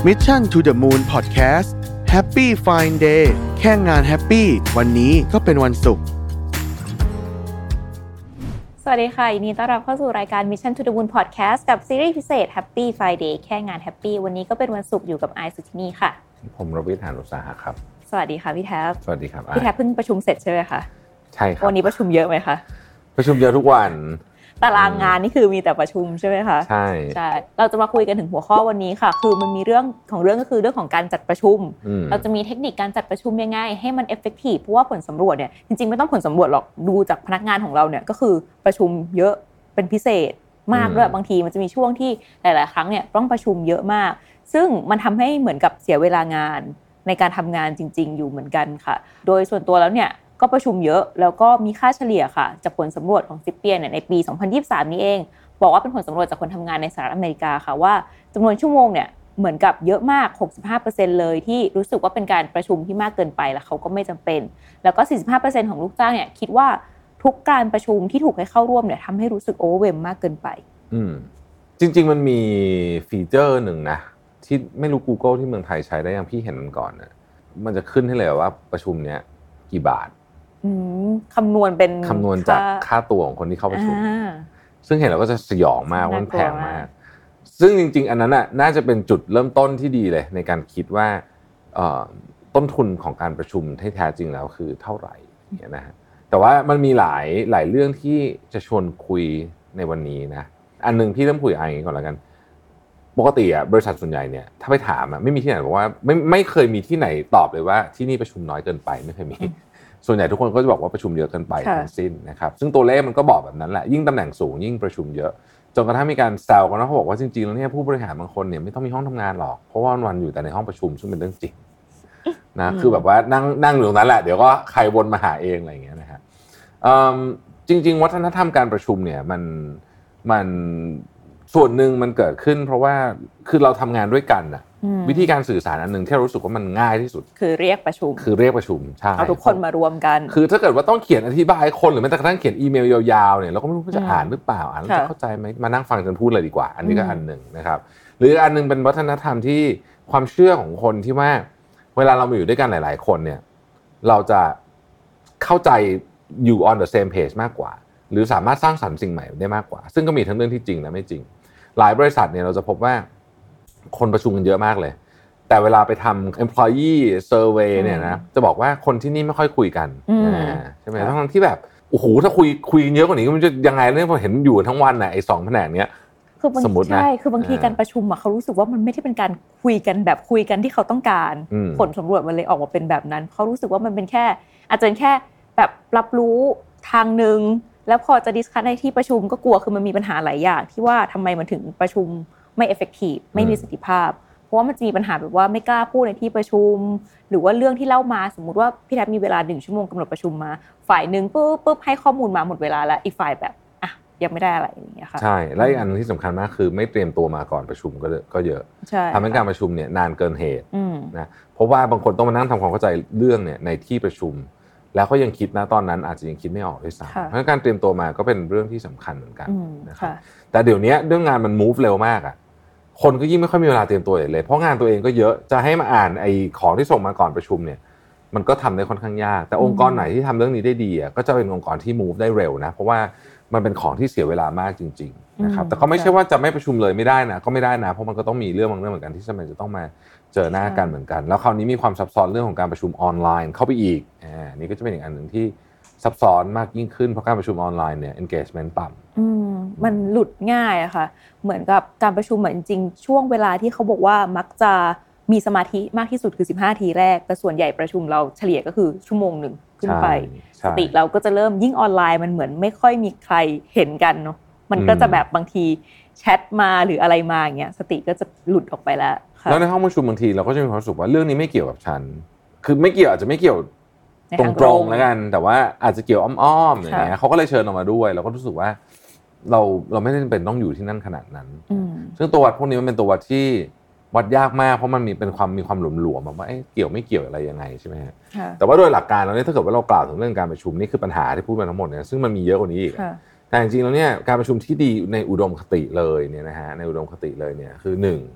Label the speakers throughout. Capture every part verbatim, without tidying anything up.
Speaker 1: Mission to the Moon Podcast Happy Fine Day แค่งานแฮปปี้วันนี้ก็เป็นวันศุกร์
Speaker 2: สวัสดีค่ะยินดีต้อนรับเข้าสู่รายการ Mission to the Moon Podcast กับซีรีส์พิเศษ Happy Friday แค่งานแฮปปี้วันนี้ก็เป็นวันศุกร์อยู่กับไอซ์สุทธินีค่ะ
Speaker 3: ผมรวิทย์ หาญอุตสาหะครับ
Speaker 2: สวัสดีค่ะพี่แท็บ
Speaker 3: สวัสดีครับ
Speaker 2: พี่แท็บเพิ่งประชุมเสร็จใช่ไหมคะ
Speaker 3: ใช่ครับ
Speaker 2: วันนี้ประชุมเยอะไหมคะ
Speaker 3: ประชุมเยอะทุกวัน
Speaker 2: ตารางงานนี่คือมีแต่ประชุมใช่ไหมคะ
Speaker 3: ใช่
Speaker 2: ใช่เราจะมาคุยกันถึงหัวข้อวันนี้ค่ะคือมันมีเรื่องของเรื่องก็คือเรื่องของการจัดประชุมเราจะมีเทคนิคการจัดประชุมยังไงให้มัน effective เพราะว่าผลสำรวจเนี่ยจริงๆไม่ต้องผลสำรวจหรอกดูจากพนักงานของเราเนี่ยก็คือประชุมเยอะเป็นพิเศษมากด้วยบางทีมันจะมีช่วงที่หลายๆครั้งเนี่ยต้องประชุมเยอะมากซึ่งมันทำให้เหมือนกับเสียเวลางานในการทำงานจริงๆอยู่เหมือนกันค่ะโดยส่วนตัวแล้วเนี่ยก็ประชุมเยอะแล้วก็มีค่าเฉลี่ยค่ะจากผลสำรวจของซิปเปียนเนี่ยในปีสองพันยี่สิบสามนี้เองบอกว่าเป็นผลสำรวจจากคนทำงานในสหรัฐอเมริกาค่ะว่าจำนวนชั่วโมงเนี่ยเหมือนกับเยอะมาก หกสิบห้าเปอร์เซ็นต์ เลยที่รู้สึกว่าเป็นการประชุมที่มากเกินไปแล้วเขาก็ไม่จำเป็นแล้วก็ สี่สิบห้าเปอร์เซ็นต์ ของลูกจ้างเนี่ยคิดว่าทุกการประชุมที่ถูกให้เข้าร่วมเนี่ยทำให้รู้สึกโอเวอร์เวลมากเกินไป
Speaker 3: อืมจริงๆมันมีฟีเจอร์หนึ่งนะที่ไม่รู้ Google ที่เมืองไทยใช้ได้ยังพี่เห็นมันก่อนนะมันจะขึ้นให้เลยว่าประชุมเนี้ยกี่บาท
Speaker 2: อืมคำนวณเป็น
Speaker 3: คำนวณจากค่าตัวของคนที่เข้าประชุมซึ่งเห็นแล้วก็จะสยองมากว่ามันแพงมากซึ่งจริงๆอันนั้นน่ะน่าจะเป็นจุดเริ่มต้นที่ดีเลยในการคิดว่าเอ่อต้นทุนของการประชุมที่แท้จริงแล้วคือเท่าไหร่เนี่ยนะฮะแต่ว่ามันมีหลายหลายเรื่องที่จะชวนคุยในวันนี้นะอันนึงพี่เริ่มคุยอะไรอย่างนี้ก่อนแล้วกันปกติอ่ะบริษัทส่วนใหญ่เนี่ยถ้าไปถามอ่ะไม่มีที่ไหนบอกว่าไม่ไม่เคยมีที่ไหนตอบเลยว่าที่นี่ประชุมน้อยเกินไปไม่เคยมีส่วนใหญ่ทุกคนก็จะบอกว่าประชุมเยอะเกินไปทั้งสิ้นนะครับซึ่งตัวเลขมันก็บอกแบบนั้นแหละยิ่งตำแหน่งสูงยิ่งประชุมเยอะจนกระทั่งมีการแซวกันว่าเขาบอกว่าจริงๆแล้วเนี่ยผู้บริหารบางคนเนี่ยไม่ต้องมีห้องทำงานหรอกเพราะว่าวันอยู่แต่ในห้องประชุมซึ่งเป็นเรื่องจริงนะคือแบบว่านั่งนั่งอยู่ตรงนั้นแหละเดี๋ยวก็ใครวนมาหาเองอะไรอย่างเงี้ยนะฮะจริงๆวัฒนธรรมการประชุมเนี่ยมันมันส่วนหนึ่งมันเกิดขึ้นเพราะว่าคือเราทำงานด้วยกันน่ะวิธีการสื่อสารอันนึงที่เรารู้สึกว่ามันง่ายที่สุด
Speaker 2: คือเรียกประชุม
Speaker 3: คือเรียกประชุมใช่
Speaker 2: เอาทุกคนมารวมกัน
Speaker 3: คือถ้าเกิดว่าต้องเขียนอธิบายคนหรือแม้แต่กระทั่งเขียนอีเมลยาวๆเนี่ยเราก็ไม่รู้ว่าจะอ่านหรือเปล่าอ่านแล้วจะเข้าใจไหมมานั่งฟังกันพูดเลยดีกว่าอันนี้ก็อันหนึ่งนะครับหรืออันนึงเป็นวัฒนธรรมที่ความเชื่อของคนที่ว่าเวลาเรามาอยู่ด้วยกันหลายๆคนเนี่ยเราจะเข้าใจอยู่ on the same page มากกว่าหรือสามารถสร้างสรรค์สิ่งใหม่ได้มากกว่าซึ่งก็มีทั้งเรื่องที่จริงและไม่จริงหลายบริษัทเนี่ยเราจะพบว่าคนประชุมกันเยอะมากเลยแต่เวลาไปทำ employee survey เนี่ยนะจะบอกว่าคนที่นี่ไม่ค่อยคุยกันใช่ไหมทั้งที่แบบโอ้โหถ้าคุยคุยเยอะกว่านี้มันจะยังไงเนี่ยพอเห็นอยู่ทั้งวันน่ะไอ้สองแผนกเนี้ย
Speaker 2: สมมตินะใช่คือบางทีการประชุมอ่ะเขารู้สึกว่ามันไม่ได้เป็นการคุยกันแบบคุยกันที่เขาต้องการผลสำรวจมันเลยออกมาเป็นแบบนั้นเขารู้สึกว่ามันเป็นแค่อาจจะเป็นแค่แบบรับรู้ทางนึงแล้วพอจะดิสคัสในที่ประชุมก็กลัวคือมันมีปัญหาหลายอย่างที่ว่าทำไมมันถึงประชุมไม่ effective ไม่มีประสิทธิภาพเพราะว่ามันจะมีปัญหาแบบว่าไม่กล้าพูดในที่ประชุมหรือว่าเรื่องที่เล่ามาสมมุติว่าพี่แทบมีเวลาหนึ่งชั่วโมงกำหนดประชุมมาฝ่ายนึงปุ๊บปุ๊บให้ข้อมูลมาหมดเวลาแล้วอีกฝ่ายแบบอ่ะยังไม่ได้อะไรอย่างเงี้ยค่ะ
Speaker 3: ใช่และอีกอันที่สำคัญมากคือไม่เตรียมตัวมาก่อนประชุมก็ก็เยอะทำให้การประชุมเนี่ยนานเกินเหตุนะเพราะว่าบางคนต้องมานั่งทำความเข้าใจเรื่องเนี่ยในที่ประชุมแล้วก็ยังคิดนะตอนนั้นอาจจะยังคิดไม่ออกด้วยซ้ำเพราะการเตรียมตัวมาก็เป็นเรื่องที่สำคัญเหมือนกันนะครับแต่เดี๋ยวนี้เรื่องงานมัน move เร็วมากอ่ะคนก็ยิ่งไม่ค่อยมีเวลาเตรียมตัวเลยเพราะงานตัวเองก็เยอะจะให้มาอ่านไอ้ของที่ส่งมาก่อนประชุมเนี่ยมันก็ทำได้ค่อนข้างยากแต่องค์กรไหนที่ทำเรื่องนี้ได้ดีอ่ะก็จะเป็นองค์กรที่ move ได้เร็วนะเพราะว่ามันเป็นของที่เสียเวลามากจริงๆนะครับแต่ก็ไม่ใช่ว่าจะไม่ประชุมเลยไม่ได้นะก็ไม่ได้นะเพราะมันก็ต้องมีเรื่องบางเรื่องเหมือนกันที่จำเป็นจะต้องมาเจอหน้ากันเหมือนกันแล้วคราวนี้มีความซับซ้อนเรื่องของการประชุมออนไลน์เข้าไปอีกอ่านี่ก็จะเป็นอีกอันนึงที่ซับซ้อนมากยิ่งขึ้นเพราะการประชุมออนไลน์เนี่ย engagement ต่ำ
Speaker 2: อืมมันหลุดง่ายอะค่ะเหมือนกับการประชุมเหมือนจริงๆช่วงเวลาที่เขาบอกว่ามักจะมีสมาธิมากที่สุดคือสิบห้านาทีแรกแต่ส่วนใหญ่ประชุมเราเฉลี่ยก็คือชั่วโมงนึงขึ้นไปสติเราก็จะเริ่มยิ่งออนไลน์มันเหมือนไม่ค่อยมีใครเห็นกันเนาะมันก็จะแบบบางทีแชทมาหรืออะไรมาอย่างเงี้ยสติก็จะหลุดออกไปแล้ว
Speaker 3: แล้วในห้องประชุมบางทีเราก็จะมีความรู้สึกว่าเรื่องนี้ไม่เกี่ยวกับฉันคือไม่เกี่ยวอาจจะไม่เกี่ยวตรงๆแล้วกันแต่ว่าอาจจะเกี่ยวอ้อมๆอย่างเงี้ยเขาก็เลยเชิญออกมาด้วยเราก็รู้สึกว่าเราเราไม่ได้จำเป็นต้องอยู่ที่นั่นขนาดนั้นซึ่งตัววัดพวกนี้มันเป็นตัววัดที่วัดยากมากเพราะมันมีเป็นความมีความหลวมๆแบบว่าเกี่ยวไม่เกี่ยวอะไรยังไงใช่ไหมฮะแต่ว่าโดยหลักการแล้วเนี่ยถ้าเกิดว่าเรากล่าวถึงเรื่องการประชุมนี่คือปัญหาที่พูดมาทั้งหมดเนี่ยซึ่งมันมีเยอะกว่านี้อีกแต่จริงๆแล้วเนี่ยการประชุมที่ดีในอุดมคติเลยเนี่ยนะฮะในอุดมคติเลยเนี่ยคือหนึ่ง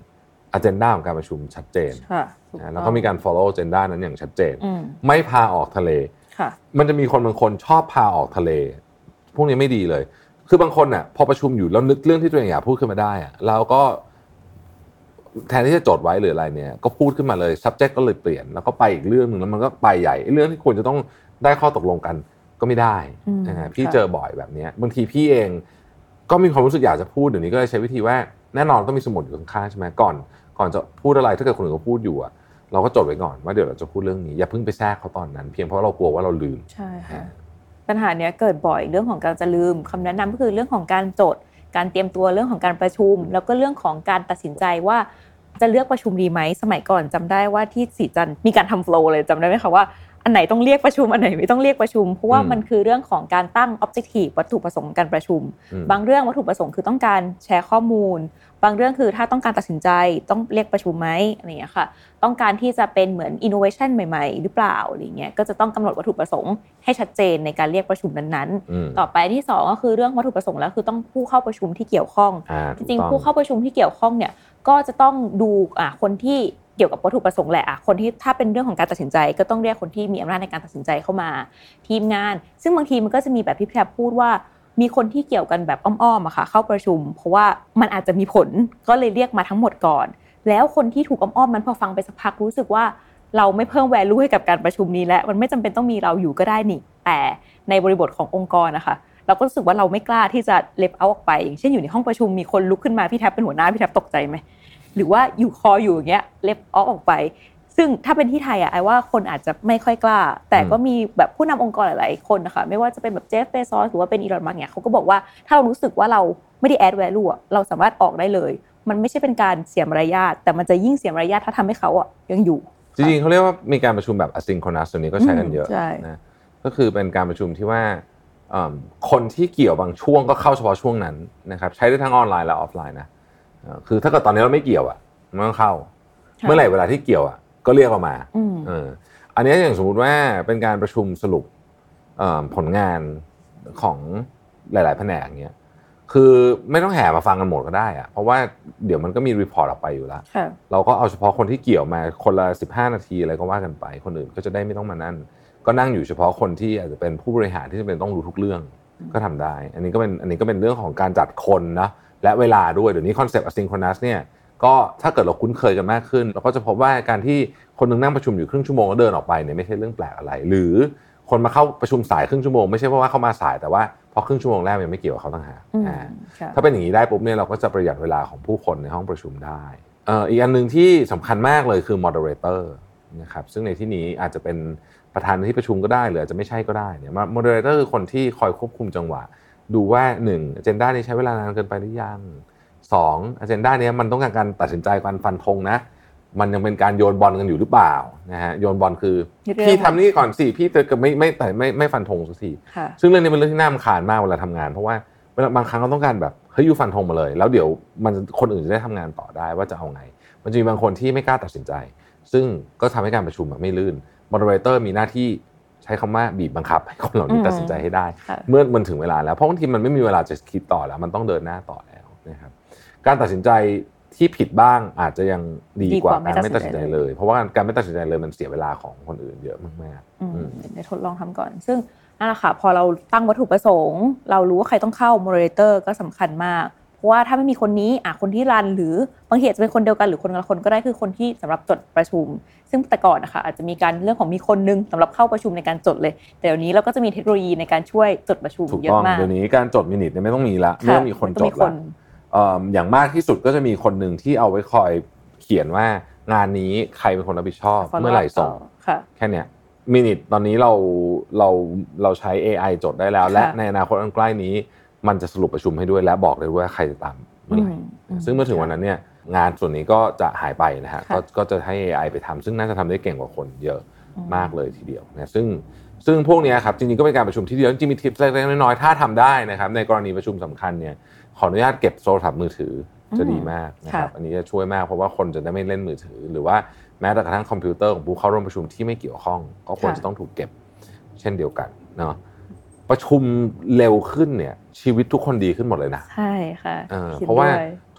Speaker 3: agenda ของการประชุมชัดเจนนะแล้วก็มีการ follow agenda นั้นอย่างชัดเจนไม่พาออกทะเลมันจะมีคนบางคนชอบพาออกทะเลพวกนี้ไม่ดีเลยคือบางคนน่ะพอประชุมอยู่แล้วนึกเรื่องที่ตัวเองอยากพูดขึ้นมาได้อะแล้วก็แทนที่จะจดไว้หรืออะไรเนี่ยก็พูดขึ้นมาเลย subject ก็เลยเปลี่ยนแล้วก็ไปอีกเรื่องนึงแล้วมันก็ไปใหญ่เรื่องที่ควรจะต้องได้ข้อตกลงกันก็ไม่ได้นะฮะพี่เจอบ่อยแบบนี้บางทีพี่เองก็มีความรู้สึกอยากจะพูดเดี๋ยวนี้ก็เลยใช้วิธีว่าแน่นอนต้องมีสมุดอยู่ข้างๆใช่ไหมก่อนก่อนจะพูดอะไรถ้าเกิดคนอื่นเขาพูดอยู่อะเราก็จดไว้ก่อนว่าเดี๋ยวเราจะพูดเรื่องนี้อย่าเพิ่งไปแทรกเขาตอนนั้นเพียงเพราะเรากลัวว่าเราลืม
Speaker 2: ใช่ค่ะปัญหาเนี้ยเกิดบ่อยเรื่องของการจะลืมคำแนะนำก็คือเรื่องของการจดการเตรียมตัวเรื่องของการประชุมแล้วก็เรื่องของการตัดสินใจว่าจะเลือกประชุมดีไหมสมัยก่อนจำได้ว่าที่ศรีจันทร์มีการทำโฟลว์เลยจำได้ไหมคะว่าอันไหนต้องเรียกประชุมอันไหนไม่ต้องเรียกประชุมเพราะว่ามันคือเรื่องของการตั้ง objective วัตถุประสงค์การประชุมบางเรื่องวัตถุประสงค์คือต้องการแชร์ข้อมูลบางเรื่องคือถ้าต้องการตัดสินใจต้องเรียกประชุมไหมอะไรอย่างเงี้ยค่ะต้องการที่จะเป็นเหมือน innovation ใหม่ๆหรือเปล่าอะไรเงี้ยก็จะต้องกำหนดวัตถุประสงค์ให้ชัดเจนในการเรียกประชุมนั้นๆต่อไปที่สองก็คือเรื่องวัตถุประสงค์แล้วคือต้องผู้เข้าประชุมที่เกี่ยวข้องจริงๆผู้เข้าประชุมที่เกี่ยวข้องเนี่ยก็จะต้องดูอ่ะคนที่เกี่ยวกับวัตถุประสงค์แหละอ่ะคนที่ถ้าเป็นเรื่องของการตัดสินใจก็ต้องเรียกคนที่มีอำนาจในการตัดสินใจเข้ามาทีมงานซึ่งบางทีมันก็จะมีแบบที่พี่แพรพูดว่ามีคนที่เกี่ยวกันแบบอ้อมๆอะค่ะเข้าประชุมเพราะว่ามันอาจจะมีผลก็เลยเรียกมาทั้งหมดก่อนแล้วคนที่ถูกอ้อมๆมันพอฟังไปสักพักรู้สึกว่าเราไม่เพิ่ม value ให้กับการประชุมนี้แล้วมันไม่จำเป็นต้องมีเราอยู่ก็ได้นี่แต่ในบริบทขององค์กรนะคะเราก็รู้สึกว่าเราไม่กล้าที่จะเล็บเอาออกไปอย่างเช่นอยู่ในห้องประชุมมีคนลุกขึ้นมาพี่แทบเป็นหัวหน้าพี่แทบตกใจไหมหรือว่าอยู่คออยู่อย่างเงี้ยเล็บออกออกไปซึ่งถ้าเป็นที่ไทยอ่ะไอ้ว่าคนอาจจะไม่ค่อยกล้าแต่ก็มีแบบผู้นำองค์กรหลายๆคนนะคะไม่ว่าจะเป็นแบบเจฟเบซอสหรือว่าเป็นอีลอนมัสก์เนี่ยเขาก็บอกว่าถ้าเรารู้สึกว่าเราไม่ได้แอดแวลูอ่ะเราสามารถออกได้เลยมันไม่ใช่เป็นการเสียมารยาทแต่มันจะยิ่งเสียมารยาทถ้าทำให้เขาอ่ะยังอยู่
Speaker 3: จริงๆเขาเรียกว่ามีการประชุมแบบ asynchronous ตัวนี้ก็ใช้กันเยอะนะก็คือเป็นการประชุมที่ว่าคนที่เกี่ยวบางช่วงก็เข้าเฉพาะช่วงนั้นนะครับใช้ได้ทั้งออนไลน์และออฟไลน์นะคือถ้าเกิดตอนนี้เราไม่เกี่ยวอ่ะไม่ต้องเข้าเมื่อไหร่เวลาที่เกี่ยวอ่ะก็เรียกออกมาเอออันนี้อย่างสมมุติว่าเป็นการประชุมสรุปผลงานของหลายๆแผนกเงี้ยคือไม่ต้องแห่มาฟังกันหมดก็ได้อ่ะเพราะว่าเดี๋ยวมันก็มีรีพอร์ตออกไปอยู่แล้วเราก็เอาเฉพาะคนที่เกี่ยวมาคนละสิบห้านาทีอะไรก็ว่ากันไปคนอื่นก็จะได้ไม่ต้องมานั่นก็นั่งอยู่เฉพาะคนที่อาจจะเป็นผู้บริหารที่จำเป็นต้องรู้ทุกเรื่องก็ทำได้อันนี้ก็เป็นอันนี้ก็เป็นเรื่องของการจัดคนนะและเวลาด้วยเดี๋ยวนี้คอนเซปต์ asynchronous เนี่ยก็ถ้าเกิดเราคุ้นเคยกันมากขึ้นเราก็จะพบว่าการที่คนนึงนั่งประชุมอยู่ครึ่งชั่วโมงแล้วเดินออกไปเนี่ยไม่ใช่เรื่องแปลกอะไรหรือคนมาเข้าประชุมสายครึ่งชั่วโมงไม่ใช่เพราะว่าเขามาสายแต่ว่าพอครึ่งชั่วโมงแรกยังไม่เกี่ยวกับเขาต่างหากถ้าเป็นอย่างนี้ได้ปุ๊บเนี่ยเราก็จะประหยัดเวลาของผู้คนในห้องประชุมได้เอ่ออีกอันนึงที่สำคัญมากเลยคือ moderator นะครับซึ่งในที่นี้อาจจะเป็นประธานที่ประชุมก็ได้หรืออาจจะไม่ใช่ก็ได้เนี่ย moderator คือคนที่คอยควบคุมจังหวะดูว่าหนึ่ง agenda นี้ใช้เวลานานเกินไปหรือยังสอง agenda นี้มันต้องการการตัดสินใจการฟันธงนะมันยังเป็นการโยนบอลกันอยู่หรือเปล่านะฮะโยนบอลคือพี่ทำนี่ก่อนสิพี่จะไม่ไม่แต่ไม่ไม่ฟันธงสักทีซึ่งเรื่องนี้เป็นเรื่องที่น่ารำคาญมากเวลาทำงานเพราะว่าบางครั้งเราต้องการแบบเฮ้ยยูฟันธงมาเลยแล้วเดี๋ยวมันคนอื่นจะได้ทำงานต่อได้ว่าจะเอาไงมันจะมีบางคนที่ไม่กล้าตัดสินใจซึ่งก็ทำให้การประชุมไม่ลื่น moderator มีหน้าที่ใช้คำว่าบีบบังคับให้คนเหล่านี้ตัดสินใจให้ได้เมื่อมันถึงเวลาแล้วเพราะบางทีมันไม่มีเวลาจะคิดต่อแล้วมันต้องเดินหน้าต่อแล้วนะครับการตัดสินใจที่ผิดบ้างอาจจะยังดีกว่าการไม่ตัดสินใจเลยเพราะว่าการไม่ตัดสินใจเลยมันเสียเวลาของคนอื่นเยอะมาก
Speaker 2: ๆได้ทดลองทำก่อนซึ่งนั่นแหละค่ะพอเราตั้งวัตถุประสงค์เรารู้ว่าใครต้องเข้า moderator ก็สำคัญมากเพราะว่าถ้าไม่มีคนนี้อ่ะคนที่รันหรือบางทีอาจจะเป็นคนเดียวกันหรือคนละคนก็ได้คือคนที่สำหรับจดประชุมซึ่งแต่ก่อนนะคะอาจจะมีการเรื่องของมีคนนึงสำหรับเข้าประชุมในการจดเลยแต่เดี๋ยวนี้เราก็จะมีเทคโนโลยีในการช่วยจดประชุมเยอะมาก
Speaker 3: เดี๋ยวนี้การจดมินิทเนี่ยไม่ต้องมีละไม่ต้องมีคนจดละอย่างมากที่สุดก็จะมีคนหนึ่งที่เอาไว้คอยเขียนว่างานนี้ใครเป็นคนรับผิดชอบเมื่อไหร่ส่งแค่เนี้ยมินิทตอนนี้เราเราเราใช้ เอ ไอ จดได้แล้วและในอนาคตอันใกล้นี้มันจะสรุปประชุมให้ด้วยและบอกเลยว่าใครจะตามเมื่อไหร่ซึ่งเมื่อถึงวันนั้นเนี่ยงานส่วนนี้ก็จะหายไปนะฮะก็ก็จะให้ เอ ไอ ไปทำซึ่งน่าจะทำได้เก่งกว่าคนเยอะมากเลยทีเดียวนะซึ่งซึ่งพวกนี้ครับจริงๆก็เป็นการประชุมที่ดีจริงๆมีทิปเล็กๆน้อยๆถ้าทำได้นะครับในกรณีประชุมสำคัญเนี่ยขออนุญาตเก็บโทรศัพท์มือถือจะดีมากนะครับอันนี้จะช่วยมากเพราะว่าคนจะได้ไม่เล่นมือถือหรือว่าแม้แต่กระทั่งคอมพิวเตอร์ของผู้เข้าร่วมประชุมที่ไม่เกี่ยวข้องก็ควรจะต้องถูกเก็บเช่นเดียวกันเนาะประชุมเร็วขึ้นเนี่ยชีวิตทุกคนดีขึ้นหมดเลยนะ
Speaker 2: ใช่ค่ะ
Speaker 3: เออเพราะว่า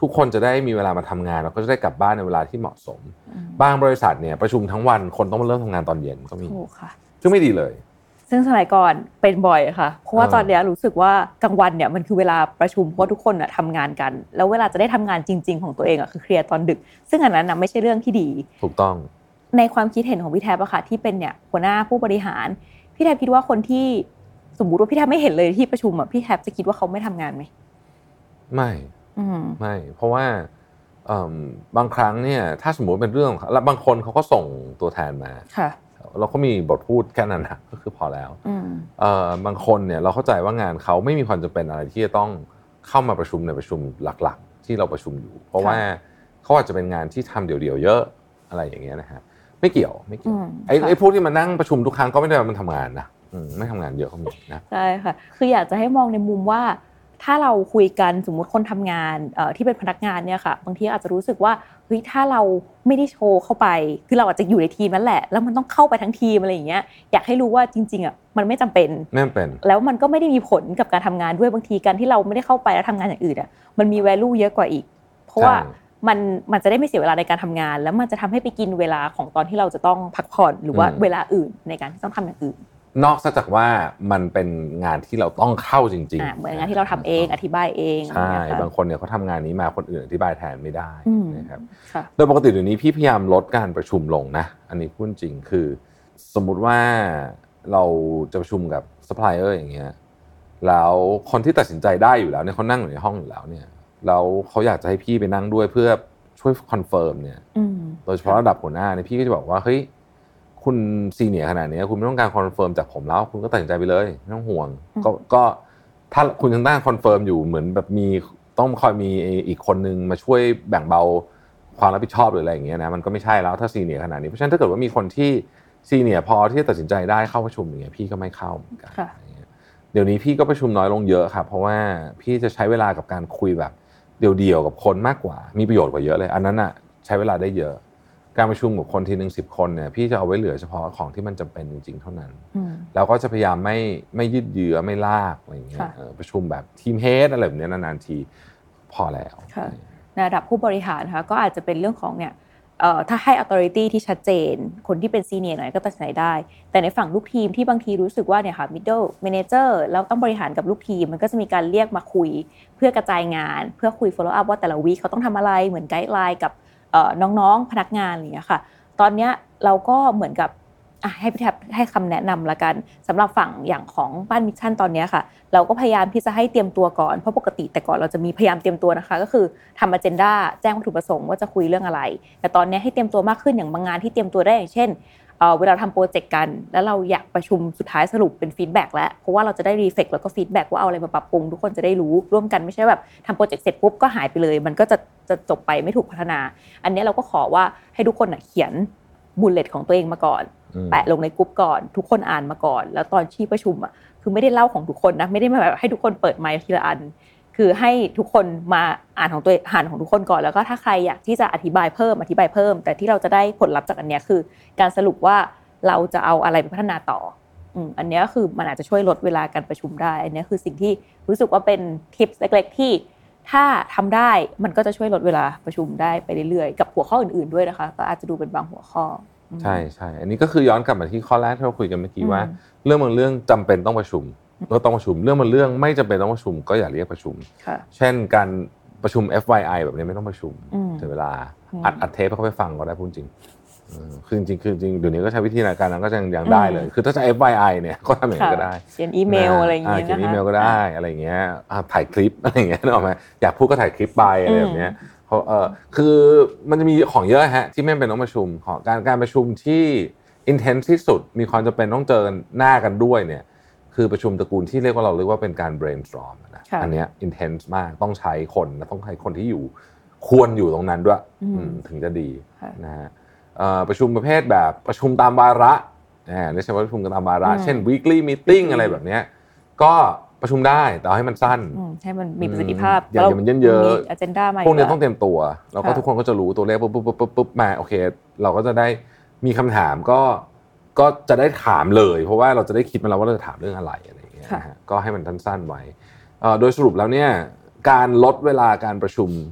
Speaker 3: ทุกคนจะได้มีเวลามาทำงานแล้วก็จะได้กลับบ้านในเวลาที่เหมาะสมบางบริษัทเนี่ยประชุมทั้งวันคนต้องมาเริ่มทำงานตอนเย็นก็มี
Speaker 2: ถูกค่ะ
Speaker 3: ซึ่งไม่ดีเลย
Speaker 2: ซึ่งสมัยก่อนเป็นบ่อยค่ะเพราะว่าตอนนี้รู้สึกว่ากลางวันเนี่ยมันคือเวลาประชุมเพราะทุกคนน่ะทำงานกันแล้วเวลาจะได้ทำงานจริงๆของตัวเองอ่ะคือเคลียร์ตอนดึกซึ่งอันนั้นน่ะไม่ใช่เรื่องที่ดี
Speaker 3: ถูกต้อง
Speaker 2: ในความคิดเห็นของพี่แทบอะค่ะที่เป็นเนี่ยหัวหน้าผู้บริหารพี่แทบคิดว่าคนที่สมมุติว่าพี่แทบไม่เห็นเลยที่ประชุมอ่ะพี่แทบจะคิดว่าเขาไม่ทำงานไหม
Speaker 3: ไม่ไม่เพราะว่าบางครั้งเนี่ยถ้าสมมติเป็นเรื่องแล้วบางคนเขาก็ส่งตัวแทนมาเราก็มีบทพูดแค่นั้นนะก็คือพอแล้วบางคนเนี่ยเราเข้าใจว่างานเขาไม่มีความจำเป็นอะไรที่จะต้องเข้ามาประชุมในประชุมหลักๆที่เราประชุมอยู่เพราะว่าเขาอาจจะเป็นงานที่ทำเดี่ยวๆเยอะอะไรอย่างเงี้ยนะฮะไม่เกี่ยวไม่เกี่ยวไอ้ไอ้พวกที่มานั่งประชุมทุกครั้งก็ไม่ได้มันทำงานนะไม่ทำงานเยอะเขามีนะ
Speaker 2: ใช่ค่ะคืออยากจะให้มองในมุมว่าถ้าเราคุยกันสมมุติคนทำงานที่เป็นพนักงานเนี่ยค่ะบางทีอาจจะรู้สึกว่าเฮ้ยถ้าเราไม่ได้โชว์เข้าไปคือเราอาจจะอยู่ในทีมนั่นแหละแล้วมันต้องเข้าไปทั้งทีมอะไรอย่างเงี้ยอยากให้รู้ว่าจริงๆอ่ะมันไม่จำเป็น
Speaker 3: ไม่จำเป็น
Speaker 2: แล้วมันก็ไม่ได้มีผลกับการทำงานด้วยบางทีการที่เราไม่ได้เข้าไปแล้วทำงานอย่างอื่นอ่ะมันมี value เยอะกว่าอีกเพราะว่ามันมันจะได้ไม่เสียเวลาในการทำงานแล้วมันจะทำให้ไปกินเวลาของตอนที่เราจะต้องพักผ่อนหรือว่าเวลาอื่นในการที่ต้องทำอย่างอื่น
Speaker 3: นอกจากว่ามันเป็นงานที่เราต้องเข้าจริง
Speaker 2: ๆเหมือนงานที่เราทำเองอธิบายเอง
Speaker 3: ใช่บางคนเนี่ยเขาทำงานนี้มาคนอื่นอธิบายแทนไม่ได้นะครับโดยปกติเดี๋ยวนี้พี่พยายามลดการประชุมลงนะอันนี้พูดจริงคือสมมุติว่าเราจะประชุมกับซัพพลายเออร์อย่างเงี้ยแล้วคนที่ตัดสินใจได้อยู่แล้วเนี่ยเขานั่งอยู่ในห้องอยู่แล้วเนี่ยแล้วเขาอยากจะให้พี่ไปนั่งด้วยเพื่อช่วยคอนเฟิร์มเนี่ยโดยเฉพาะระดับหัวหน้าเนี่ยพี่ก็จะบอกว่าเฮ้ยคุณซีเนียร์ขนาดนี้คุณไม่ต้องการคอนเฟิร์มจากผมแล้วคุณก็ตัดสินใจไปเลยไม่ต้องห่วงก็ก็ถ้าคุณยังต้องคอนเฟิร์มอยู่เหมือนแบบมีต้องคอยมีอีกคนนึงมาช่วยแบ่งเบาความรับผิดชอบหรืออะไรอย่างเงี้ยนะมันก็ไม่ใช่แล้วถ้าซีเนียร์ขนาดนี้เพราะฉะนั้นถ้าเกิดว่ามีคนที่ซีเนียร์พอที่จะตัดสินใจได้เข้าประชุมอย่างเงี้ยพี่ก็ไม่เข้าเหมือนกันเดี๋ยวนี้พี่ก็ประชุมน้อยลงเยอะครับเพราะว่าพี่จะใช้เวลากับการคุยแบบเดี่ยวๆกับคนมากกว่ามีประโยชน์กว่าเยอะเลยอันนั้นอ่ะใช้เวลาได้เยอะการประชุมกับคนทีนึงสิบคนเนี่ยพี่จะเอาไว้เหลือเฉพาะของที่มันจำเป็นจริงๆเท่านั้นแล้วก็จะพยายามไม่ไม่ยืดเยื้อไม่ลากอะไรอย่างเงี้ยประชุมแบบทีมเฮดอะไรแบบนี้นานๆทีพอแล้ว
Speaker 2: ในระดับผู้บริหารนะคะก็อาจจะเป็นเรื่องของเนี่ยถ้าให้ authority ที่ชัดเจนคนที่เป็นซีเนียร์หน่อยก็ตัดสินใจได้แต่ในฝั่งลูกทีมที่บางทีรู้สึกว่าเนี่ยค่ะ middle manager แล้วต้องบริหารกับลูกทีมมันก็จะมีการเรียกมาคุยเพื่อกระจายงานเพื่อคุย follow up ว่าแต่ละวีคเขาต้องทำอะไรเหมือนไกด์ไลน์กับน้องๆพนักงานอย่างเงี้ยค่ะตอนเนี้ยเราก็เหมือนกับให้พี่แทบให้คำแนะนำละกันสำหรับฝั่งอย่างของบ้านมิชชั่นตอนนี้ค่ะเราก็พยายามที่จะให้เตรียมตัวก่อนเพราะปกติแต่ก่อนเราจะมีพยายามเตรียมตัวนะคะก็คือทำ agenda แจ้งวัตถุประสงค์ว่าจะคุยเรื่องอะไรแต่ตอนนี้ให้เตรียมตัวมากขึ้นอย่างบางงานที่เตรียมตัวได้อย่างเช่นเอ่อเวลาทำโปรเจกต์กันแล้วเราอยากประชุมสุดท้ายสรุปเป็นฟีดแบ็กแล้วเพราะว่าเราจะได้รีเฟล็กแล้วก็ฟีดแบ็กว่าเอาอะไรมาปรับปรุงทุกคนจะได้รู้ร่วมกันไม่ใช่แบบทำโปรเจกต์เสร็จปุ๊บก็หายไปเลยมันก็จะจะจบไปไม่ถูกพัฒนาอันนี้เราก็ขอว่าให้ทุกคนน่ะเขียนบุลเลตของตัวเองมาก่อนแปะลงในกลุ่มก่อนทุกคนอ่านมาก่อนแล้วตอนที่ประชุมอ่ะคือไม่ได้เล่าของทุกคนนะไม่ได้มาแบบให้ทุกคนเปิดไมค์ทีละอันคือให้ทุกคนมาอ่านของตัวอ่านของทุกคนก่อนแล้วก็ถ้าใครอยากที่จะอธิบายเพิ่มอธิบายเพิ่มแต่ที่เราจะได้ผลลัพธ์จากอันนี้คือการสรุปว่าเราจะเอาอะไรไปพัฒนาต่ออืมอันนี้คือมันอาจจะช่วยลดเวลาการประชุมได้อันนี้คือสิ่งที่รู้สึกว่าเป็นทิปเล็กๆที่ถ้าทำได้มันก็จะช่วยลดเวลาประชุมได้ไปเรื่อยๆกับหัวข้ออื่นๆด้วยนะคะก็อาจจะดูเป็นบางหัวข้อ
Speaker 3: ใช่ใช่อันนี้ก็คือย้อนกลับมาที่ข้อแรกที่เราคุยกันเมื่อกี้ว่าเรื่องบางเรื่องจำเป็นต้องประชุมก็ต้องประชุมเรื่องบางเรื่องไม่จำเป็นต้องประชุมก็อย่าเรียกประชุมเช่นการประชุม เอฟ วาย ไอ แบบนี้ไม่ต้องประชุมถึงเวลาอัดอัดเทปเข้าไปฟังก็ได้พูดจริงคือจริงคือจริงเดี๋ยวนี้ก็ใช้วิธีการนั้นก็ยังยังได้เลยคือถ้าจะ เอฟ วาย ไอ เนี่ยก็ทำอย่างนี้ก็ได้
Speaker 2: เขียนอีเมลอะไรอย่างเงี้ย
Speaker 3: เขียนอีเมลก็ได้อะไรอย่างเงี้ยถ่ายคลิปอะไรอย่างเงี้ยนึกออกมั้ยอยากพูดก็ถ่ายคลิปไปอะไรแบบเนี้ยเออคือมันจะมีของเยอะฮะที่ไม่เป็นต้องประชุมของการการประชุมที่ intense ที่สุดมีความจำเป็นต้องเจอหน้ากันด้วยเนี่ยคือประชุมตระกูลที่เรียกว่าเราเรียกว่าเป็นการ brainstorm นะอันเนี้ย intense มากต้องใช้คนและต้องใช้คนที่อยู่ควรอยู่ตรงนั้นด้วยถึงจะดีนะฮะประชุมประเภทแบบประชุมตามวาระนะไม่ใช่ว่าประชุมกันตามวาระเช่น weekly meeting อะไรแบบเนี้ยก็ประชุมได้แต่ให้มันสั้น
Speaker 2: ให้มันมีประสิทธิภาพ
Speaker 3: อย่าให้มันเยอะๆ
Speaker 2: agenda มา
Speaker 3: พวกนี้ต้องเตรียมตัวแล้วก็ทุกคนก็จะรู้ตัวเลขปุ๊บปุ๊บปุ๊บปุ๊บมาโอเคเราก็จะได้มีคำถามก็ก็จะได้ถามเลยเพราะว่าเราจะได้คิดมาแล้วว่าเราจะถามเรื่องอะไรอะไรอย่างเงี้ยนะฮะก็ให้มันสั้นๆไว้โดยสรุปแล้วเนี่ยการลดเวลาการประชุม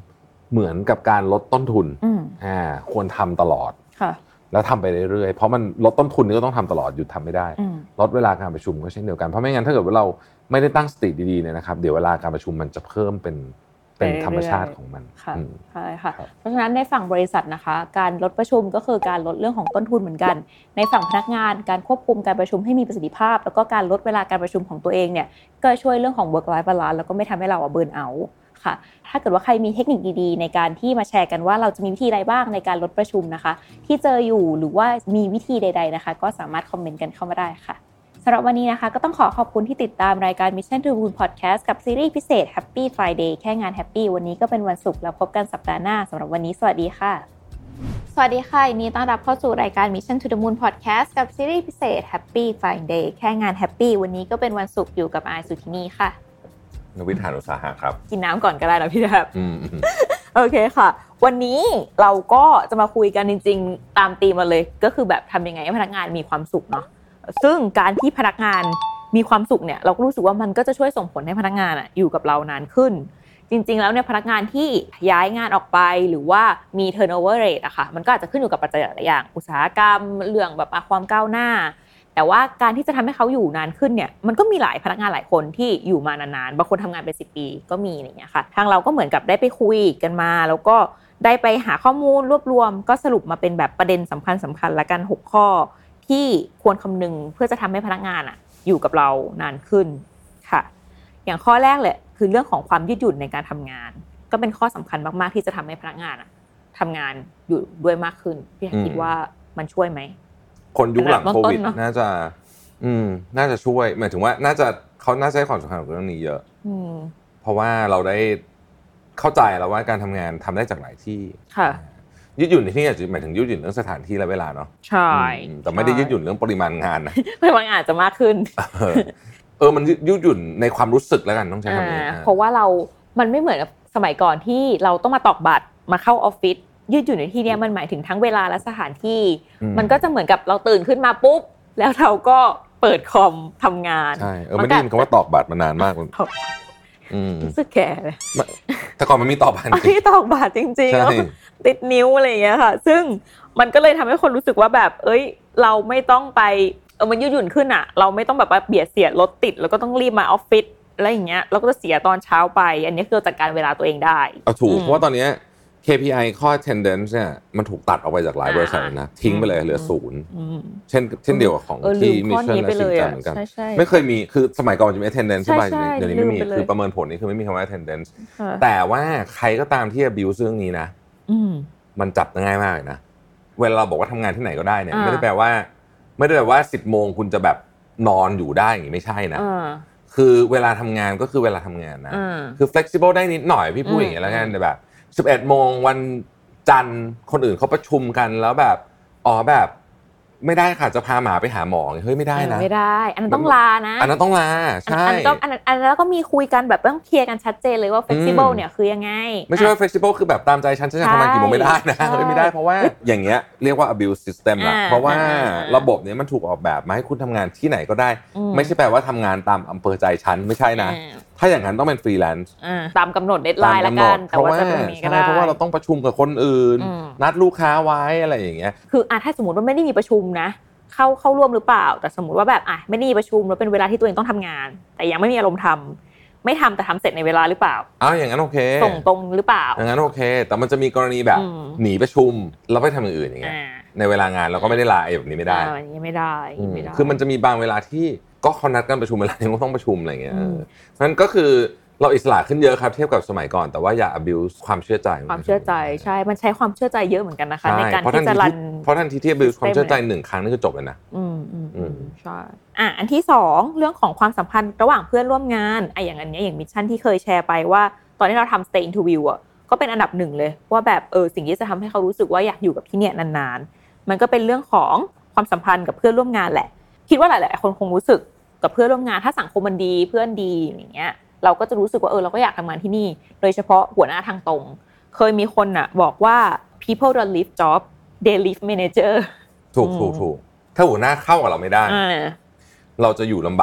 Speaker 3: เหมือนกับการลดต้นทุนอ่าควรทำตลอดแล้วทำไปเรื่อยๆเพราะมันลดต้นทุนนี่ก็ต้องทำตลอดหยุดทำไม่ได้ลดเวลาการประชุมก็เช่นเดียวกันเพราะไม่งั้นถ้าเกิดว่าเราไม่ได้ตั้งสติดีๆเนี่ยนะครับเดี๋ยวเวลาการประชุมมันจะเพิ่มเป็นเป็นธรรมชาติของมัน
Speaker 2: ค่ะใช่ค่ะเพราะฉะนั้นในฝั่งบริษัทนะคะการลดประชุมก็คือการลดเรื่องของต้นทุนเหมือนกันในฝั่งพนักงานการควบคุมการประชุมให้มีประสิทธิภาพแล้วก็การลดเวลาการประชุมของตัวเองเนี่ยก็ช่วยเรื่องของ work life balance แล้วก็ไม่ทำให้เราเบิร์นเอาท์ค่ะถ้าเกิดว่าใครมีเทคนิคดีๆในการที่มาแชร์กันว่าเราจะมีวิธีอะไรบ้างในการลดประชุมนะคะที่เจออยู่หรือว่ามีวิธีใดๆนะคะก็สามารถคอมเมนต์กันเข้ามาได้ค่ะสำหรับวันนี้นะคะก็ต้องขอขอบคุณที่ติดตามรายการ Mission to the Moon Podcast กับซีรีส์พิเศษ Happy Friday แค่งาน Happy วันนี้ก็เป็นวันศุกร์แล้วพบกันสัปดาห์หน้าสำหรับวันนี้สวัสดีค่ะสวัสดีค่ะยินดีต้อนรับเข้าสู่รายการ Mission to the Moon Podcast กับซีรีส์พิเศษ Happy Friday แค่งาน Happy วันนี้ก็เป็นวันศุกร์อยู่กับอายสุธินีค่ะ
Speaker 3: นวิทย์ หาญอุตสาหะครับ
Speaker 2: กินน้ำก่อนก็ได้นะพี่ครับโอเคค่ะวันนี้เราก็จะมาคุยกันจริงๆตามธีมมาเลยก็คือแบบทำยังไงให้พนักงานมีความสุขเนาะซึ่งการที่พนักงานมีความสุขเนี่ยเราก็รู้สึกว่ามันก็จะช่วยส่งผลให้พนักงานอ่ะอยู่กับเรานานขึ้นจริงๆแล้วเนี่ยพนักงานที่ย้ายงานออกไปหรือว่ามี turnover rate อะค่ะมันก็อาจจะขึ้นอยู่กับปัจจัยหลายอย่างอุตสาหกรรมเรื่องแบบความก้าวหน้าแต่ว่าการที่จะทำให้เขาอยู่นานขึ้นเนี่ยมันก็มีหลายพนักงานหลายคนที่อยู่มานานๆบางคนทำงานเป็นสิบปีก็มีอะไรอย่างเงี้ยค่ะทางเราก็เหมือนกับได้ไปคุยกันมาแล้วก็ได้ไปหาข้อมูลรวบรวมก็สรุปมาเป็นแบบประเด็นสำคัญสำคัญละกันหกข้อที่ควรคำนึงเพื่อจะทำให้พนักงานอ่ะอยู่กับเรานานขึ้นค่ะอย่างข้อแรกเลยคือเรื่องของความยืดหยุ่นในการทำงานก็เป็นข้อสำคัญมากๆที่จะทำให้พนักงานอ่ะทำงานอยู่ด้วยมากขึ้นพี่คิดว่ามันช่วยไหม
Speaker 3: คนยุคหลังโควิดน่าจะอืมน่าจะช่วยหมายถึงว่าน่าจะเขาน่าจะให้ความสำคัญกับเรื่องนี้เยอะเพราะว่าเราได้เข้าใจแล้วว่าการทำงานทำได้จากหลายที่
Speaker 2: ค่ะ
Speaker 3: ยืดหยุ่นในที่นี้อาจจะหมายถึงยืดหยุ่นเรื่องสถานที่และเวลาเนาะ
Speaker 2: ใช่
Speaker 3: แต่ไม่ได้ยืดหยุ่นเรื่องปริมาณงานนะ
Speaker 2: ปริมาณงานจะมากขึ้น
Speaker 3: เออมันยืดหยุ่นในความรู้สึกแล้วกันต้องใช้คำนี้
Speaker 2: เพราะว่าเรามันไม่เหมือนกับสมัยก่อนที่เราต้องมาตอกบัตรมาเข้าออฟฟิศยืดหยุ่นในที่นี้มันหมายถึงทั้งเวลาและสถานที่มันก็จะเหมือนกับเราตื่นขึ้นมาปุ๊บแล้วเราก็เปิดคอมทำงาน
Speaker 3: ใช่เออไม่ได้ยินคำว่าตอกบัตรมานานมากเลย
Speaker 2: รู้สึกแก่เลย
Speaker 3: แต่ก่อนมันมีตอกบัตร
Speaker 2: ที่ตอกบัตรจริงๆแล้วติดนิ้วอะไรอย่างเงี้ยค่ะซึ่งมันก็เลยทำให้คนรู้สึกว่าแบบเอ้ยเราไม่ต้องไปเออมันยืดหยุ่นขึ้นอ่ะเราไม่ต้องแบบว่าเบียดเสียดรถติดแล้วก็ต้องรีบมาออฟฟิศอะไรอย่างเงี้ยเราก็จะเสียตอนเช้าไปอันนี้คือจัดการเวลาตัวเองได้
Speaker 3: เอาถูกเพราะว่าตอนนี้ เค พี ไอ ข้อ attendance เนี่ยมันถูกตัดออกไปจากหลายบริษัทนะทิ้งไปเลยเหลือศูนย์เช่นเช่นเดียวกับของที่ Mission และสินจันเหมือนกันไม่เคยมีคือสมัยก่อนจะมี attendance ใช่ป่ะเดี๋ยวนี้ไม่มีคือประเมินผลนี่คือไม่มีคำว่า attendance แต่ว่าใครก็ตามที่ abuse เรื่องนี้นะมันจับง่ายมากเลยนะเวลาเราบอกว่าทำงานที่ไหนก็ได้เนี่ยไม่ได้แปลว่าไม่ได้แปลว่าสิบโมงคุณจะแบบนอนอยู่ได้อย่างนี้ไม่ใช่นะคือเวลาทำงานก็คือเวลาทำงานนะคือ flexible ได้นิดหน่อยพี่พูดอย่างนี้แล้วกันแต่แบบสิบเอ็ดโมงวันจันทร์คนอื่นเขาประชุมกันแล้วแบบอ๋อแบบไม่ได้ค่ะจะพาหมาไปหาหมอเฮ้ยไม่ได้นะ
Speaker 2: ไม่ได้อันนั้นต้องลานะ
Speaker 3: อันนั้นต้องลาใช่
Speaker 2: อันนั้นต้องอันนั้นอันนั้นแล้วก็มีคุยกันแบบต้องเคลียร์กันชัดเจนเลยว่า flexible เนี่ยคือยังไง
Speaker 3: ไม่ใช่ว่า flexible คือแบบตามใจฉันฉันจะทำงานกี่โมงไม่ได้นะเฮ้ยไม่ได้เพราะว่าอย่างเงี้ยเรียกว่า abuse system ละเพราะว่าระบบเนี้ยมันถูกออกแบบมาให้คุณทำงานที่ไหนก็ได้ไม่ใช่แปลว่าทำงานตามอำเภอใจฉันไม่ใช่นะถ้าอย่างนั้นต้องเป็นฟรีแลนซ์
Speaker 2: ตามกำหนดเดดไลน์ละกันแต่ว่าจะตรงนี้ก็ได้
Speaker 3: เพราะว่าเราต้องประชุมกับคนอื่นนัดลูกค้าไว้อะไรอย่างเงี้ย
Speaker 2: คืออ่ะถ้าสมมติว่าไม่ได้มีประชุมนะเข้าเข้าร่วมหรือเปล่าแต่สมมุติว่าแบบอ่ะไม่ได้มีประชุมแล้วเป็นเวลาที่ตัวเองต้องทำงานแต่ยังไม่มีอารมณ์ทำไม่ทำแต่ทำเสร็จในเวลาหรือเปล่า
Speaker 3: อ้าวอย่างนั้นโอเค
Speaker 2: ส่งตรงหรือเปล่า
Speaker 3: อย่างนั้นโอเคแต่มันจะมีกรณีแบบหนีประชุมแล้วไปทำอย่างอื่นอย่างเงี้ยในเวลางานเราก็ไม่ได้ลาแบบนี้ไม่ได้
Speaker 2: อันนี้ไม่ได้ไม่ได้
Speaker 3: คือมันจะมีบางเวลาที่ก็เขานัดกันประชุมเวลาที่ต้องประชุมอะไรอย่างเงี้ยนั้นก็คือเราอิสระขึ้นเยอะครับเทียบกับสมัยก่อนแต่ว่าอย่า abuse ความเชื่อใจ
Speaker 2: ความเชื่อใจใช่มันใช้ความเชื่อใจเยอะเหมือนกันนะคะในการที่จะรัน
Speaker 3: เพราะทันทีที่ abuse ความเชื่อใจหนึ่งครั้งนี่คือจบเลยนะ
Speaker 2: อืมอืมใช่อ่ะอันที่สองเรื่องของความสัมพันธ์ระหว่างเพื่อนร่วมงานไอ้อย่างอันนี้อย่างมิชชั่นที่เคยแชร์ไปว่าตอนที่เราทำ stay interview อ่ะก็เป็นอันดับหนึ่งเลยว่าแบบเออสิ่งที่จะทำให้เขารู้สึกว่าอยากอยู่กับที่เนี่ยนานๆมันก็เป็นเรื่องของความสัมพันธ์กับเพื่อนร่วมงานแหละคิดว่าหลายๆคนคงรู้สึกกับเพื่อนร่วมงานถ้าสังคมมันดีเพื่อนดีอย่างเงี้ยเราก็จะรู้สึกว่าเออเราก็อยากทำงานที่นี่โดยเฉพาะหัวหน้าทางตรงเคยมีคนน่ะบอกว่า people don't leave job they leave manager
Speaker 3: ถูกถูกถูกถ้าหัวหน้าเข้ากับเราไม่ได้เราจะอยู่ลำบาก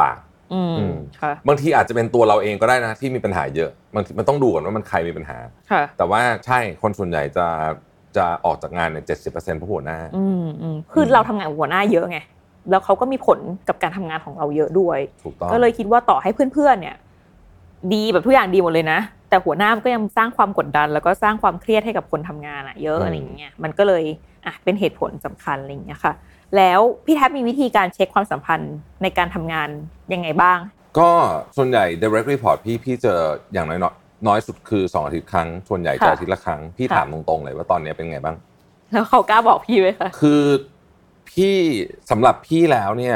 Speaker 2: อืมค่ะ
Speaker 3: บางทีอาจจะเป็นตัวเราเองก็ได้นะที่มีปัญหาเยอะบางทีมันต้องดูก่อนว่ามันใครมีปัญหา
Speaker 2: ค่ะ
Speaker 3: แต่ว่าใช่คนส่วนใหญ่จะจะออกจากงานเนี่ย เจ็ดสิบเปอร์เซ็นต์ เพราะหัวหน้า
Speaker 2: อืมอืมคือเราทำงานกับหัวหน้าเยอะไงแล้วเขาก็มีผลกับการทำงานของเราเยอะด้วยก็เลยคิดว่าต่อให้เพื่อนๆเนี่ยดีแบบทุกอย่างดีหมดเลยนะแต่หัวหน้ามันก็ยังสร้างความกดดันแล้วก็สร้างความเครียดให้กับคนทำงานอะเยอะอะไรอย่างเงี้ยมันก็เลยอ่ะเป็นเหตุผลสำคัญอะไรอย่างเงี้ยค่ะแล้วพี่แท็บมีวิธีการเช็คความสัมพันธ์ในการทำงานยังไงบ้าง
Speaker 3: ก็ส่วนใหญ่ direct report พี่พี่เจออย่างน้อยน้อยสุดคือสองอาทิตย์ครั้งส่วนใหญ่จะอาทิตย์ละครั้งพี่ถามตรงๆเลยว่าตอนนี้เป็นไงบ้าง
Speaker 2: แล้วเขากล้าบอกพี่ไหมคะ
Speaker 3: คือพี่สำหรับพี่แล้วเนี่ย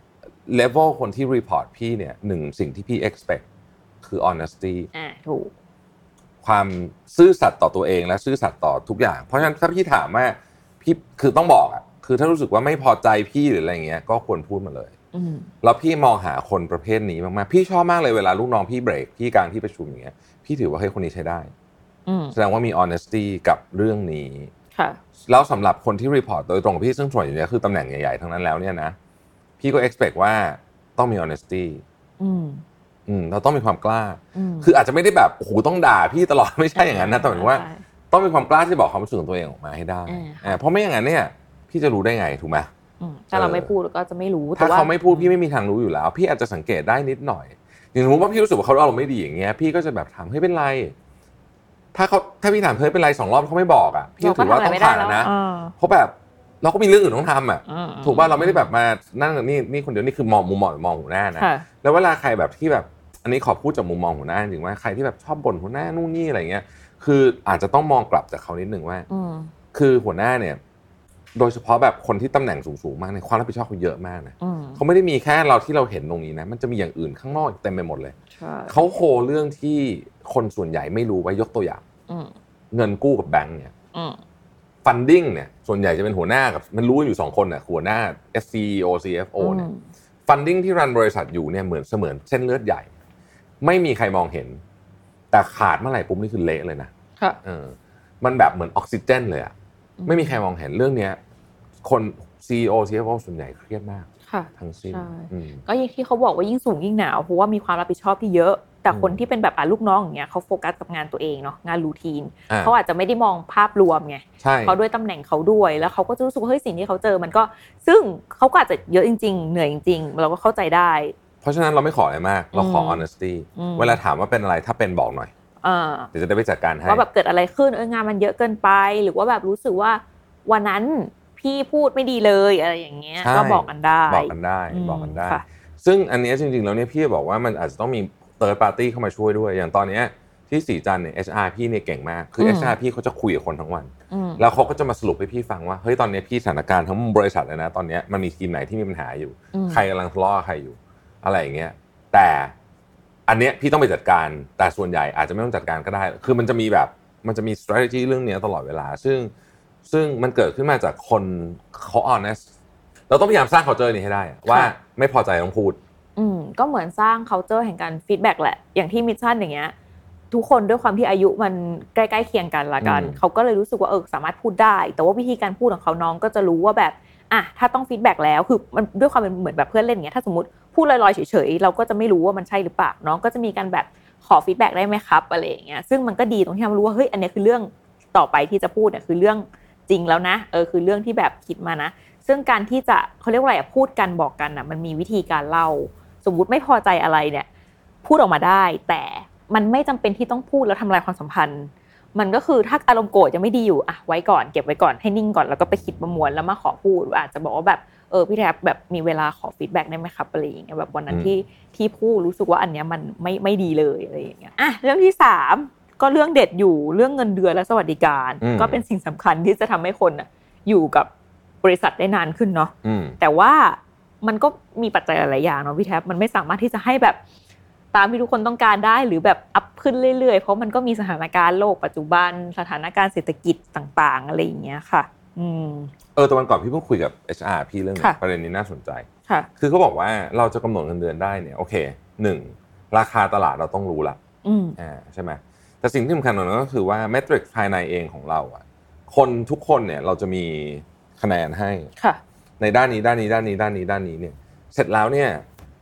Speaker 3: level คนที่ report พี่เนี่ยหนึ่งสิ่งที่พี่ expect คือ honesty
Speaker 2: อ่าถูก
Speaker 3: ความซื่อสัตย์ต่อตัวเองและซื่อสัตย์ต่อทุกอย่างเพราะฉะนั้นถ้าพี่ถามว่าพี่คือต้องบอกอ่ะคือถ้ารู้สึกว่าไม่พอใจพี่หรืออะไรเงี้ยก็ควรพูดมาเลยแล้วพี่มองหาคนประเภทนี้มากๆพี่ชอบมากเลยเวลาลูกน้องพี่เบรกพี่กลางที่ประชุมอย่างเงี้ยพี่ถือว่าเฮ้ยคนนี้ใช้ได้แสดงว่ามี honesty กับเรื่องนี้แล้วสำหรับคนที่ report โดยตรงกับพี่ซึ่งส่วนใหญ่คือตำแหน่งใหญ่ๆทั้งนั้นแล้วเนี่ยนะพี่ก็ expect ว่าต้องมี honesty อืมอืมเราต้องมีความกล้าคืออาจจะไม่ได้แบบโอ้โหต้องด่าพี่ตลอดไม่ใช่อย่างนั้นนะแต่หมายถึงว่าต้องมีความกล้าที่บอกความรู้สึกของตัวเองออกมาให้ได้เพราะไม่อย่างนั้นเนี่ยพี่จะรู้ได้ไงถูกไหม
Speaker 2: ถ้าเราไม่พูดก็จะไม่รู้
Speaker 3: ถ้าเขาไม่พูดพี่ไม่มีทางรู้อยู่แล้วพี่อาจจะสังเกตได้นิดหน่อยอย่างสมมติว่าพี่รู้สึกว่าเขาเราไม่ดีอย่างเงี้ยพี่ก็จะแบบถามเฮ้ยเป็นไรถ้าเขาถ้าพี่ถามเฮ้ยเป็นไรสองรอบเขาไม่บอกอ่ะพี่ถือว่าต้องผ่านนะเพราะแบบเราก็มีเรื่องอื่นต้องทำอ่ะถูกป่ะเราไม่ได้แบบมานั่งนี่นี่คนเดียวนี่คือมองมุมมองมองหัวหน้านะแล้วเวลาใครแบบที่แบบอันนี้ขอพูดจากมุมมองหัวหน้าจริงว่าใครที่แบบชอบบ่นหัวหน้านู่นนี่อะไรเงี้ยคืออาจจะต้องมองกลับจากเขานิดนึงว่าคือหัวหน้าเนี่ยโดยเฉพาะแบบคนที่ตำแหน่งสูงๆมากในความรับผิดชอบเขาเยอะมากนะเขาไม่ได้มีแค่เราที่เราเห็นตรงนี้นะมันจะมีอย่างอื่นข้างนอกเต็มไปหมดเลยเขาโคเรื่องที่คนส่วนใหญ่ไม่รู้ไว้ยกตัวอย่างเงินกู้กับแบงก์เนี่ยฟันดิ้งเนี่ยส่วนใหญ่จะเป็นหัวหน้ากับมันรู้อยู่สองคนน่ะหัวหน้า ซี อี โอ ซี เอฟ โอ เนี่ยฟันดิ้งที่รันบริษัทอยู่เนี่ยเหมือนเสมือนเส้นเลือดใหญ่ไม่มีใครมองเห็นแต่ขาดเมื่อไหร่ปุ๊บนี่คือเละเลยนะเออมันแบบเหมือนออกซิเจนเลยอ่ะไม่มีใครมองเห็นเรื่องนี้คน ซี อี โอ ซี เอฟ โอ ส่วนใหญ่เครียดมากทั้งสิ้น
Speaker 2: ก็อย่างที่เขาบอกว่ายิ่งสูงยิ่งหนาวเพราะว่ามีความรับผิดชอบที่เยอะแต่คนที่เป็นแบบอ่ะลูกน้องอย่างเงี้ยเขาโฟกัสกับงานตัวเองเนาะงานรูทีนเขาอาจจะไม่ได้มองภาพรวมไงเขาด้วยตำแหน่งเขาด้วยแล้วเขาก็จะรู้สึกว่าเฮ้ยสิ่งที่เขาเจอมันก็ซึ่งเขาก็อาจจะเยอะจริงๆเหนื่อยจริงๆเราก็เข้าใจได้
Speaker 3: เพราะฉะนั้นเราไม่ขออะไรมากเราขอ honesty เวลาถามว่าเป็นอะไรถ้าเป็นบอกหน่อยเดี๋ยวจะได้ไปจัดการให้
Speaker 2: ว่าแบบเกิดอะไรขึ้นเอองานมันเยอะเกินไปหรือว่าแบบรู้สึกว่าวันนั้นพี่พูดไม่ดีเลยอะไรอย่างเงี้ยก็บอกกันได้
Speaker 3: บอกกันได้บอกกันได้ซึ่งอันนี้จริงๆแล้วเนี่ยพี่บอกว่ามันอาจจะต้องมี third party เข้ามาช่วยด้วยอย่างตอนนี้ที่สีจันทร์เนี่ย เอช อาร์ พี่เนี่ยเก่งมากคือ เอช อาร์ พี่เขาจะคุยกับคนทั้งวันแล้วเขาก็จะมาสรุปให้พี่ฟังว่าเฮ้ยตอนนี้พี่สถานการณ์ทั้งบริษัทเลยนะตอนนี้มันมีทีมไหนที่มีปัญหาอยู่ใครกำลังทะเลาะใครอยู่อะไรอย่างเงี้ยแต่อันเนี้ยพี่ต้องไปจัดการแต่ส่วนใหญ่อาจจะไม่ต้องจัดการก็ได้คือมันจะมีแบบมันจะมี strategy เรื่องนี้ตลอดเวลาซึ่งซึ่งมันเกิดขึ้นมาจากคนเขา honest เราต้องพยายามสร้าง culture นี้ให้ได้ว่าไม่พอใจต้องพูด
Speaker 2: อืมก็เหมือนสร้าง culture แห่งการ feedback แหละอย่างที่มิชชั่นอย่างเงี้ยทุกคนด้วยความที่อายุมันใกล้ๆเคียงกันละกันเขาก็เลยรู้สึกว่าเออสามารถพูดได้แต่ว่าวิธีการพูดของเขาน้องก็จะรู้ว่าแบบอ่ะถ้าต้อง feedback แล้วคือมันด้วยความเป็นเหมือนแบบเพื่อนเล่นอย่างเงี้ยถ้าสมมุติพูดลอยๆเฉยๆเราก็จะไม่รู้ว่ามันใช่หรือเปล่าน้องก็จะมีการแบบขอ feedback ได้ไหมครับอะไรอย่างเงี้ยซึ่งมันก็ดีตรงที่เรารู้ว่าเฮ้ยอันนี้คือเรื่องต่อไปที่จะพูดเนี่ยคือเรื่องจริงแล้วนะเออคือเรื่องที่แบบคิดมานะซึ่งการที่จะเขาเรียกว่าอะไรอ่ะพูดกันบอกกันอ่ะมันมีวิธีการเล่าสมมุติไม่พอใจอะไรเนี่ยพูดออกมาได้แต่มันไม่จำเป็นที่ต้องพูดแล้วทำลายความสัมพันธ์มันก็คือถ้าอารมณ์โกรธยังไม่ดีอยู่อ่ะไว้ก่อนเก็บไว้ก่อนให้นิ่งก่อนแล้วก็ไปคิดประมวลแล้วมาขอพูดอาจจะบอกว่าแบบเออพี่แทบแบบมีเวลาขอฟีดแบ็กได้ไหมครับอะไรอย่างเงี้ยแบบวันนั้นที่ที่พูดรู้สึกว่าอันเนี้ยมันไม่ไม่ดีเลยอะไรอย่างเงี้ยอ่ะเรื่องที่สามก็เรื่องเด็ดอยู่เรื่องเงินเดือนและสวัสดิการก็เป็นสิ่งสำคัญที่จะทำให้คนอ่ะอยู่กับบริษัทได้นานขึ้นเนาะแต่ว่ามันก็มีปัจจัยหลายอย่างเนาะพี่แทบมันไม่สามารถที่จะให้แบบตามที่ทุกคนต้องการได้หรือแบบอัพขึ้นเรื่อยๆเพราะมันก็มีสถานการณ์โลกปัจจุบันสถานการณ์เศรษฐกิจต่างๆอะไรอย่างเงี้ยค่ะอืม
Speaker 3: เออตอนก่อนพี่เพิ่งคุยกับ เอช อาร์ พี่เรื่องนี้ประเด็นนี้น่าสนใจค่ะคือเขาบอกว่าเราจะกำหนดเงินเดือนได้เนี่ยโอเคหนึ่งราคาตลาดเราต้องรู้ละอืมอ่าใช่ไหมแต่สิ่งที่สำคัญกว่านั้นก็คือว่าเมทริกภายในเองของเราอ่ะคนทุกคนเนี่ยเราจะมีคะแนนให้ในด้านนี้ด้านนี้ด้านนี้ด้านนี้ด้านนี้เนี่ยเสร็จแล้วเนี่ย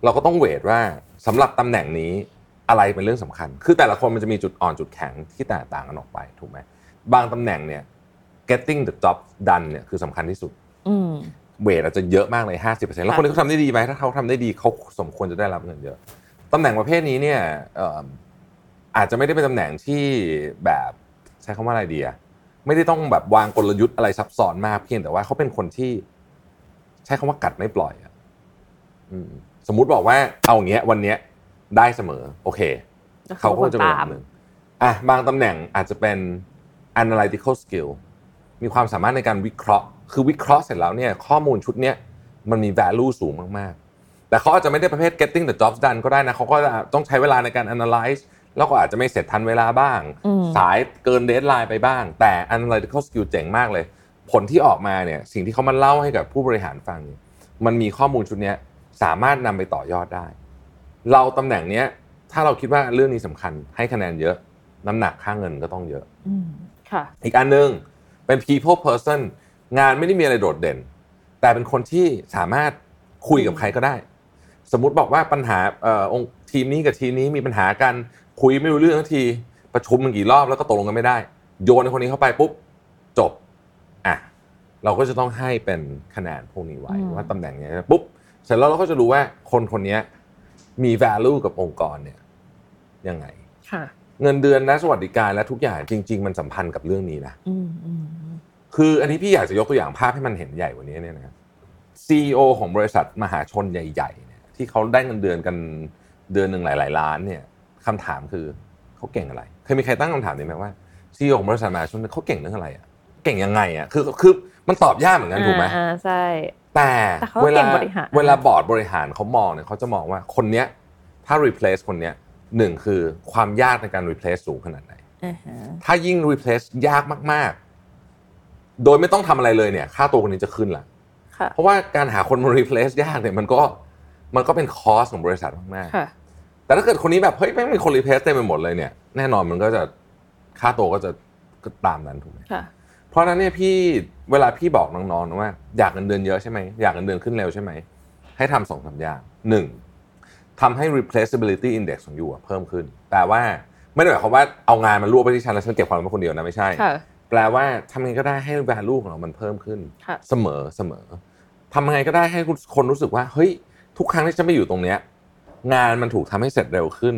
Speaker 3: เราก็ต้องเวทว่าสำหรับตำแหน่งนี้อะไรเป็นเรื่องสำคัญคือแต่ละคนมันจะมีจุดอ่อนจุดแข็งที่แตกต่างกันออกไปถูกไหมบางตำแหน่งเนี่ย getting the job done เนี่ยคือสำคัญที่สุดเวทอาจจะเยอะมากเลย ห้าสิบเปอร์เซ็นต์ แล้วคนที่เขาทำได้ดีไหมถ้าเขาทำได้ดีเขาสมควรจะได้รับเงินเยอะตำแหน่งประเภทนี้เนี่ยอาจจะไม่ได้เป็นตำแหน่งที่แบบใช้คำว่าอะไรดีอะไม่ได้ต้องแบบวางกลยุทธ์อะไรซับซ้อนมากเพียงแต่ว่าเขาเป็นคนที่ใช้คำว่ากัดไม่ปล่อยอะสมมุติบอกว่าเอาอย่างเงี้ยวันเนี้ยได้เสมอโอเคเขาก็จะเป็นแบบนึงอ่ะบางตำแหน่งอาจจะเป็น analytical skill มีความสามารถในการวิเคราะห์คือวิเคราะห์เสร็จแล้วเนี่ยข้อมูลชุดเนี้ยมันมี value สูงมากๆแต่เขาอาจจะไม่ได้ประเภท getting the jobs done ก็ได้นะเขาก็ต้องใช้เวลาในการ analyze แล้วก็อาจจะไม่เสร็จทันเวลาบ้างสายเกิน deadline ไปบ้างแต่ analytical skill เจ๋งมากเลยผลที่ออกมาเนี่ยสิ่งที่เขามาเล่าให้กับผู้บริหารฟังมันมีข้อมูลชุดนี้สามารถนำไปต่อยอดได้เราตำแหน่งเนี้ยถ้าเราคิดว่าเรื่องนี้สำคัญให้คะแนนเยอะน้ำหนักค่าเงินก็ต้องเยอะค่ะอีกอันนึงเป็น people person งานไม่ได้มีอะไรโดดเด่นแต่เป็นคนที่สามารถคุยกับใครก็ได้สมมุติบอกว่าปัญหาเอ่อองค์ทีมนี้กับทีมนี้มีปัญหากันคุยไม่รู้เรื่องทันทีประชุมกันกี่รอบแล้วก็ตกลงกันไม่ได้โยนคนนี้เข้าไปปุ๊บจบอ่ะเราก็จะต้องให้เป็นคะแนนพวกนี้ไว้ว่าตำแหน่งนี้ปุ๊บเสร็จแล้วเราก็จะรู้ว่าคนคนนี้มี value กับองค์กรเนี่ยยังไงเงินเดือนและสวัสดิการและทุกอย่างจริงๆมันสัมพันธ์กับเรื่องนี้นะคืออันนี้พี่อยากจะยกตัวอย่างภาพให้มันเห็นใหญ่กว่านี้เนี่ยนะครับ ซี อี โอ ของบริษัทมหาชนใหญ่ๆเนี่ยที่เขาได้เงินเดือนกันเดือนหนึ่งหลายๆล้านเนี่ยคำถามคือเขาเก่งอะไรเคยมีใครตั้งคำถามนี้ไหมว่า ซี อี โอ ของบริษัทมหาชนเขาเก่งเรื่องอะไรอ่ะเก่งยังไงอ่ะคือคือมันตอบยากเหมือนกันถูกไหม
Speaker 2: อ่าใช่
Speaker 3: แต่เวลาเวลาบอร์ดบริหารเขามองเนี่ยเขาจะมองว่าคนเนี้ยถ้า replace คนเนี้ยหนึ่งคือความยากในการ replace สูงขนาดไหนถ้ายิ่ง replace ยากมากๆโดยไม่ต้องทำอะไรเลยเนี่ยค่าตัวคนนี้จะขึ้นละเพราะว่าการหาคนมา replace ยากเนี่ยมันก็มันก็เป็นคอสของบริษัทมากๆแต่ถ้าเกิดคนนี้แบบเฮ้ยไม่มีคน replace เต็มไปหมดเลยเนี่ยแน่นอนมันก็จะค่าตัวก็จะก็ตามนั้นถูกไหมเพราะนั้นเนี่ยพี่เวลาพี่บอกน้องๆว่าอยากเงินเดือนเยอะใช่ไหมอยากเงินเดือนขึ้นเร็วใช่ไหมให้ทำสองสามอย่างหนึ่งทำให้ replaceability index ของยูเพิ่มขึ้นแปลว่าไม่ได้หมายความว่าเอางานมารวบไปที่ฉันแล้วฉันเก็บความเป็นคนเดียวนะไม่ใช่แปลว่าทำยังไงก็ได้ให้ value ของเรามันเพิ่มขึ้นเสมอเสมอทำยังไงก็ได้ให้คนรู้สึกว่าเฮ้ยทุกครั้งที่ฉันไปอยู่ตรงเนี้ยงานมันถูกทำให้เสร็จเร็วขึ้น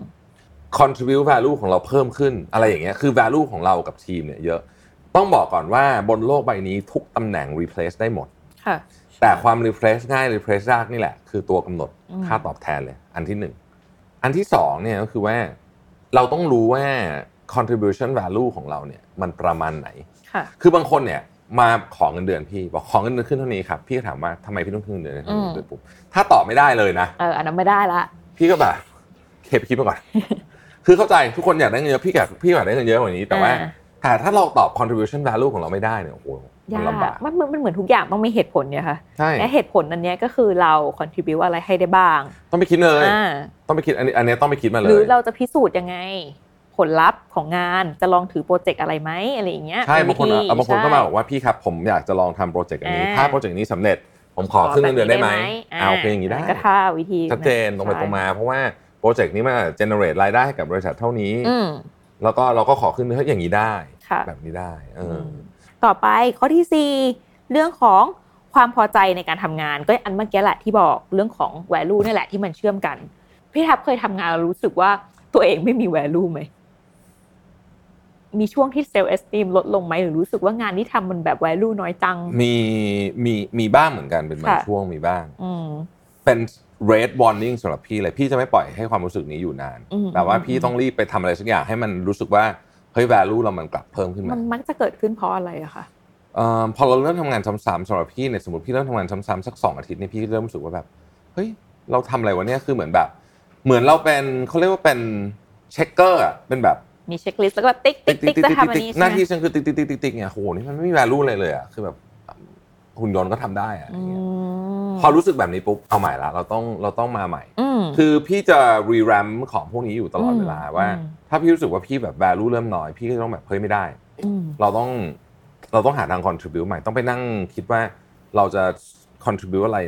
Speaker 3: contribute value ของเราเพิ่มขึ้นอะไรอย่างเงี้ยคือ value ของเรากับทีมเนี่ยเยอะต้องบอกก่อนว่าบนโลกใบนี้ทุกตำแหน่ง replace ได้หมดแต่ความ replace ง่าย replace ยากนี่แหละคือตัวกำหนดค่าตอบแทนเลยอันที่หนึ่งอันที่สองเนี่ยก็คือว่าเราต้องรู้ว่า contribution value ของเราเนี่ยมันประมาณไหนคือบางคนเนี่ยมาขอเงินเดือนพี่บอกขอเงินเดือนขึ้นเท่านี้ครับพี่ก็ถามว่าทำไมพี่ต้องขึ้นเงินเดือนเท่านี้ด้วยปุ๊บถ้าตอบไม่ได้เลยนะ
Speaker 2: เอออันนั้นไม่ได้ละ
Speaker 3: พี่ก็แบบเก็บคิดมาก่อน คือเข้าใจทุกคนอยากได้เงินเยอะพี่อยากพี่อยากได้เงินเยอะกว่านี้แต่ว่าแต่ถ้าเราตอบ contribution value ของเราไม่ได้เนี่ยโอ้โหมันลำบาก
Speaker 2: มันมันเหมือนทุกอย่างต้องมีเหตุผลเนี่ยค่ะและเหตุผลอันนี้ก็คือเรา contribute อะไรให้ได้บ้าง
Speaker 3: ต้องไปคิดเลยต้องไปคิดอันนี้อันนี้ต้องไปคิดมาเลย
Speaker 2: หรือเราจะพิสูจน์ยังไงผลลัพธ์ของงานจะลองถือโปรเจกต์อะไรไหมอะไรอย่างเงี้ย
Speaker 3: ใช่บางคนบางคนก็มาบอกว่าพี่ครับผมอยากจะลองทำโปรเจกต์อันนี้ถ้าโปรเจกต์นี้สำเร็จผมขอขึ้นเงินเดือนได้ไหมเอาเป็นอย่างนี้ได้
Speaker 2: ก็ท่าวิธี
Speaker 3: ชัดเจนตรงไปตรงมาเพราะว่าโปรเจกต์นี้มัน generate รายได้ให้กับบริษัทเท่านี้แล้วก็เราก็ขอขึ้นเฮ้ยอย่างนี้ได้แบบนี้ได้เออ
Speaker 2: ต่อไปข้อที่สี่เรื่องของความพอใจในการทำงานก็อันเมื่อกี้แหละที่บอกเรื่องของ value นี่แหละที่มันเชื่อมกันพี่ทับเคยทำงานแล้วรู้สึกว่าตัวเองไม่มี value ไหมมีช่วงที่ self esteem ลดลงไหมหรือรู้สึกว่างานที่ทำมันแบบ value น้อยจัง
Speaker 3: มีมีมีบ้างเหมือนกันเป็นบางช่วงมีบ้างเป็น red warning สำหรับพี่เลยพี่จะไม่ปล่อยให้ความรู้สึกนี้อยู่นานแต่ว่าพี่ต้องรีบไปทำอะไรสักอย่างให้มันรู้สึกว่าเฮ้ย value เรามันกลับเพิ่มขึ้นมา
Speaker 2: มันมักจะเกิดขึ้นเพราะอะไรอะคะ
Speaker 3: เอ่อพอเราเริ่มทำงานซ้ำๆสำหรับพี่เนี่ยสมมติพี่เริ่มทำงานซ้ำๆสักสองอาทิตย์นี่พี่เริ่มรู้สึกว่าแบบเฮ้ยเราทำอะไรวะเนี่ยคือเหมือนแบบเหมือนเราเป็นเขาเรียกว่าเป็นเช็คเกอร์อะเป็นแบบ
Speaker 2: มีเช็คลิสต์แล้วก็ติ๊กติ๊กติ๊กจะทำอันนี้
Speaker 3: หน้าที่ฉันคือติ๊กติ๊กติ๊กติ๊กเนี่ยโหนี่มันไม่มี value เลยเลยอะคือแบบหุ่นยนต์ก็ทำได้อะพอรู้สึกแบบนี้ปุ๊บเอาใหม่ละเราต้องเราต้องมาใหม่คือพี่จะรีแรมของพวกนี้อยู่ตลอดเวลาว่าถ้าพี่รู้สึกว่าพี่แบบ value เริ่มน้อยพี่ก็ต้องแบบเฮ้ยไม่ได้เราต้องเราต้องหาทาง contribute ใหม่ต้องไปนั่งคิดว่าเราจะ contribute อะไร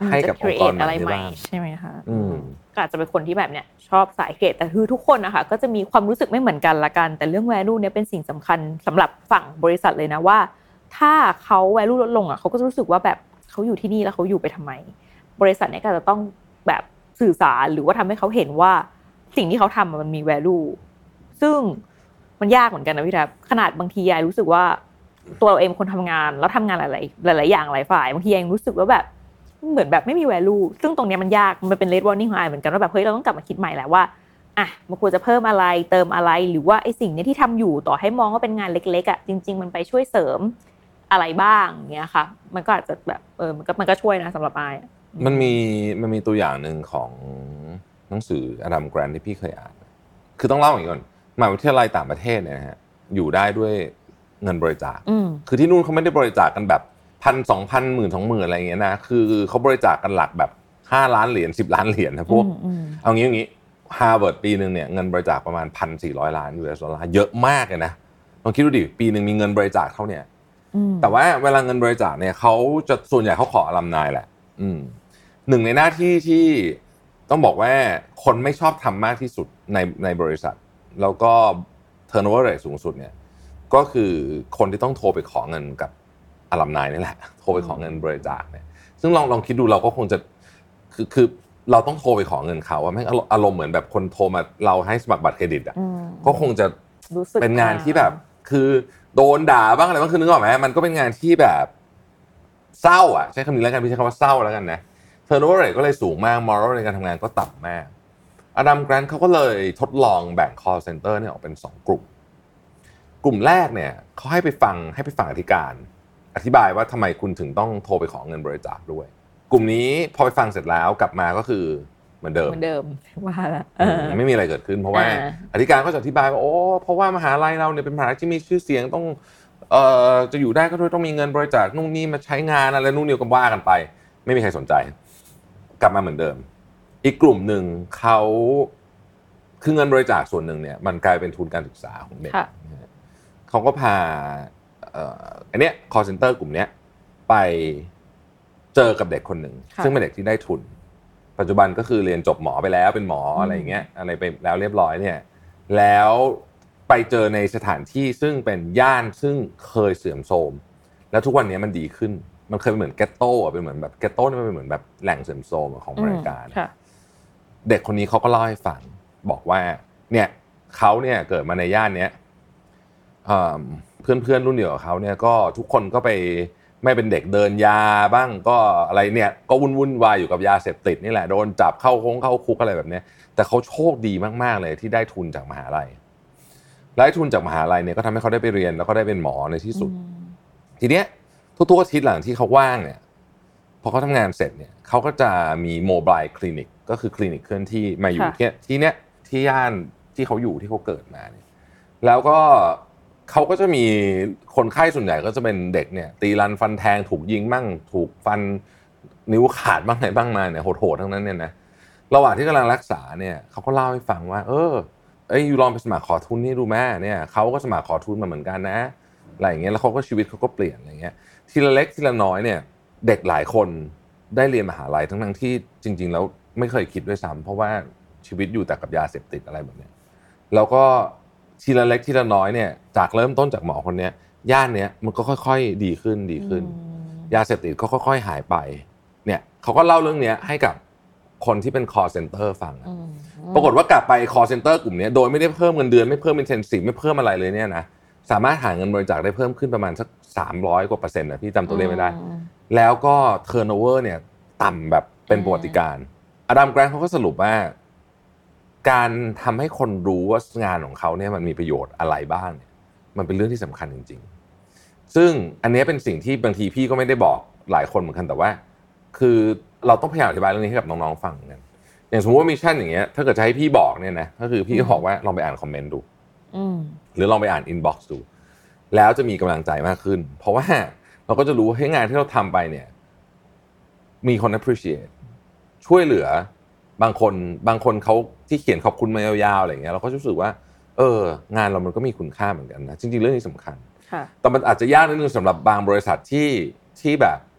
Speaker 3: ให้กับองค์กรอะไรใหม่
Speaker 2: ใช่ไหมคะก็อาจจะเป็นคนที่แบบเนี้ยชอบสายเกรดแต่คือทุกคนนะคะก็จะมีความรู้สึกไม่เหมือนกันละกันแต่เรื่อง value เนี่ยเป็นสิ่งสำคัญสำหรับฝั่งบริษัทเลยนะว่าถ้าเขา value ลดลงอ่ะเขาก็จะรู้สึกว่าแบบเขาอยู่ที่นี่แล้วเขาอยู่ไปทำไมบริษัทเนี่ยก็จะต้องแบบสื่อสารหรือว่าทำให้เขาเห็นว่าสิ่งที่เขาทำมันมี value ซึ่งมันยากเหมือนกันนะพี่แทบขนาดบางทียายรู้สึกว่าตัวเราเองเป็นคนทำงานแล้วทำงานหลายๆหลายๆอย่างหลายฝ่ายบางทียังรู้สึกว่าแบบเหมือนแบบไม่มี value ซึ่งตรงนี้มันยากมันเป็น red warning ของไอเหมือนกันว่าแบบเฮ้ยเราต้องกลับมาคิดใหม่แล้วว่าอ่ะมันควรจะเพิ่มอะไรเติมอะไรหรือว่าไอ้สิ่งนี้ที่ทำอยู่ต่อให้มองว่าเป็นงานเล็กๆอ่ะจริงๆมันไปช่วยเสริมอะไรบ้างเงี้ยค่ะมันก็อาจจะแบบเออมันก็มันก็ช่วยนะสำหรับไอ
Speaker 3: มันมีมันมีตัวอย่างนึงของหนังสืออดัมแกรนท์ที่พี่เคยอ่านคือต้องเล่าอย่างนี้ก่อนมหาวิทยาลัยต่างประเทศเนี่ยนะฮะอยู่ได้ด้วยเงินบริจาคคือที่นู่นเขาไม่ได้บริจาคกันแบบพันสองพันหมื่นสองหมื่นอะไรอย่างเงี้ยนะคือเขาบริจาคกันหลักแบบห้าล้านเหรียญสิบล้านเหรียญนะพวกเอางี้อย่างงี้ฮาร์วาร์ดปีนึงเนี่ยเงินบริจาคประมาณ หนึ่งพันสี่ร้อย ล้านยูเอสดอลลาร์เยอะมากเลยนะลองคิดดูดิปีนึงมีเงินบริจาคเท่าเนี่ยแต่ว่าเวลาเงินบริจาคเนี่ยเขาจะส่วนใหญ่เขาขออลัมไนแหละหนึ่งในหน้าที่ที่ต้องบอกว่าคนไม่ชอบทำมากที่สุดในในบริษัทแล้วก็ turnover rate สูงสุดเนี่ยก็คือคนที่ต้องโทรไปขอเงินกับอลัมไนนี่แหละโทรไปขอเงินบริจาคเนี่ยซึ่งลองลองคิดดูเราก็คงจะคือคือเราต้องโทรไปขอเงินเขาว่าแม่งอารมณ์เหมือนแบบคนโทรมาเราให้สมัครบัตรเครดิตอ่ะก็คงจะเป็นงานที่แบบคือโดนด่าบ้างอะไรบ้างคือนึกออกไหมมันก็เป็นงานที่แบบเศร้าอ่ะใช้คำนี้แล้วกันพี่ใช้คำว่าเศร้าแล้วกันนะturnover rate ก็เลยสูงมาก moral ในการทำงานก็ต่ำมากอดัมแกรนท์เขาก็เลยทดลองแบ่ง call center เนี่ยออกเป็นสองกลุ่มกลุ่มแรกเนี่ยเขาให้ไปฟังให้ไปฟังอธิการอธิบายว่าทำไมคุณถึงต้องโทรไปขอเงินบริจาคด้วยกลุ่มนี้พอไปฟังเสร็จแล้วกลับมาก็คือเหมือนเดิม
Speaker 2: เหมือนเดิมว่าละ
Speaker 3: ไม่มีอะไรเกิดขึ้นเพราะว่าอธิการก็จะอธิบายว่าโอ้เพราะว่ามหาลัยเราเนี่ยเป็นมหาลัยที่มีชื่อเสียงต้องเอ่อจะอยู่ได้ก็ต้องมีเงินบริจาคนู่นนี่มาใช้งานอะไรนู่นนี่ก็ว่ากันไปไม่มีใครสนใจกลับมาเหมือนเดิมอีกกลุ่มหนึ่งเขาคือเงินบริจาคส่วนหนึ่งเนี่ยมันกลายเป็นทุนการศึกษาของเด็กเขาก็พาเอ่ออันเนี้ย call center กลุ่มเนี้ยไปเจอกับเด็กคนหนึ่งซึ่งเป็นเด็กที่ได้ทุนปัจจุบันก็คือเรียนจบหมอไปแล้วเป็นหมออะไรอย่างเงี้ยอะไรไปแล้วเรียบร้อยเนี่ยแล้วไปเจอในสถานที่ซึ่งเป็นย่านซึ่งเคยเสื่อมโทรมแล้วทุกวันนี้มันดีขึ้นมันเคยเป็นเหมือนแกตโต้อะเป็นเหมือนแบบแกตโต้นี่มันเป็นเหมือนแบบแหล่งเสื่อมโทรมของอเมริกาเด็กคนนี้เขาก็เล่าให้ฟังบอกว่าเนี่ยเขาเนี่ยเกิดมาในย่านเนี้ยเพื่อนเพื่อนรุ่นเดียวกับเขาเนี่ยก็ทุกคนก็ไปไม่เป็นเด็กเดินยาบ้างก็อะไรเนี่ยก็วุ่นวุ่นวายอยู่กับยาเสพติดนี่แหละโดนจับเข้าคงเข้าคุกอะไรแบบนี้แต่เขาโชคดีมากๆเลยที่ได้ทุนจากมหาลัยได้ทุนจากมหาลัยเนี่ยก็ทำให้เขาได้ไปเรียนแล้วก็ได้เป็นหมอในที่สุดทีเนี้ยทุกๆอาทิตย์หลังที่เขาว่างเนี่ยพอเขาทำงานเสร็จเนี่ยเขาก็จะมีโมบายคลินิกก็คือคลินิกเคลื่อนที่มาอยู่ที่ที่เนี้ยที่ย่านที่เขาอยู่ที่เขาเกิดมาเนี่ยแล้วก็เขาก็จะมีคนไข้ส่วนใหญ่ก็จะเป็นเด็กเนี่ยตีรันฟันแทงถูกยิงบ้างถูกฟันนิ้วขาดบ้างไหนบ้างมาเนี่ยโหดๆทั้งนั้นเนี่ยนะระหว่างที่กำลังรักษาเนี่ยเขาก็เล่าให้ฟังว่าเออเอ้ยยูลองไปสมัครขอทุนนี่ดูแม่เนี่ยเขาก็สมัครขอทุนมาเหมือนกันนะอะไรอย่างเงี้ยแล้วเขาก็ชีวิตเขาก็เปลี่ยนอะไรเงี้ยทีละเล็กทีละน้อยเนี่ยเด็กหลายคนได้เรียนมหาลัยทั้งๆที่จริงๆแล้วไม่เคยคิดด้วยซ้ำเพราะว่าชีวิตอยู่แต่กับยาเสพติดอะไรแบบนี้แล้วก็ทีละเล็กทีละน้อยเนี่ยจากเริ่มต้นจากหมอคนนี้ย่านเนี้ยมันก็ค่อยๆดีขึ้นดีขึ้นยาเสพติดก็ค่อยๆหายไปเนี่ยเขาก็เล่าเรื่องนี้ให้กับคนที่เป็น call center ฟังปรากฏว่ากลับไป call center กลุ่มนี้โดยไม่ได้เพิ่มเงินเดือนไม่เพิ่ม intensive ไม่เพิ่มอะไรเลยเนี่ยนะสามารถหาเงินบริจาคได้เพิ่มขึ้นประมาณสักสามร้อยกว่าเปอร์เซ็นต์นะพี่จำตัวเลขไม่ได้แล้วก็ turnover เนี่ยต่ำแบบเป็นประวัติการณ์อดัมแกรนท์เขาก็สรุปว่าการทำให้คนรู้ว่างานของเขาเนี่ยมันมีประโยชน์อะไรบ้างเนี่ยมันเป็นเรื่องที่สำคัญจริงๆซึ่งอันนี้เป็นสิ่งที่บางทีพี่ก็ไม่ได้บอกหลายคนเหมือนกันแต่ว่าคือเราต้องพยายามอธิบายเรื่องนี้ให้กับน้องๆฟังกันอย่างสมมติว่ามิชชั่นอย่างเงี้ยถ้าเกิดจะให้พี่บอกเนี่ยนะก็คือพี่ก็บอกว่าลองไปอ่านคอมเมนต์ดูหรือลองไปอ่านอินบ็อกซ์ดูแล้วจะมีกำลังใจมากขึ้นเพราะว่าเราก็จะรู้ว่าให้งานที่เราทำไปเนี่ยมีคน appreciate ช่วยเหลือบางคนบางคนเขาที่เขียนขอบคุณมายาวๆอะไรอย่างเงี้ยเราก็รู้สึกว่าเอองานเรามันก็มีคุณค่าเหมือนกันนะจริงๆเรื่องนี้สำคัญแต่มันอาจจะยากนิดนึงสำหรับบางบริษัทที่ที่แบบ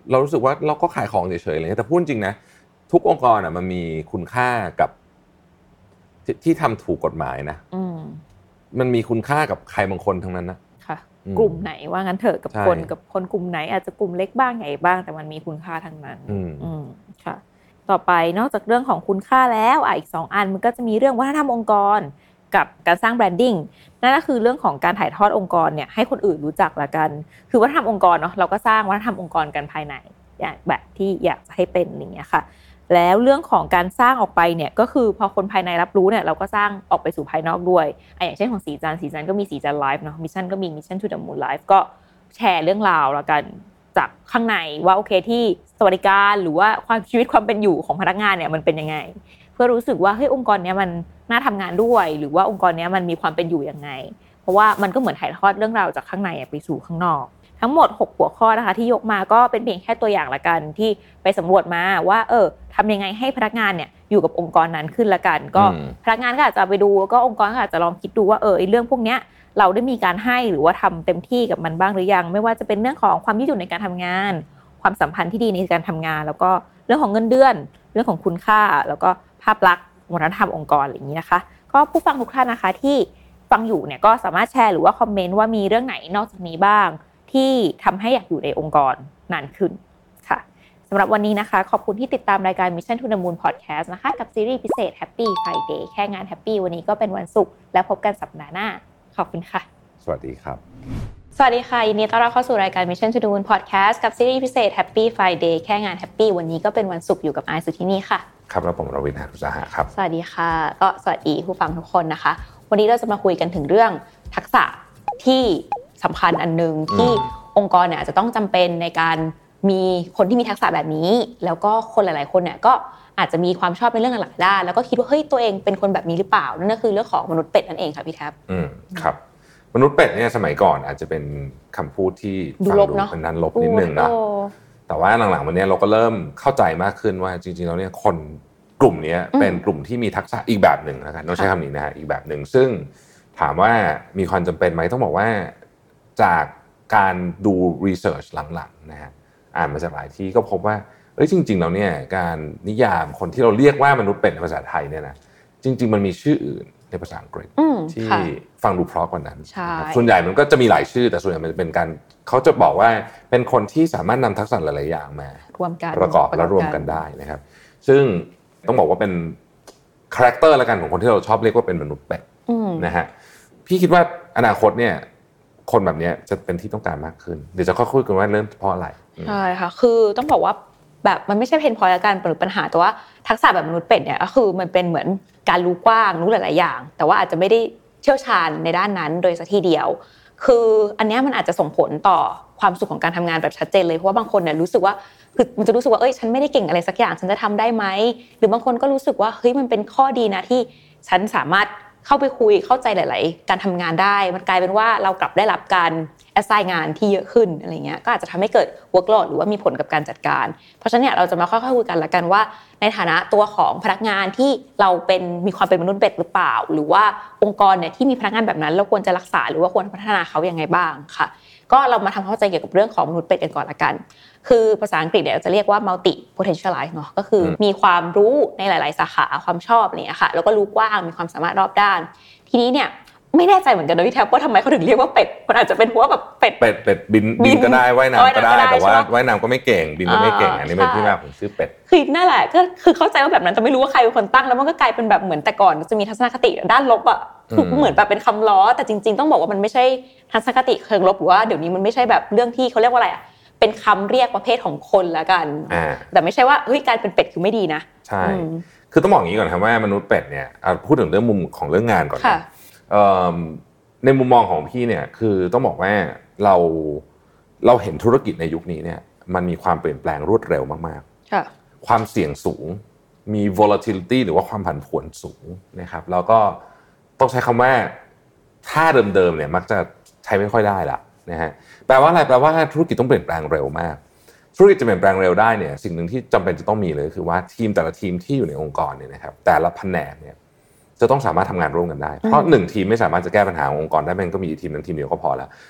Speaker 3: เรารู้สึกว่าเราก็ขายของเฉยๆอะไรเงี้ยแต่พูดจริงนะทุกองค์กรอ่ะมันมีคุณค่ากับทที่ทำถูกกฎหมายนะมันมีคุณค่ากับใครบางคนทั้งนั้นนะ
Speaker 2: ค่ะกลุ่มไหนว่างั้นเถอะกับคนกับคนกลุ่มไหนอาจจะกลุ่มเล็กบ้างใหญ่บ้างแต่มันมีคุณค่าทั้งนั้นอืมค่ะต่อไปนอกจากเรื่องของคุณค่าแล้วอ่ะอีกสองอันมันก็จะมีเรื่องวัฒนธรรมองค์กรกับการสร้างแบรนดิ้งนั่นก็คือเรื่องของการถ่ายทอดองค์กรเนี่ยให้คนอื่นรู้จักละกันคือวัฒนธรรมองค์กรเนาะเราก็สร้างวัฒนธรรมองค์กรกันภายในอย่างแบบที่อยากจะให้เป็นอย่างเงี้ยค่ะแล้วเรื่องของการสร้างออกไปเนี่ยก็คือพอคนภายในรับรู้เนี่ยเราก็สร้างออกไปสู่ภายนอกด้วยอ่ะอย่างเช่นของสีจันสีจันก็มีสีจันไลฟ์เนาะมิชชั่นก็มีมิชชั่นทูเดอะมูนไลฟ์ก็แชร์เรื่องราวละกันจากข้างในว่าโอเคที่สวัสดิการหรือว่าความชีวิตความเป็นอยู่ของพนักงานเนี่ยมันเป็นยังไงเพื่อรู้สึกว่าเฮ้ยองค์กรเนี้ยมันน่าทำงานด้วยหรือว่าองค์กรเนี้ยมันมีความเป็นอยู่ยังไงเพราะว่ามันก็เหมือนถ่ายทอดเรื่องราวจากข้างในไปสู่ข้างนอกทั้งหมดหกหัวข้อนะคะที่ยกมาก็เป็นเพียงแค่ตัวอย่างละกันที่ไปสำรวจมาว่าเออทำยังไงให้พนักงานเนี่ยอยู่กับองค์กรนั้นขึ้นละกันก็พนักงานก็อาจจะไปดูแล้วก็องค์กรก็อาจจะลองคิดดูว่าเออไอ้เรื่องพวกเนี้ยเราได้มีการให้หรือว่าทำเต็มที่กับมันบ้างหรือยังไม่ว่าจะเป็นเรื่องของความยืดหยุ่นในการทำงานความสัมพันธ์ที่ดีในการทำงานแล้วก็เรื่องของเงินเดือนเรื่องของคุณค่าแล้วก็ภาพลักษณ์วัฒนธรรมองค์กรอะไรอย่างนี้นะคะก็ผู้ฟังทุกท่านนะคะที่ฟังอยู่เนี่ยก็สามารถแชร์หรือว่าคอมเมนต์ว่ามีเรื่องไหนนอกจากนี้บ้างที่ทำให้อยากอยู่ในองค์กรนานขึ้นค่ะสำหรับวันนี้นะคะขอบคุณที่ติดตามรายการ Mission to the Moon Podcast นะคะกับซีรีส์พิเศษ Happy Friday แค่งาน Happy วันนี้ก็เป็นวันศุกร์แล้วพบกันสัปดาห์หน้าขอบคุณค่ะ
Speaker 3: สวัสดีครับ
Speaker 2: สวัสดีค่ะยินดีต้อนรับเข้าสู่รายการ Mission to the Moon Podcast กับซีรีส์พิเศษ Happy Friday แค่งาน Happy วันนี้ก็เป็นวันศุกร์อยู่กับไอซ์สุทธินีค่ะ
Speaker 3: ครับแล้วผมรวิน หาญอุตสาหะครับ
Speaker 2: สวัสดีค่ะก็สวัสดีผู้ฟังทุกคนนะคะวันนี้เราจะมาคุยกันถึงเรื่องทักษะที่สำคัญอันนึงที่องค์กรเนี่ยอาจจะต้องจำเป็นในการมีคนที่มีทักษะแบบนี้แล้วก็คนหลายๆคนเนี่ยก็อาจจะมีความชอบในเรื่องหลายๆด้านแล้วก็คิดว่าเฮ้ยตัวเองเป็นคนแบบนี้หรือเปล่านั่นก็คือเรื่องของมนุษย์เป็ดนั่นเองค่ะพี่แท็บ
Speaker 3: อืมครับมนุษย์เป็ดเนี่ยสมัยก่อนอาจจะเป็นคำพูดที่ฟังดูเป็นด้านลบนิดนึงนะแต่ว่าหลังๆวันนี้เราก็เริ่มเข้าใจมากขึ้นว่าจริงๆแล้วเนี่ยคนกลุ่มนี้เป็นกลุ่มที่มีทักษะอีกแบบหนึ่งนะครับต้องใช้คำนี้นะฮะอีกแบบหนึ่งซึ่งถามว่ามีความจำเป็นไหมต้องบอกว่าจากการดูรีเสิร์ชหลังๆนะฮะอ่านมาจากหลายที่ก็พบว่าเอ้ยจริงๆแล้วเนี่ยการนิยามคนที่เราเรียกว่ามนุษย์เป็ดในภาษาไทยเนี่ยนะจริงๆมันมีชื่ออื่นในภาษาอังกฤษที่ฟังดูเพราะกว่านั้นส่วนใหญ่มันก็จะมีหลายชื่อแต่ส่วนใหญ่มันจะเป็นการเขาจะบอกว่าเป็นคนที่สามารถนำทักษะหลายๆอย่างมารวมกันประกอบและรวมกันได้นะครับซึ่งต้องบอกว่าเป็นคาแรคเตอร์ละกันของคนที่เราชอบเรียกว่าเป็นมนุษย์เป็ดนะฮะพี่คิดว่าอนาคตเนี่ยคนแบบนี้จะเป็นที่ต้องการมากขึ้นเดี๋ยวจะค่อยคุยกันว่าเริ่มเพราะอะไร
Speaker 2: ใช่ค่ะคือต้องบอกว่าแบบมันไม่ใช่เพนพอยต์ละกันหรือปัญหาแต่ว่าทักษะแบบมนุษย์เป็ดเนี่ยก็คือมันเป็นเหมือนการรู้กว้างรู้หลายๆอย่างแต่ว่าอาจจะไม่ได้เชี่ยวชาญในด้านนั้นโดยสักทีเดียวคืออันนี้มันอาจจะส่งผลต่อความสุขของการทำงานแบบชัดเจนเลยเพราะว่าบางคนเนี่ยรู้สึกว่าคือมันจะรู้สึกว่าเอ้ยฉันไม่ได้เก่งอะไรสักอย่างฉันจะทำได้ไหมหรือบางคนก็รู้สึกว่าเฮ้ยมันเป็นข้อดีนะที่ฉันสามารถเข้าไปคุยเข้าใจหลายๆการทำงานได้มันกลายเป็นว่าเรากลับได้รับการแอสไซน์งานที่เยอะขึ้นอะไรเงี้ยก็อาจจะทำให้เกิด workload หรือว่ามีผลกับการจัดการเพราะฉะนั้นเนี่ยเราจะมาค่อยๆคุยกันละกันว่าในฐานะตัวของพนักงานที่เราเป็นมีความเป็นมนุษย์เป็ดหรือเปล่าหรือว่าองค์กรเนี่ยที่มีพนักงานแบบนั้นเราควรจะรักษาหรือว่าควรพัฒนาเขายังไงบ้างค่ะก็เรามาทำความเข้าใจเกี่ยวกับเรื่องของมนุษย์เป็ดกันก่อนละกันคือภาษาอังกฤษเนี่ยจะเรียกว่า multi potentialist เนาะก็คือมีความรู้ในหลายๆสาขาความชอบอะไรอย่างเงี้ยค่ะแล้วก็รู้กว้างมีความสามารถรอบด้านทีนี้เนี่ยไม่แน่ใจเหมือนกันนะพี่แท็บว่าทำไมเขาถึงเรียกว่าเป็ดมันอาจจะเป็นเพราะว่าแบบเป็ด
Speaker 3: เป็ดเป็ดบินบินก็ได้ว่ายน้ำก็ได้แต่ว่าว่ายน้ำก็ไม่เก่งบินก็ไม่เก่งอันนี้เป็นที่มาของชื่อเป็ด
Speaker 2: คือนั่นแหละก็คือเข้าใจว่าแบบนั้นแต่ไม่รู้ว่าใครเป็นคนตั้งแล้วมันก็กลายเป็นแบบเหมือนแต่ก่อนจะมีทัศนคติด้านลบอ่ะคือเหมือนแบบเป็นคำล้อแต่จริงๆต้องบอกว่ามันไม่ใช่ทัศนคติเชิงลบหรือว่าเดี๋ยวนี้มันไม่ใช่แบบเรื่องที่เขาเรียกว่าอะไรอ่ะเป็นคำเรียกประเภทของคนละกันแต่ไม่ใช่ว่าเฮ้ยการเป็นเป็ดคือไม่ดีนะ
Speaker 3: ใช่คือต้องบอกอย่างนี้ก่อนครับว่ามนุษย์เป็ดเนี่ยพูดถึงเรื่องมุมของเรื่องงานก่อนนะในมุมมองของพี่เนี่ยคือต้องบอกว่าเราเราเห็นธุรกิจในยุคนี้เนี่ยมันมีความเปลี่ยนแปลงรวดเร็วมากๆความเสี่ยงสูงมี volatility หรือว่าความผันผวนสูงนะครับแล้วก็ต้องใช้คำว่าถ้าเดิมๆเนี่ยมักจะใช้ไม่ค่อยได้ละนะฮะแปลว่าอะไรแปลว่าธุรกิจต้องเปลี่ยนแปลงเร็วมากธุรกิจจะเปลี่ยนแปลงเร็วได้เนี่ยสิ่งหนึ่งที่จำเป็นจะต้องมีเลยคือว่าทีมแต่ละทีมที่อยู่ในองค์กรเนี่ยนะครับแต่ละแผนกเนี่ยจะต้องสามารถทำงานร่วมกันได้เพราะหนึ่งทีมไม่สามารถจะแก้ปัญหาขององค์กรได้มันก็มีทีมนึงทีมเดียวก็พอแล้ว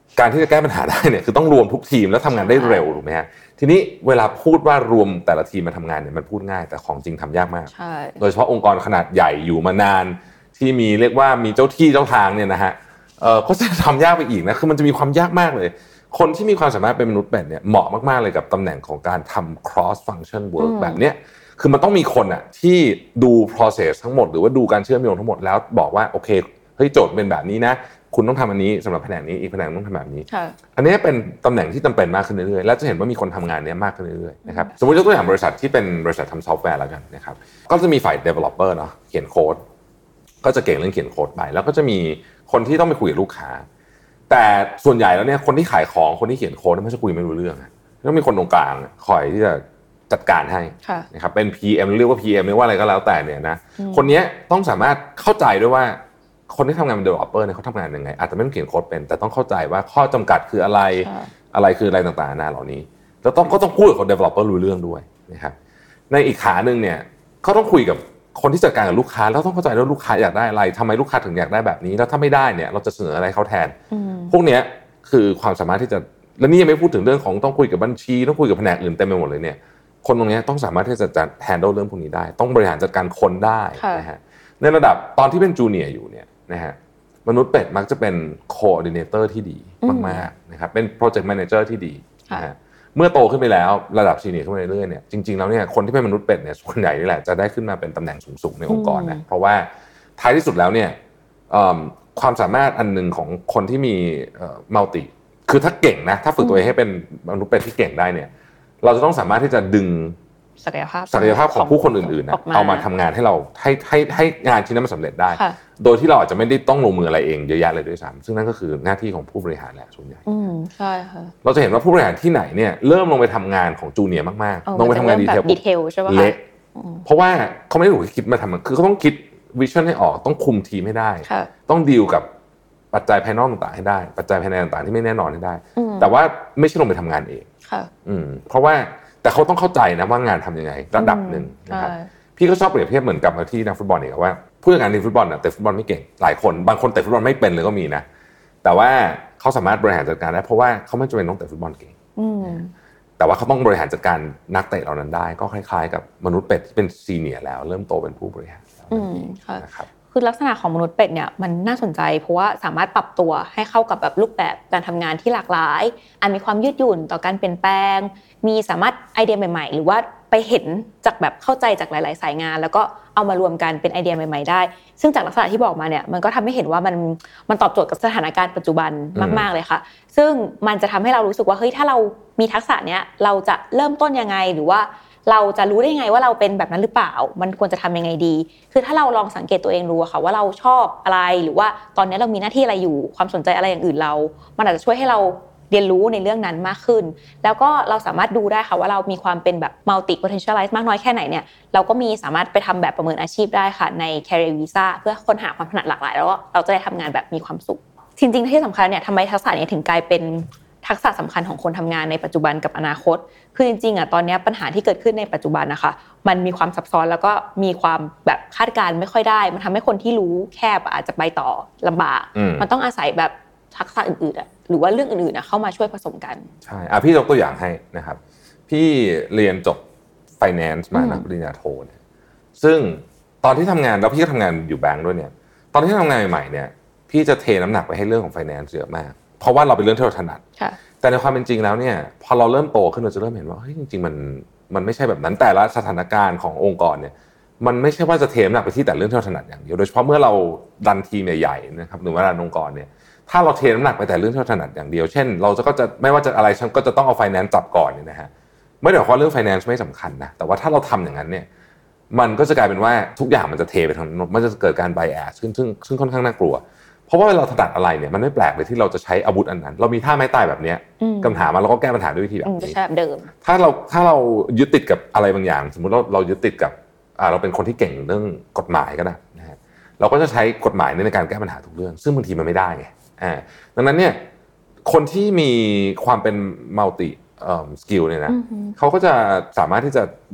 Speaker 3: การที่จะแก้ปัญหาได้เนี่ยคือต้องรวมทุกทีมแล้วทำงานได้เร็วถูกไหมฮะทีนี้เวลาพูดว่ารวมแต่ละทีมมาทำงานเนี่ยมันพูดง่ายแต่ของจริงทำยากมากโดยเฉพาะองค์กรขนาดใหญ่อยู่มานานที่มีเรียกว่ามีเจ้าที่เจ้าทางเนี่ยนะฮะเออก็จะทำยากไปอีกนะคือมันจะมีความยากมากเลยคนที่มีความสามารถเป็นมนุษย์เป็ดเนี่ยเหมาะมากๆเลยกับตำแหน่งของการทำ cross function work แบบเนี้ยคือมันต้องมีคนอ่ะที่ดู process ทั้งหมดหรือว่าดูการเชื่อมโยงทั้งหมดแล้วบอกว่าโอเคเฮ้ยโจทย์เป็นแบบนี้นะคุณต้องทำอันนี้สำหรับแผนกนี้อีกแผนกต้องทำแบบนี้อันนี้เป็นตำแหน่งที่จำเป็นมากขึ้นเรื่อยๆแล้วจะเห็นว่ามีคนทำงานนี้มากขึ้นเรื่อยๆนะครับสมมติยกตัวอย่างบริษัทที่เป็นบริษัททำซอฟต์แวร์แล้วกันนะครับก็จะมีฝ่าย developer เนาะเขียนโค้ดก็จะเก่งเรื่องเขียนโค้ดไปแล้วก็จะมีคนที่ต้องไปคุยกับลูกค้าแต่ส่วนใหญ่แล้วเนี่ยคนที่ขายของคนที่เขียนโค้ดไม่ใช่คุยไม่รู้เรื่องต้องมีคนตรงกลางคอยที่จะจัดการให้นะครับเป็น พี เอ็ม เรียกว่า พี เอ็ม ไม่ว่าอะไรก็แล้วแต่เนี่ยนะคนนี้ต้องสามารถเข้าใจด้วยว่าคนที่ทำงานเป็น developer เนี่ยเขาทำงานยังไงอาจจะไม่ต้องเขียนโค้ดเป็นแต่ต้องเข้าใจว่าข้อจำกัดคืออะไรอะไรคืออะไรต่างๆนานาเหล่านี้แล้วต้องก็ต้องพูดกับคน developer รู้เรื่องด้วยนะครับในอีกขานึงเนี่ยเขาต้องคุยกับคนที่จัดการกับลูกค้าแล้วต้องเข้าใจว่าลูกค้าอยากได้อะไรทำไมลูกค้าถึงอยากได้แบบนี้แล้วถ้าไม่ได้เนี่ยเราจะเสนออะไรเขาแทนพวกเนี้ยคือความสามารถที่จะและนี่ยังไม่พูดถึงเรื่องของต้องคุยกับบัญชีต้องคุยกับแผนกอื่นเต็มไปหมดเลยเนี่ยคนตรงนี้ต้องสามารถที่จะจัด handle เรื่องพวกนี้ได้ต้องบริหารจัดการคนได้นะฮะในระดับตอนที่เป็นจูเนียร์อยู่เนี่ยนะฮะมนุษย์เป็ดมักจะเป็น coordinator ที่ดีมากๆนะครับเป็น project manager ที่ดีนะฮะเมื่อโตขึ้นไปแล้วระดับซีเนียร์ขึ้นไปเรื่อยๆเนี่ยจริงๆแล้วเนี่ยคนที่เป็นมนุษย์เป็ดเนี่ยส่วนใหญ่นี่แหละจะได้ขึ้นมาเป็นตำแหน่งสูงๆในองค์กรนะเพราะว่าท้ายที่สุดแล้วเนี่ยความสามารถอันนึงของคนที่มีมัลติคือถ้าเก่งนะถ้าฝึกตัวเองให้เป็นมนุษย์เป็ดที่เก่งได้เนี่ยเราจะต้องสามารถที่จะดึง
Speaker 2: ศักยภาพ
Speaker 3: ศักยภาพของผู้คนอื่นๆนะเอามาทำงานให้เราให้ให้ให้งานชิ้นนั้นมันสำเร็จได้โดยที่เราอาจจะไม่ได้ต้องลงมืออะไรเองเยอะแยะเลยด้วยซ้ำซึ่งนั่นก็คือหน้าที่ของผู้บริหารแหละส่วนใหญ่
Speaker 2: ใช่ค่ะ
Speaker 3: เราจะเห็นว่าผู้บริหารที่ไหนเนี่ยเริ่มลงไปทำงานของจูเนียร์มากๆลงไปทำงานดีเทล
Speaker 2: ดีเทลใช่ไหม
Speaker 3: เละเพราะว่าเขาไม่ได้ถูกคิดมาทำคือเขาต้องคิดวิชั่นให้ออกต้องคุมทีมให้ได้ต้องดีลกับปัจจัยภายนอกต่างๆให้ได้ปัจจัยภายในต่างๆที่ไม่แน่นอนให้ได้แต่ว่าไม่ใช่ลงไปทำงานเองเพราะว่าแต่เขาต้องเข้าใจนะว่างานทำยังไงระดับหนึ่งนะครับพี่ก็ชอบเปรียบเทียบเหมือนกับที่นักฟุตบอลเนี่ยว่าผู้จัดการทีมฟุตบอลน่ะเตะฟุตบอลไม่เก่งหลายคนบางคนเตะฟุตบอลไม่เป็นเลยก็มีนะแต่ว่าเขาสามารถบริหารจัดการได้เพราะว่าเขาไม่จำเป็นต้องเตะฟุตบอลเก่งแต่ว่าเขาต้องบริหารจัดการนักเตะเหล่านั้นได้ก็คล้ายๆกับมนุษย์เป็ดที่เป็นซีเนียร์แล้วเริ่มโตเป็นผู้บริหารนะครับ
Speaker 2: คือลักษณะของมนุษย์เป็ดเนี่ยมันน่าสนใจเพราะว่าสามารถปรับตัวให้เข้ากับแบบรูปแบบการทำงานที่หลากหลายอันมีความยืดหยุ่นต่อการเปลี่ยนแปลงมีสามารถไอเดียใหม่ๆหรือว่าไปเห็นจากแบบเข้าใจจากหลายๆสายงานแล้วก็เอามารวมกันเป็นไอเดียใหม่ๆได้ซึ่งจากลักษณะที่บอกมาเนี่ยมันก็ทำให้เห็นว่ามันมันตอบโจทย์กับสถานการณ์ปัจจุบันมากๆเลยค่ะซึ่งมันจะทำให้เรารู้สึกว่าเฮ้ยถ้าเรามีทักษะเนี้ยเราจะเริ่มต้นยังไงหรือว่าเราจะรู้ได้ไงว่าเราเป็นแบบนั้นหรือเปล่ามันควรจะทำยังไงดีคือถ้าเราลองสังเกตตัวเองดูอะค่ะว่าเราชอบอะไรหรือว่าตอนนี้เรามีหน้าที่อะไรอยู่ความสนใจอะไรอย่างอื่นเรามันอาจจะช่วยให้เราเรียนรู้ในเรื่องนั้นมากขึ้นแล้วก็เราสามารถดูได้ค่ะว่าเรามีความเป็นแบบ multi potentialize มากน้อยแค่ไหนเนี่ยเราก็มีสามารถไปทำแบบประเมินอาชีพได้ค่ะใน career visa เพื่อค้นหาความถนัดหลากหลายแล้วก็เราจะได้ทำงานแบบมีความสุขจริงๆที่สำคัญเนี่ยทำไมทักษะนี้ถึงกลายเป็นทักษะสำคัญของคนทำงานในปัจจุบันกับอนาคตคือจริงๆอ่ะตอนนี้ปัญหาที่เกิดขึ้นในปัจจุบันนะคะมันมีความซับซ้อนแล้วก็มีความแบบคาดการณ์ไม่ค่อยได้มันทำให้คนที่รู้แคบอาจจะไปต่อลำบากมันต้องอาศัยแบบทักษะอื่นๆอ่ะหรือว่าเรื่องอื่นๆอ่ะเข้ามาช่วยผสมกัน
Speaker 3: ใช่อ่ะพี่ยกตัวอย่างให้นะครับพี่เรียนจบ finance มานะปริญญาโทเนี่ยซึ่งตอนที่ทำงานแล้วพี่ก็ทำงานอยู่แบงก์ด้วยเนี่ยตอนที่ทำงานใหม่ๆเนี่ยพี่จะเทน้ำหนักไปให้เรื่องของ finance เยอะมากเพราะว่าเราเป็นเรื่องที่เราถนัดแต่ในความเป็นจริงแล้วเนี่ยพอเราเริ่มโตขึ้นเราจะเริ่มเห็นว่าเฮ้ยจริงๆมันมันไม่ใช่แบบนั้นแต่ละสถานการณ์ขององค์กรเนี่ยมันไม่ใช่ว่าจะเทน้ำหนักไปที่แต่เรื่องที่เราถนัดอย่างเดียวโดยเฉพาะเมื่อเราดันทีมใหญ่ๆนะครับหรือว่าดันองค์กรเนี่ยถ้าเราเทน้ำหนักไปแต่เรื่องที่เราถนัดอย่างเดียวเช่นเราก็จะไม่ว่าจะอะไรฉันก็จะต้องเอา finance จับก่อนเนี่ยนะฮะไม่ได้หมายความว่าเรื่อง finance ไม่สำคัญนะแต่ว่าถ้าเราทำอย่างนั้นเนี่ยมันก็จะกลายเป็นว่าทุกอย่างมันจะเทไปทางมันจะเกิดการ bias ซึ่งซึ่งซึ่งค่อนข้างน่ากลัวเพราะว่าเราถนัดอะไรเนี่ยมันไม่แปลกเลยที่เราจะใช้อาวุธอันนั้นเรามีท่าไม้ตายแบบนี้คำถามมาเราก็แก้ปัญหาด้วยวิธีแบบนี้
Speaker 2: จะใช้แบบเดิม
Speaker 3: ถ้าเราถ้าเรายึดติดกับอะไรบางอย่างสมมุติเราเรายึดติดกับอ่าเราเป็นคนที่เก่งเรื่องกฎหมายก็ได้นะฮะเราก็จะใช้กฎหมายในการแก้ปัญหาทุกเรื่องซึ่งบางทีมันไม่ได้ไงอ่าดังนั้นเนี่ยคนที่มีความเป็นมัลติเอ่อสกิลเนี่ยนะเขาก็จะสามารถที่จะ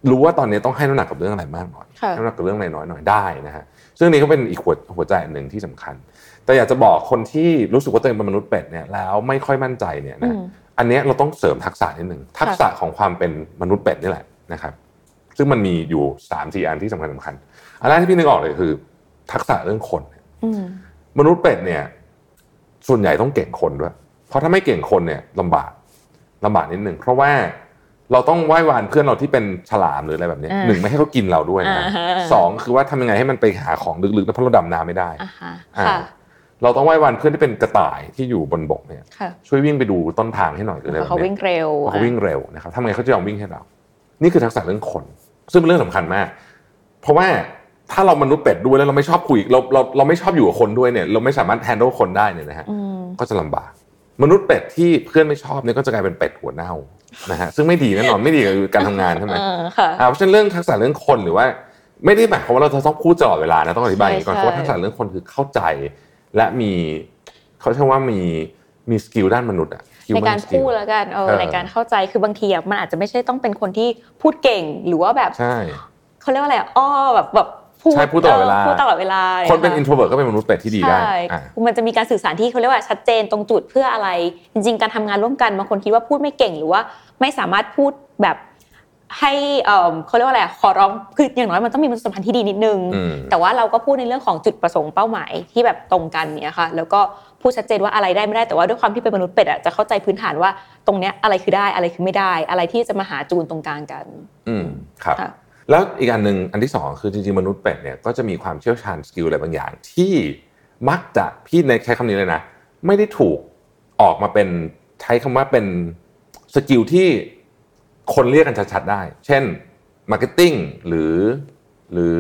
Speaker 3: รู้ว่าตอนนี้ต้องให้น้ำหนักกับเรื่องอะไรมากหน่อยให้น้ำหนักกับเรื่องอะไรน้อยหน่อยได้นะฮะซึ่งนี่ก็เป็นอีกหัวหัวใจหนึ่งที่สำคัญแต่อยากจะบอกคนที่รู้สึกว่าตัวเองเป็นมนุษย์เป็ดเนี่ยแล้วไม่ค่อยมั่นใจเนี่ยนะอันนี้เราต้องเสริมทักษะนิดนึงทักษะของความเป็นมนุษย์เป็ดนี่แหละนะครับซึ่งมันมีอยู่ สามถึงสี่ อันที่สำคัญสำคัญอันแรกที่พี่นึกออกเลยคือทักษะเรื่องคนมนุษย์เป็ดเนี่ยส่วนใหญ่ต้องเก่งคนด้วยเพราะถ้าไม่เก่งคนเนี่ยลำบากลำบากนิดนึงเพราะว่าเราต้องไหว้วานเพื่อนเราที่เป็นฉลามหรืออะไรแบบนี้หนึ่งไม่ให้เขากินเราด้วยนะสองคือว่าทำยังไงให้มันไปหาของลึกๆแล้วเพราะเราดำน้ำไม่ได้เราต้องไหว้วานเพื่อนที่เป็นกระต่ายที่อยู่บนบกเนี่ยช่วยวิ่งไปดูต้นทางให้หน่อยหรืออะไรแบบนี้
Speaker 2: เขาวิ่งเร็ว
Speaker 3: เขาวิ่งเร็วนะครับทำไงเขาจะยอมวิ่งให้เรานี่คือทักษะเรื่องคนซึ่งเป็นเรื่องสำคัญมากเพราะว่าถ้าเรามนุษย์เป็ดด้วยแล้วเราไม่ชอบคุยเราเราเราไม่ชอบอยู่กับคนด้วยเนี่ยเราไม่สามารถแฮนด์ลคนได้เนี่ยนะฮะก็จะลำบากมนุษย์เป็ดที่เพื่อนไม่ชอบเนี่ยก็จะกลายเป็นเป็ดหัวเน่านะฮะซึ่งไม่ดีแน่นอนไม่ดีกับการทำงานใช่ไหมเพราะฉะนั้นเรื่องทักษะเรื่องคนหรือว่าไม่ได้หมายความว่าเราจะต้องพูดตลอดเวลานะต้องอธิบายก่อนเพราะว่าทักษะเรื่องคนคือเข้าใจและมีเขาใช้ว่ามีมีสกิลด้านมนุษย์อะ
Speaker 2: ในการพูดแล้วกันเออในการเข้าใจคือบางทีอ่ะมันอาจจะไม่ใช่ต้องเป็นคนที่พูดเก่งหรือว่าแบบ
Speaker 3: ใช่
Speaker 2: เขาเรียกว่าอะไรอ้อแบบแบบพูด
Speaker 3: ใช่พูดตลอดเวลา
Speaker 2: พูดตลอดเวลา
Speaker 3: คนเป็น introvert ก็เป็นมนุษย์เป็ดที่ดีได้
Speaker 2: มันจะมีการสื่อสารที่เขาเรียกว่าชัดเจนตรงจุดเพื่ออะไรจริงๆการทำงานร่วมกันบางคนคิดว่าพูดไม่เก่งหรือว่าไม่สามารถพูดแบบให้เอ่อเขาเรียกว่าอะไรขอร้องคืออย่างน้อยมันต้องมีมนุษยสัมพันธ์ที่ดีนิดนึงแต่ว่าเราก็พูดในเรื่องของจุดประสงค์เป้าหมายที่แบบตรงกันเนี่ยค่ะแล้วก็พูดชัดเจนว่าอะไรได้ไม่ได้แต่ว่าด้วยความที่เป็นมนุษย์เป็ดอ่ะจะเข้าใจพื้นฐานว่าตรงเนี้ยอะไรคือได้อะไรคือไม่ได้อะไรที่จะมาหาจูนตรงกลางกัน
Speaker 3: อืมครับแล้วอีกอันนึงอันที่สองคือจริงๆมนุษย์เป็ดเนี่ยก็จะมีความเชี่ยวชาญสกิลอะไรบางอย่างที่มักจะพี่ในใช้คำนี้เลยนะไม่ได้ถูกออกมาเป็นใช้คำว่าเป็นสกิลที่คนเรียกกันชัดๆได้เช่น marketing หรือหรือ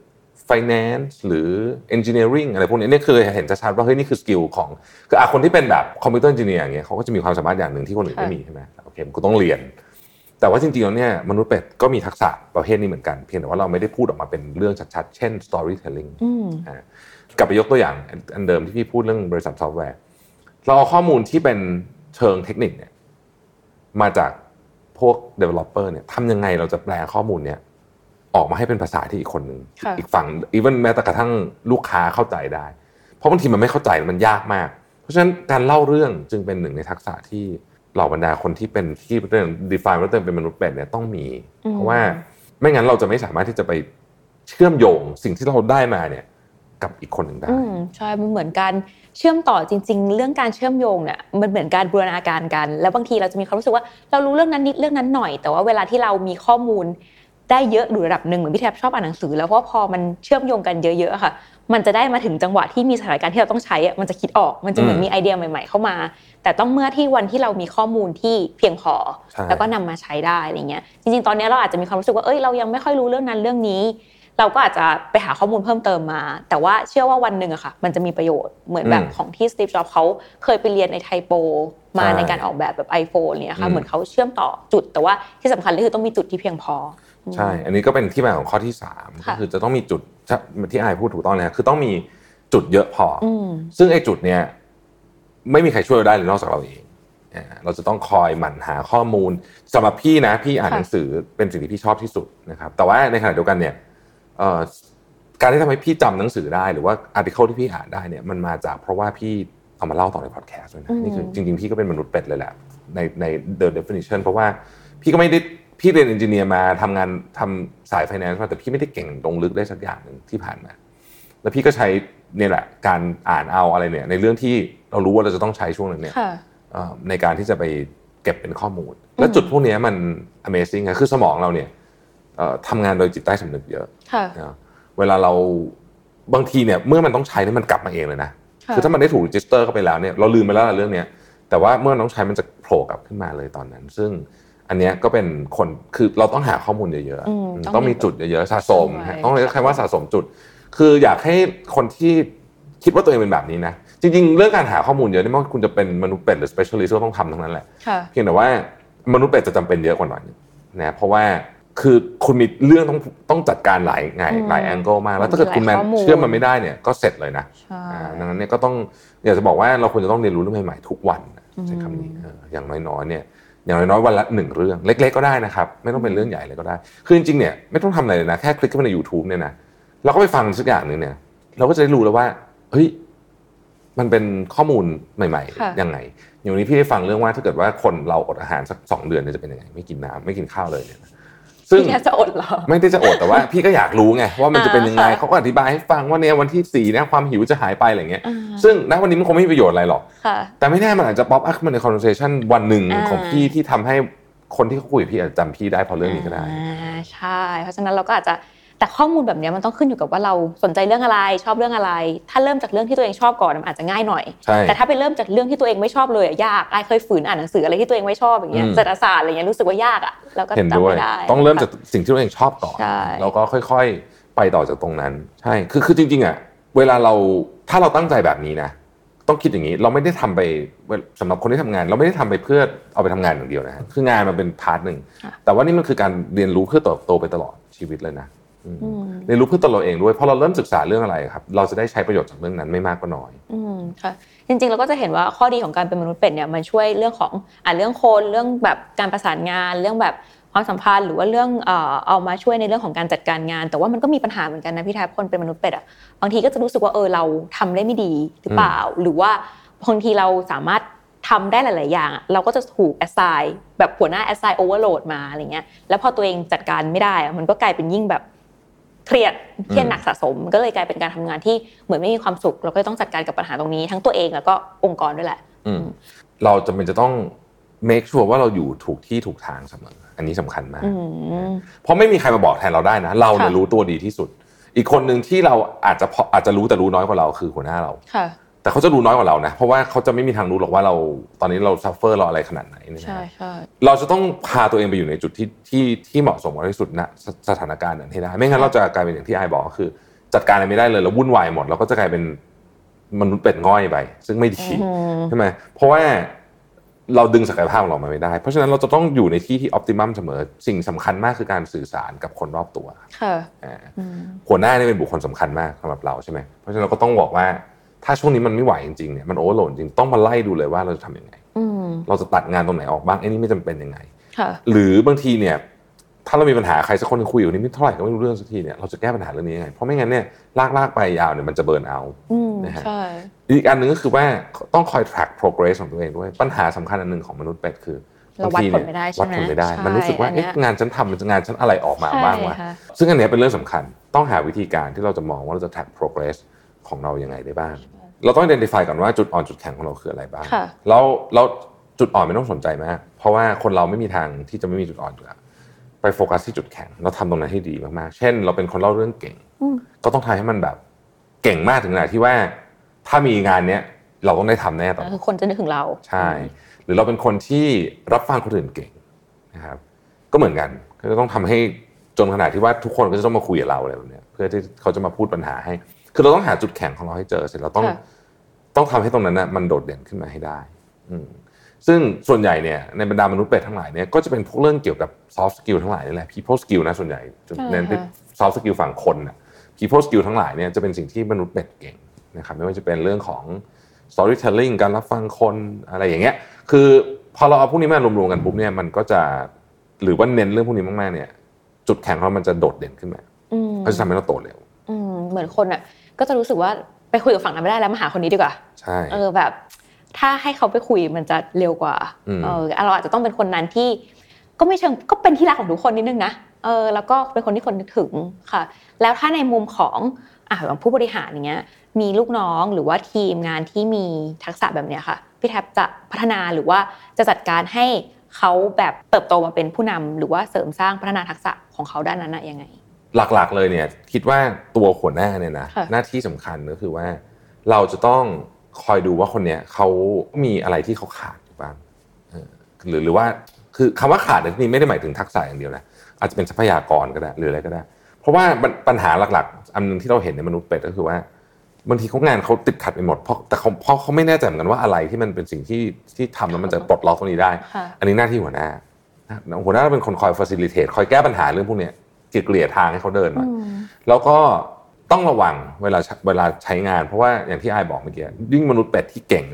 Speaker 3: finance หรือ engineering อะไรพวกนี้เนี่ยคือเห็นชัดๆว่าเฮ้ยนี่คือสกิลของคืออ่ะคนที่เป็นแบบคอมพิวเตอร์เอนจิเนียร์อย่างเงี้ยเขาก็จะมีความสามารถอย่างหนึ่งที่คนอื่นไม่มีใช่ไหมโอเคกูต้องเรียนแต่ว่าจริงๆแล้วเนี่ยมนุษย์เป็ดก็มีทักษะประเภทนี้เหมือนกันเพียงแต่ว่าเราไม่ได้พูดออกมาเป็นเรื่องชัดๆเช่น storytelling อ่ากลับไปยกตัวอย่างอันเดิมที่พี่พูดเรื่องบริษัทซอฟต์แวร์เราเอาข้อมูลที่เป็นเชิงเทคนิคเนี่ยมาจากพวก developer เนี่ยทำยังไงเราจะแปลข้อมูลเนี่ยออกมาให้เป็นภาษาที่อีกคนนึงอีกฝั่ง even แม้แต่กระทั่งลูกค้าเข้าใจได้เพราะบางทีมันไม่เข้าใจมันยากมากเพราะฉะนั้นการเล่าเรื่องจึงเป็นหนึ่งในทักษะที่เหล่าบรรดาคนที่เป็นที่เรื่อง define ว่าตัวเองเป็นมนุษย์เป็ดเนี่ยต้องมีเพราะว่าไม่งั้นเราจะไม่สามารถที่จะไปเชื่อมโยงสิ่งที่เราได้มาเนี่ยกับอีกคนหนึ่งได้
Speaker 2: ใช่มันเหมือนการเชื่อมต่อจริงๆเรื่องการเชื่อมโยงเนี่ยมันเหมือนการบูรณาการกันแล้วบางทีเราจะมีความรู้สึกว่าเรารู้เรื่องนั้นนิดเรื่องนั้นหน่อยแต่ว่าเวลาที่เรามีข้อมูลได้เยอะหรือระดับนึงเหมือนพี่แทบชอบอ่านหนังสือแล้วเพราะพอมันเชื่อมโยงกันเยอะๆค่ะมันจะได้มาถึงจังหวะที่มีสถานการณ์ที่เราต้องใช้อ่ะมันจะคิดออกมันจะเหมือนมีไอเดียใหม่ๆเข้ามาแต่ต้องเมื่อที่วันที่เรามีข้อมูลที่เพียงพอแล้วก็นำมาใช้ได้อะไรเงี้ยจริงๆตอนนี้เราอาจจะมีความรู้สึกว่าเอ้ยเรายังไม่ค่อยรู้เรื่องนั้นเรื่องนี้เราก็อาจจะไปหาข้อมูลเพิ่มเติมมาแต่ว่าเชื่อว่าวันนึงอะค่ะมันจะมีประโยชน์เหมือนแบบของที่สตีฟ จ็อบส์เขาเคยไปเรียนในไทโปมาในการออกแบบแบบ iPhone เนี่ยค่ะเหมือนเขาเชื่อมต่อจุดแต่ว่าที่สำคัญเลยคือต้องมีจุดที่เพียงพอ
Speaker 3: ใช่อันนี้ก็เป็นที่มาของข้อที่สามก็คือจะต้องมีจุดที่อายพูดถูกต้องนะคือต้องมีจุดเยอะพอซึ่งไอ้จุดเนี้ยไม่มีใครช่วยเราได้เลยนอกจากเราเองเราจะต้องคอยหมั่นหาข้อมูลสำหรับพี่นะพี่อ่านหนังสือเป็นสิ่งที่พี่ชอบที่สุดนะครับแต่ว่าในขณะเดียวกันเนี่ยการที่ทำให้พี่จำหนังสือได้หรือว่าอาร์ติเคิลที่พี่อ่านได้เนี่ยมันมาจากเพราะว่าพี่เอามาเล่าต่อในพอดแคสต์ด้วยนะนี่คือจริงๆพี่ก็เป็นมนุษย์เป็ดเลยแหละในใน the definition เพราะว่าพี่ก็ไม่ได้พี่เรียนเอนจิเนียร์มาทำงานทำสายไฟแนนซ์มาแต่พี่ไม่ได้เก่งลงลึกได้สักอย่างนึงที่ผ่านมาแล้วพี่ก็ใช้เนี่ยแหละการอ่านเอาอะไรเนี่ยในเรื่องที่เรารู้ว่าเราจะต้องใช้ช่วงนึงเนี่ยในการที่จะไปเก็บเป็นข้อมูลและจุดพวกนี้มัน amazing คือสมองเราเนี่ยทำงานโดยจิตใต้สำนึกเยอะเวลาเราบางทีเนี่ยเมื่อมันต้องใช้เนี่ยมันกลับมาเองเลยนะคือถ้ามันได้ถูกรีจิสเตอร์เข้าไปแล้วเนี่ยเราลืมไปแล้วเรื่องนี้แต่ว่าเมื่อต้องใช้มันจะโผล่กลับขึ้นมาเลยตอนนั้นซึ่งอันนี้ก็เป็นคนคือเราต้องหาข้อมูลเยอะๆต้องมีจุดเยอะๆสะสมต้องเรียกใครว่าสะสมจุดคืออยากให้คนที่คิดว่าตัวเองเป็นแบบนี้นะจริงๆเรื่องการหาข้อมูลเยอะนี่ไม่ว่าคุณจะเป็นมนุษย์เป็ดหรือ specialist ก็ต้องทำทั้งนั้นแหละเพียงแต่ว่ามนุษย์เป็ดจะจำเป็นเยอะกว่าหน่อยนะเพราะว่าคือคุณมีเรื่องต้องต้องจัดการหลายไงหลายแองเกิลมากแล้วถ้าเกิดคุณแมนเชื่อมันไม่ได้เนี่ยก็เสร็จเลยนะดังนั้นเนี่ยก็ต้องอยากจะบอกว่าเราควรจะต้องเรียนรู้เรื่องใหม่ๆทุกวันใช้คำนี้อย่างน้อยๆเนี่ยอย่างน้อยๆวันละหนึ่งเรื่องเล็กๆก็ได้นะครับไม่ต้องเป็นเรื่องใหญ่เลยก็ได้คือจริงๆเนี่ยไม่ต้องทำอะไรเลยนะแค่คลิกเข้าไปใน YouTube เนี่ยนะเราก็ไปฟังสักอย่างนึงเนี่ยเราก็จะได้รู้แล้วว่าเฮ้ยมันเป็นข้อมูลใหม่ๆยังไงอย่างวันนี้พี่ได้ฟังเรื่องว่าถ้าเกิดว่าคนเราอดอาหารสักสองเดือนเนี่ยจะเป็นยังไงไม่กินน้ำไม่กินข้าวเลยเนี่ย
Speaker 2: ซึ่งพี่จะอดเหรอ
Speaker 3: ไม่ได้จะอดแต่ว่าพี่ก็อยากรู้ไงว่ามันจะเป็นยังไงเขาก็อธิบายให้ฟังว่าเนี่ยวันที่สี่เนี่ยความหิวจะหายไปอะไรเงี้ยซึ่งณวันนี้มันคงไม่มีประโยชน์อะไรหรอกแต่ไม่แน่มันอาจจะป๊อปอัพขึ้นมาใน conversation วันหนึ่งของพี่ที่ทำให้คนที่เขาคุยกับพี่อาจจะจำพี่ได้เพราะเรื่องนี้ก็ได้
Speaker 2: ใช่เพราะฉะนั้นเราก็อาจจะแต่ข้อมูลแบบนี้มันต้องขึ้นอยู่กับว่าเราสนใจเรื่องอะไรชอบเรื่องอะไรถ้าเริ่มจากเรื่องที่ตัวเองชอบก่อนมันอาจจะง่ายหน่อยแต่ถ้าไปเริ่มจากเรื่องที่ตัวเองไม่ชอบเลยยากไอ้เคยฝืนอ่านหนังสืออะไรที่ตัวเองไม่ชอบอย่างเงี้ยเศรษฐศาสตร์อะไรเงี้ยรู้สึกว่ายากอ่ะแล้วก็จำไม่ได้
Speaker 3: ต้องเริ่มจากสิ่งที่ตัวเองชอบก่อนแล้วก็ค่อยๆไปต่อจากตรงนั้นใช่คือคือจริงๆอ่ะเวลาเราถ้าเราตั้งใจแบบนี้นะต้องคิดอย่างนี้เราไม่ได้ทำไปสำหรับคนที่ทำงานเราไม่ได้ทำไปเพื่อเอาไปทำงานอย่างเดียวนะคืองานมันเป็นพาร์ทหนึ่งแต่ว่านี่มันคือการเรียนรู้เพื่อเติบโตไปตลอดชีวิตเลยนะเรียนรู้เพื่อตัวเราเองด้วยพอเราเริ่มศึกษาเรื่องอะไรครับเราจะได้ใช้ประโยชน์จากเรื่องนั้นไม่มากก็น้อย
Speaker 2: อืมค่ะจริงๆเราก็จะเห็นว่าข้อดีของการเป็นมนุษย์เป็ดเนี่ยมันช่วยเรื่องของอ่ะเรื่องคนเรื่องแบบการประสานงานเรื่องแบบความสัมพันธ์หรือว่าเรื่องเอ่อเอามาช่วยในเรื่องของการจัดการงานแต่ว่ามันก็มีปัญหาเหมือนกันนะพี่แทบคนเป็นมนุษย์เป็ดอ่ะบางทีก็จะรู้สึกว่าเออเราทำได้ไม่ดีหรือเปล่าหรือว่าบางทีเราสามารถทำได้หลายๆอย่างเราก็จะถูก assign แบบหัวหน้า assign overload มาอะไรเงี้ยแล้วพอตัวเองจัดการไม่ได้มันก็กลายเป็นยิ่งแบบเครียดเครียดหนักสะสมก็เลยกลายเป็นการทำงานที่เหมือนไม่มีความสุขเราก็ต้องจัดการกับปัญหาตรงนี้ทั้งตัวเองแล้วก็องค์กรด้วยแหละ
Speaker 3: เราจำเป็นจะต้อง make sure ว่าเราอยู่ถูกที่ถูกทางเสมออันนี้สำคัญมากเพราะไม่มีใครมาบอกแทนเราได้นะเราเนี่ยรู้ตัวดีที่สุดอีกคนนึงที่เราอาจจะอาจจะรู้แต่รู้น้อยกว่าเราคือหัวหน้าเราแต่เขาจะรู้น้อยกว่าเรานะเพราะว่าเขาจะไม่มีทางรู้หรอกว่าเราตอนนี้เราซัฟเฟอร์เราอะไรขนาดไหนนะ
Speaker 2: ใช่ใช่
Speaker 3: เราจะต้องพาตัวเองไปอยู่ในจุดที่ที่ที่เหมาะสมที่สุดณสถานการณ์นั้นให้ได้ไม่งั้นเราจะกลายเป็นอย่างที่ไอบอกก็คือจัดการอะไรไม่ได้เลยแล้ววุ่นวายหมดเราก็จะกลายเป็นมนุษย์เป็ดง่อยไปซึ่งไม่ดีใช่ไหมเพราะว่าเราดึงศักยภาพของเรามาไม่ได้เพราะฉะนั้นเราจะต้องอยู่ในที่ที่ออพติมัมเสมอสิ่งสำคัญมากคือการสื่อสารกับคนรอบตัว
Speaker 2: ค่ะ
Speaker 3: หัวหน้านี่เป็นบุคคลสำคัญมากสำหรับเราใช่ไหมเพราะฉะนั้นเราก็ต้องบอกว่าถ้าช่วงนี้มันไม่ไหวจริงๆเนี่ยมันโอเวอร์โหลดจริงต้องมาไล่ดูเลยว่าเราจะทำยังไงเราจะตัดงานตรงไหนออกบ้างไอ้นี่ไม่จำเป็นยังไงหรือบางทีเนี่ยถ้าเรามีปัญหาใครสักคนนึงคุยอยู่นี่ไม่เท่าไหร่ก็ไม่รู้เรื่องสักทีเนี่ยเราจะแก้ปัญหาเรื่องนี้ยังไงเพราะไม่งั้นเนี่ยลากๆไปยาวเนี่ยมันจะเบิร์นเอาท์นะฮะอีกอันนึงก็คือว่าต้องคอย track progress ของตัวเองด้วยปัญหาสำคัญอันนึงของมนุษย์เป็ดคือ
Speaker 2: เราวัดผลไม่ได้ใช่ไหม
Speaker 3: วัดผลไม่ได้มันรู้สึกว่าเอ๊ะงานฉันทำงานฉันอะไรออกมาบ้างวะซึ่งอันนี้เป็นเรื่องสำคัญต้องหาวิธีการที่เราจะมองว่าเราจะ track progress ของเรายังไงได้บ้างเราต้อง identify ก่อนว่าจุดอ่อนจุดแข็งของเราคืออะไรบ้างแล้วแล้วจุดอ่อนไม่ต้องสนใจมากเพราะว่าคนเราไม่มีทางที่จะไม่มีจุดอ่อนอยู่แล้วไปโฟกัสที่จุดแข็งเราทำตรงนั้นให้ดีมากๆเช่นเราเป็นคนเล่าเรื่องเก่งก็ต้องทำให้มันแบบเก่งมากถึงขนาดที่ว่าถ้ามีงานเนี้ยเราต้องได้ทำแน่ต่อ
Speaker 2: คือคนจะนึกถึงเรา
Speaker 3: ใช่หรือเราเป็นคนที่รับฟังคนอื่นเก่งนะครับก็เหมือนกันก็จะต้องทำให้จนขนาดที่ว่าทุกคนก็จะต้องมาคุยกับเราอะไรแบบนี้เพื่อที่เขาจะมาพูดปัญหาให้คือเราต้องหาจุดแข็งของเราให้เจอเสร็จเราต้องต้องทำให้ตรงนั้นนะมันโดดเด่นขึ้นมาให้ได้ซึ่งส่วนใหญ่เนี่ยในบรรดามนุษย์เป็ดทั้งหลายเนี่ยก็จะเป็นพวกเรื่องเกี่ยวกับ soft skill ทั้งหลายนี่แหละ people skill นะส่วนใหญ่เน้นที่ soft skill ฝั่งคนน่ะ people skill ทั้งหลายเนี่ยจะเป็นสิ่งที่มนุษย์เป็ดเก่งนะครับไม่ว่าจะเป็นเรื่องของ storytelling การรับฟังคนอะไรอย่างเงี้ยคือพอเราเอาพวกนี้มารวมๆกันปุ๊บเนี่ยมันก็จะหรือว่าเน้นเรื่องพวกนี้มากๆเนี่ยจุดแข็งของเรามันจะโดดเด่นขึ้นมาก็จะทำให้เราโตเร็ว
Speaker 2: เหมือนคนอ่ะก็จะรู้สึกว่าไปคุยกับฝั่งนั้นไม่ได้แล้วมาหาคนนี้ดีกว่า
Speaker 3: ใช่
Speaker 2: เออแบบถ้าให้เขาไปคุยมันจะเร็วกว่าเออเราอาจจะต้องเป็นคนนั้นที่ก็ไม่เชิงก็เป็นที่รักของทุกคนนิดนึงนะเออแล้วก็เป็นคนที่คนนึกถึงค่ะแล้วถ้าในมุมของอ่ะอย่างผู้บริหารอย่างเงี้ยมีลูกน้องหรือว่าทีมงานที่มีทักษะแบบเนี้ยค่ะพี่แทบจะพัฒนาหรือว่าจะจัดการให้เขาแบบเติบโตมาเป็นผู้นำหรือว่าเสริมสร้างพัฒนาทักษะของเขาด้านนั้นน่ะยังไง
Speaker 3: หลักๆเลยเนี่ยคิดว่าตัวหัวหน้าเนี่ยนะหน้าที่สำคัญก็คือว่าเราจะต้องคอยดูว่าคนเนี้ยเขามีอะไรที่เขาขาดอยู่บ้างหรือหรือว่าคือคำว่าขาดในที่นี้ไม่ได้หมายถึงทักษะอย่างเดียวนะอาจจะเป็นทรัพยากรก็ได้หรืออะไรก็ได้เพราะว่าปัญหาหลักๆอันนึงที่เราเห็นในมนุษย์เป็ดก็คือว่าบางทีเขางานเขาติดขัดไปหมดเพราะแต่เขาเพราะเขาไม่แน่ใจเหมือนกันว่าอะไรที่มันเป็นสิ่งที่ที่ทำแล้วมันจะปลดล็อกตรงนี้ได้อันนี้หน้าที่หัวหน้าหัวหน้าเป็นคนคอย facilitate คอยแก้ปัญหาเรื่องพวกนี้เกลี่ยทางให้เขาเดินหน่อยแล้วก็ต้องระวังเวลาเวลาใช้งานเพราะว่าอย่างที่ไอบอกเมื่อกี้ยิ่งมนุษย์เป็ดที่เก่งเนี่ย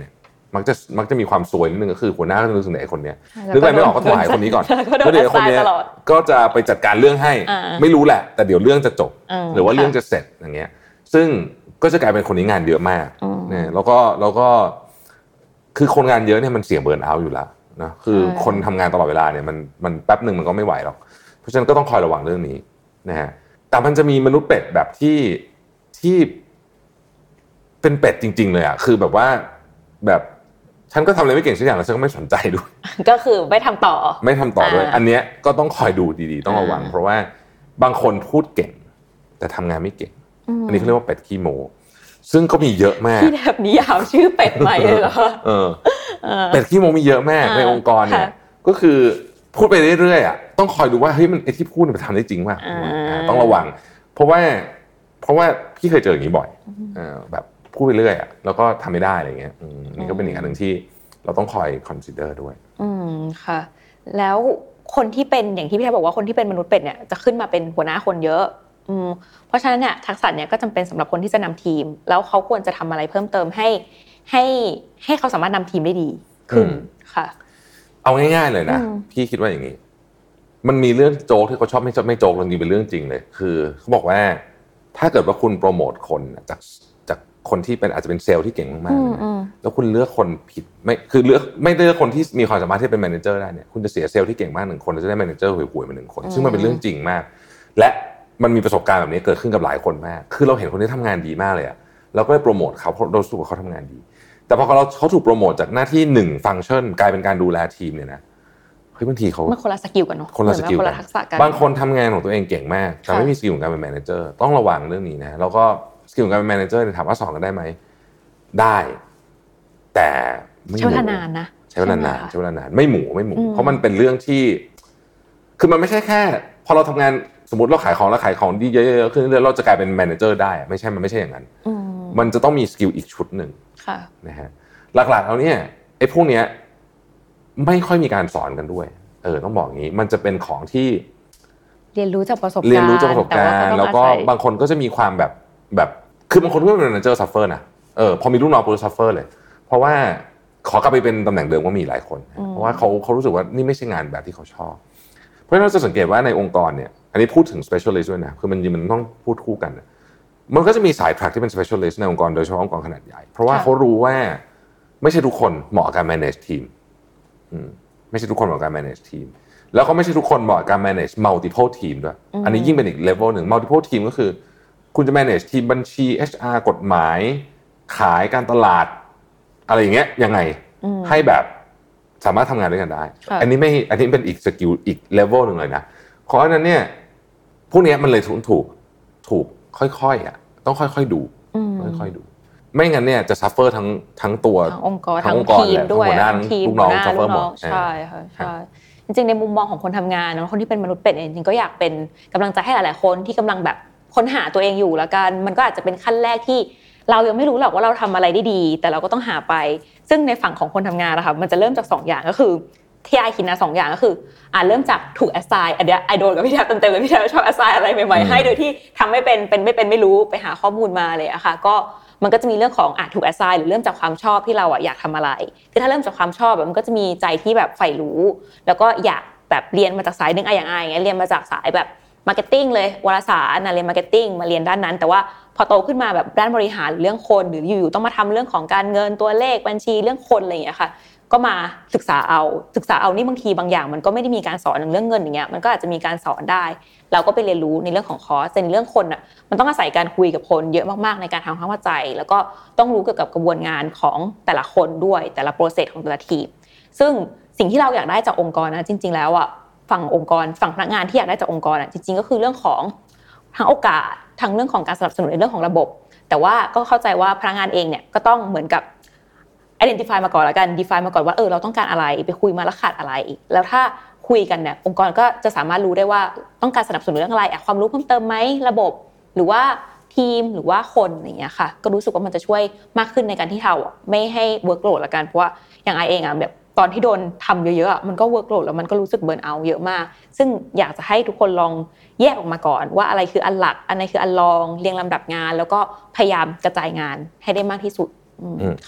Speaker 3: มักจะมักจะมีความซวยนิดนึงก็คือหัวหน้าก็จะนึกถึงไอ้คนเนี้ยนึกอะไรไม่ออกก็โทรหาคนนี้ก่อนแล้วเดี๋ยวคนนี้ก็จะไปจัดการเรื่องให้ไม่รู้แหละแต่เดี๋ยวเรื่องจะจบหรือว่าเรื่องจะเสร็จอย่างเงี้ยซึ่งก็จะกลายเป็นคนนี้งานเยอะมากเนี่ยแล้วก็แล้วก็คือคนงานเยอะเนี่ยมันเสี่ยงเบิร์นเอาท์อยู่แล้วนะคือคนทำงานตลอดเวลาเนี่ยมันมันแป๊บนึงมันก็ไม่ไหวหรอกเพราะฉะนั้นก็ต้องคอยระวังเรื่องนี้นะฮะแต่มันจะมีมนุษย์เป็ดแบบที่ที่เป็นเป็ดจริงๆเลยอ่ะคือแบบว่าแบบฉันก็ทำอะไรไม่เก่งสักอย่างแล้วฉันก็ไม่สนใจด้วย
Speaker 2: ก็คือไม่ทำต่อ
Speaker 3: ไม่ทำต่อด้วยอันเนี้ยก็ต้องคอยดูดีๆต้องระวังเพราะว่าบางคนพูดเก่งแต่ทำงานไม่เก่งอันนี้เขาเรียกว่าเป็ดขี้โม้ซึ่งก็มีเยอะมาก
Speaker 2: ที่แบบนิยามชื่อเป็ดใหม่เลยเหรอ
Speaker 3: เออเป็ดขี้โม้มีเยอะมากในองค์กรเนี่ยก็คือพูดไปเรื่อยๆอ่ะต้องคอยดูว่าเฮ้ยมันไอ้ที่พูดมันทำได้จริงป่ะต้องระวังเพราะว่าเพราะว่าพี่เคยเจออย่างนี้บ่อยแบบพูดไปเรื่อยอ่ะแล้วก็ทำไม่ได้อะไรเงี้ยนี่ก็เป็นอีกอันหนึ่งที่เราต้องคอย consider ด้วย
Speaker 2: อืมค่ะแล้วคนที่เป็นอย่างที่พี่แทบบอกว่าคนที่เป็นมนุษย์เป็ดเนี่ยจะขึ้นมาเป็นหัวหน้าคนเยอะอืมเพราะฉะนั้นเนี่ยทักษะเนี่ยก็จำเป็นสำหรับคนที่จะนำทีมแล้วเขาควรจะทำอะไรเพิ่มเติมให้ให้ให้เขาสามารถนำทีมได้ดีขึ้นค่ะ
Speaker 3: เอาง่ายๆเลยนะพี่คิดว่าอย่างนี้มันมีเรื่องโจ๊กที่เขาชอบไม่ไม่โจ๊กจริงๆเป็นเรื่องจริงเลยคือเขาบอกว่าถ้าเกิดว่าคุณโปรโมทคนจากจากคนที่เป็นอาจจะเป็นเซลล์ที่เก่งมากๆแล้วคุณเลือกคนผิดไม่คือเลือกไม่เลือกคนที่มีความสามารถที่เป็นแมเนเจอร์ได้เนี่ยคุณจะเสียเซลล์ที่เก่งมากหนึ่งคนแล้วจะได้แมเนเจอร์ห่วยๆมาหนึ่งคนซึ่งมันเป็นเรื่องจริงมากและมันมีประสบการณ์แบบนี้เกิดขึ้นกับหลายคนมากคือเราเห็นคนที่ทำงานดีมากเลยอะเราก็เลยโปรโมทเขาเพราะเราสู้กับเขาทำงานดีแต่พอเราเขาถูกโปรโมทจากหน้าที่หนึ่งฟังก์ชันกลายเป็นการดูแลทีมเนี่ยนะเฮ้ยบางทีเขา
Speaker 2: มันคนละสกิลกันเนาะ
Speaker 3: คนละสกิลคนละทักษะกันบางคนทำงานของตัวเองเก่งมากแต่ไม่มีสกิลของการเป็นแมเนเจอร์ต้องระวังเรื่องนี้นะแล้วก็สกิลของการเป็นแมเนเจอร์เนี่ยถามว่าสอนกันได้ไหมได้แต่
Speaker 2: ไม่ใช้เวลานานนะ
Speaker 3: ใช้เวลานานใช้เวลานานไม่หมูไม่หมูเพราะมันเป็นเรื่องที่คือมันไม่ใช่แค่พอเราทำงานสมมติเราขายของแล้วขายของดีเยอะๆขึ้นเรื่อยๆเราจะกลายเป็นแมเนเจอร์ได้ไม่ใช่มันไม่ใช่อย่างนั้นมันจะต้องมีสกิลอีกชุดหนึ่งนะฮะหลักๆแล้วเนี่ยไอ้พวกเนี้ยไม่ค่อยมีการสอนกันด้วยเออต้องบอกอย่างนี้มันจะเป็นของที่
Speaker 2: เรียนรู้จากประสบการณ์
Speaker 3: เรียนรู้จากประสบการณ์แล้วก็บางคนก็จะมีความแบบแบบคือบางคนก็เป็นแมเนเจอร์ซัฟเฟอร์นะเออพอมีลูกน้องปุ๊บซัฟเฟอร์เลยเพราะว่าขอกลับไปเป็นตำแหน่งเดิมก็มีหลายคนเพราะว่าเขาเขารู้สึกว่านี่ไม่ใช่งานแบบที่เขาชอบเพราะฉะนั้นเราจะสังเกตว่าในองค์กรเนี่ยอันนี้พูดถึง specialist ด้วยนะคือมันมันต้องพูดคู่กันมันก็จะมีสาย track ที่เป็น specialist ในองค์กรโดยเฉพาะองค์กรขนาดใหญ่เพราะว่าเขารู้ว่าไม่ใช่ทุกคนเหมาะกับการ manage ทีมไม่ใช่ทุกคนเหมาะกับการ manage ทีมแล้วก็ไม่ใช่ทุกคนเหมาะกับการ manage multiple team ด้วยอันนี้ยิ่งเป็นอีก level หนึ่ง multiple team ก็คือคุณจะ manage ทีมบัญชี เอช อาร์ กฎหมายขายการตลาดอะไรอย่างเงี้ยยังไงให้แบบสามารถทำงานด้วยกันได้อันนี้ไม่อันนี้เป็นอีกสกิลอีก level หนึ่งเลยนะเพราะฉะนั้นเนี่ยพวกนี้มันเลยถูกถูกถูกค่อยๆอ่ะต้องค่อยๆดูค่อยๆดูไม่งั้นเนี่ยจะซัฟเฟอร์ทั้งทั้งตัว
Speaker 2: ทั้งองค์กรทั้งทีมด้วยทั้งทีมลูกน้องซัฟเฟอร์หมดใช่ค่ะใช่จริงๆในมุมมองของคนทำงานนะคนที่เป็นมนุษย์เป็ดจริงๆก็อยากเป็นกำลังใจให้หลายๆคนที่กำลังแบบค้นหาตัวเองอยู่แล้วกันมันก็อาจจะเป็นขั้นแรกที่เรายังไม่รู้หรอกว่าเราทำอะไรได้ดีแต่เราก็ต้องหาไปซึ่งในฝั่งของคนทำงานนะคะมันจะเริ่มจากสองอย่างก็คือที่ไอคิดนะสองอย่างก็คืออ่าเริ่มจากถูก assign อันเนี้ยไอโดนกับพี่แทบเต็มๆเลยพี่แทบชอบ assign อะไรใหม่ๆให้โดยที่ทำไม่เป็นเป็นไม่เป็นไม่รู้ไปหาข้อมูลมาเลยอะค่ะก็มันก็จะมีเรื่องของอ่ะถูก assign หรือเริ่มจากความชอบที่เราอะอยากทำอะไรคือถ้าเริ่มจากความชอบแบบมันก็จะมีใจที่แบบใฝ่รู้แล้วก็อยากแบบเรียนมาจากสายนึงอะอย่างไออย่างเงี้ยเรียนมาจากสายแบบมาร์เก็ตติ้งเลยวารสารนะเรียนมาร์เก็ตติ้งมาเรียนด้านนั้นแต่ว่าพอโตขึ้นมาแบบด้านบริหารเรื่องคนหรืออยู่ๆต้องมาทำเรื่องของการเงินตัวเลขบัญชีเรื่องคนอะไรอย่างเงี้ยค่ะก็มาศึกษาเอาศึกษาเอานี่บางทีบางอย่างมันก็ไม่ได้มีการสอนเรื่องเงินอย่างเงี้ยมันก็อาจจะมีการสอนได้เราก็ไปเรียนรู้ในเรื่องของคอร์สแต่ในเรื่องคนอ่ะมันต้องอาศัยการคุยกับคนเยอะมากๆในการทำความเข้าใจแล้วก็ต้องรู้เกี่ยวกับกระบวนงานของแต่ละคนด้วยแต่ละโปรเซสของแต่ละทีมซึ่งสิ่งที่เราอยากได้จากองค์กรนะจริงๆแล้วอ่ะฝั่งองค์กรฝั่งพนักงานที่อยากได้จากองค์กรอ่ะจริงๆก็คือเรื่องของทั้งโอกาสทั้งเรื่องของการสนับสนุนในเรื่องของระบบแต่ว่าก็เข้าใจว่าพนักงานเองเนี่ยก็ต้องเหมือนกับ identify มาก่อนแล้วกัน define มาก่อนว่าเออเราต้องการอะไรไปคุยมาแล้วขาดอะไรแล้วถ้าคุยกันเนี่ยองค์กรก็จะสามารถรู้ได้ว่าต้องการสนับสนุนเรื่องอะไรความรู้เพิ่มเติมไหมระบบหรือว่าทีมหรือว่าคนอย่างเงี้ยค่ะก็รู้สึกว่ามันจะช่วยมากขึ้นในการที่เราไม่ให้ workload ละกันเพราะว่าอย่างไอเองอ่ะแบบตอนที่โดนทำเยอะๆมันก็ workload แล้วมันก็รู้สึก burn out เยอะมากซึ่งอยากจะให้ทุกคนลองแยกออกมาก่อนว่าอะไรคืออันหลักอันไหนคืออันรองเรียงลำดับงานแล้วก็พยายามกระจายงานให้ได้มากที่สุดค่ะ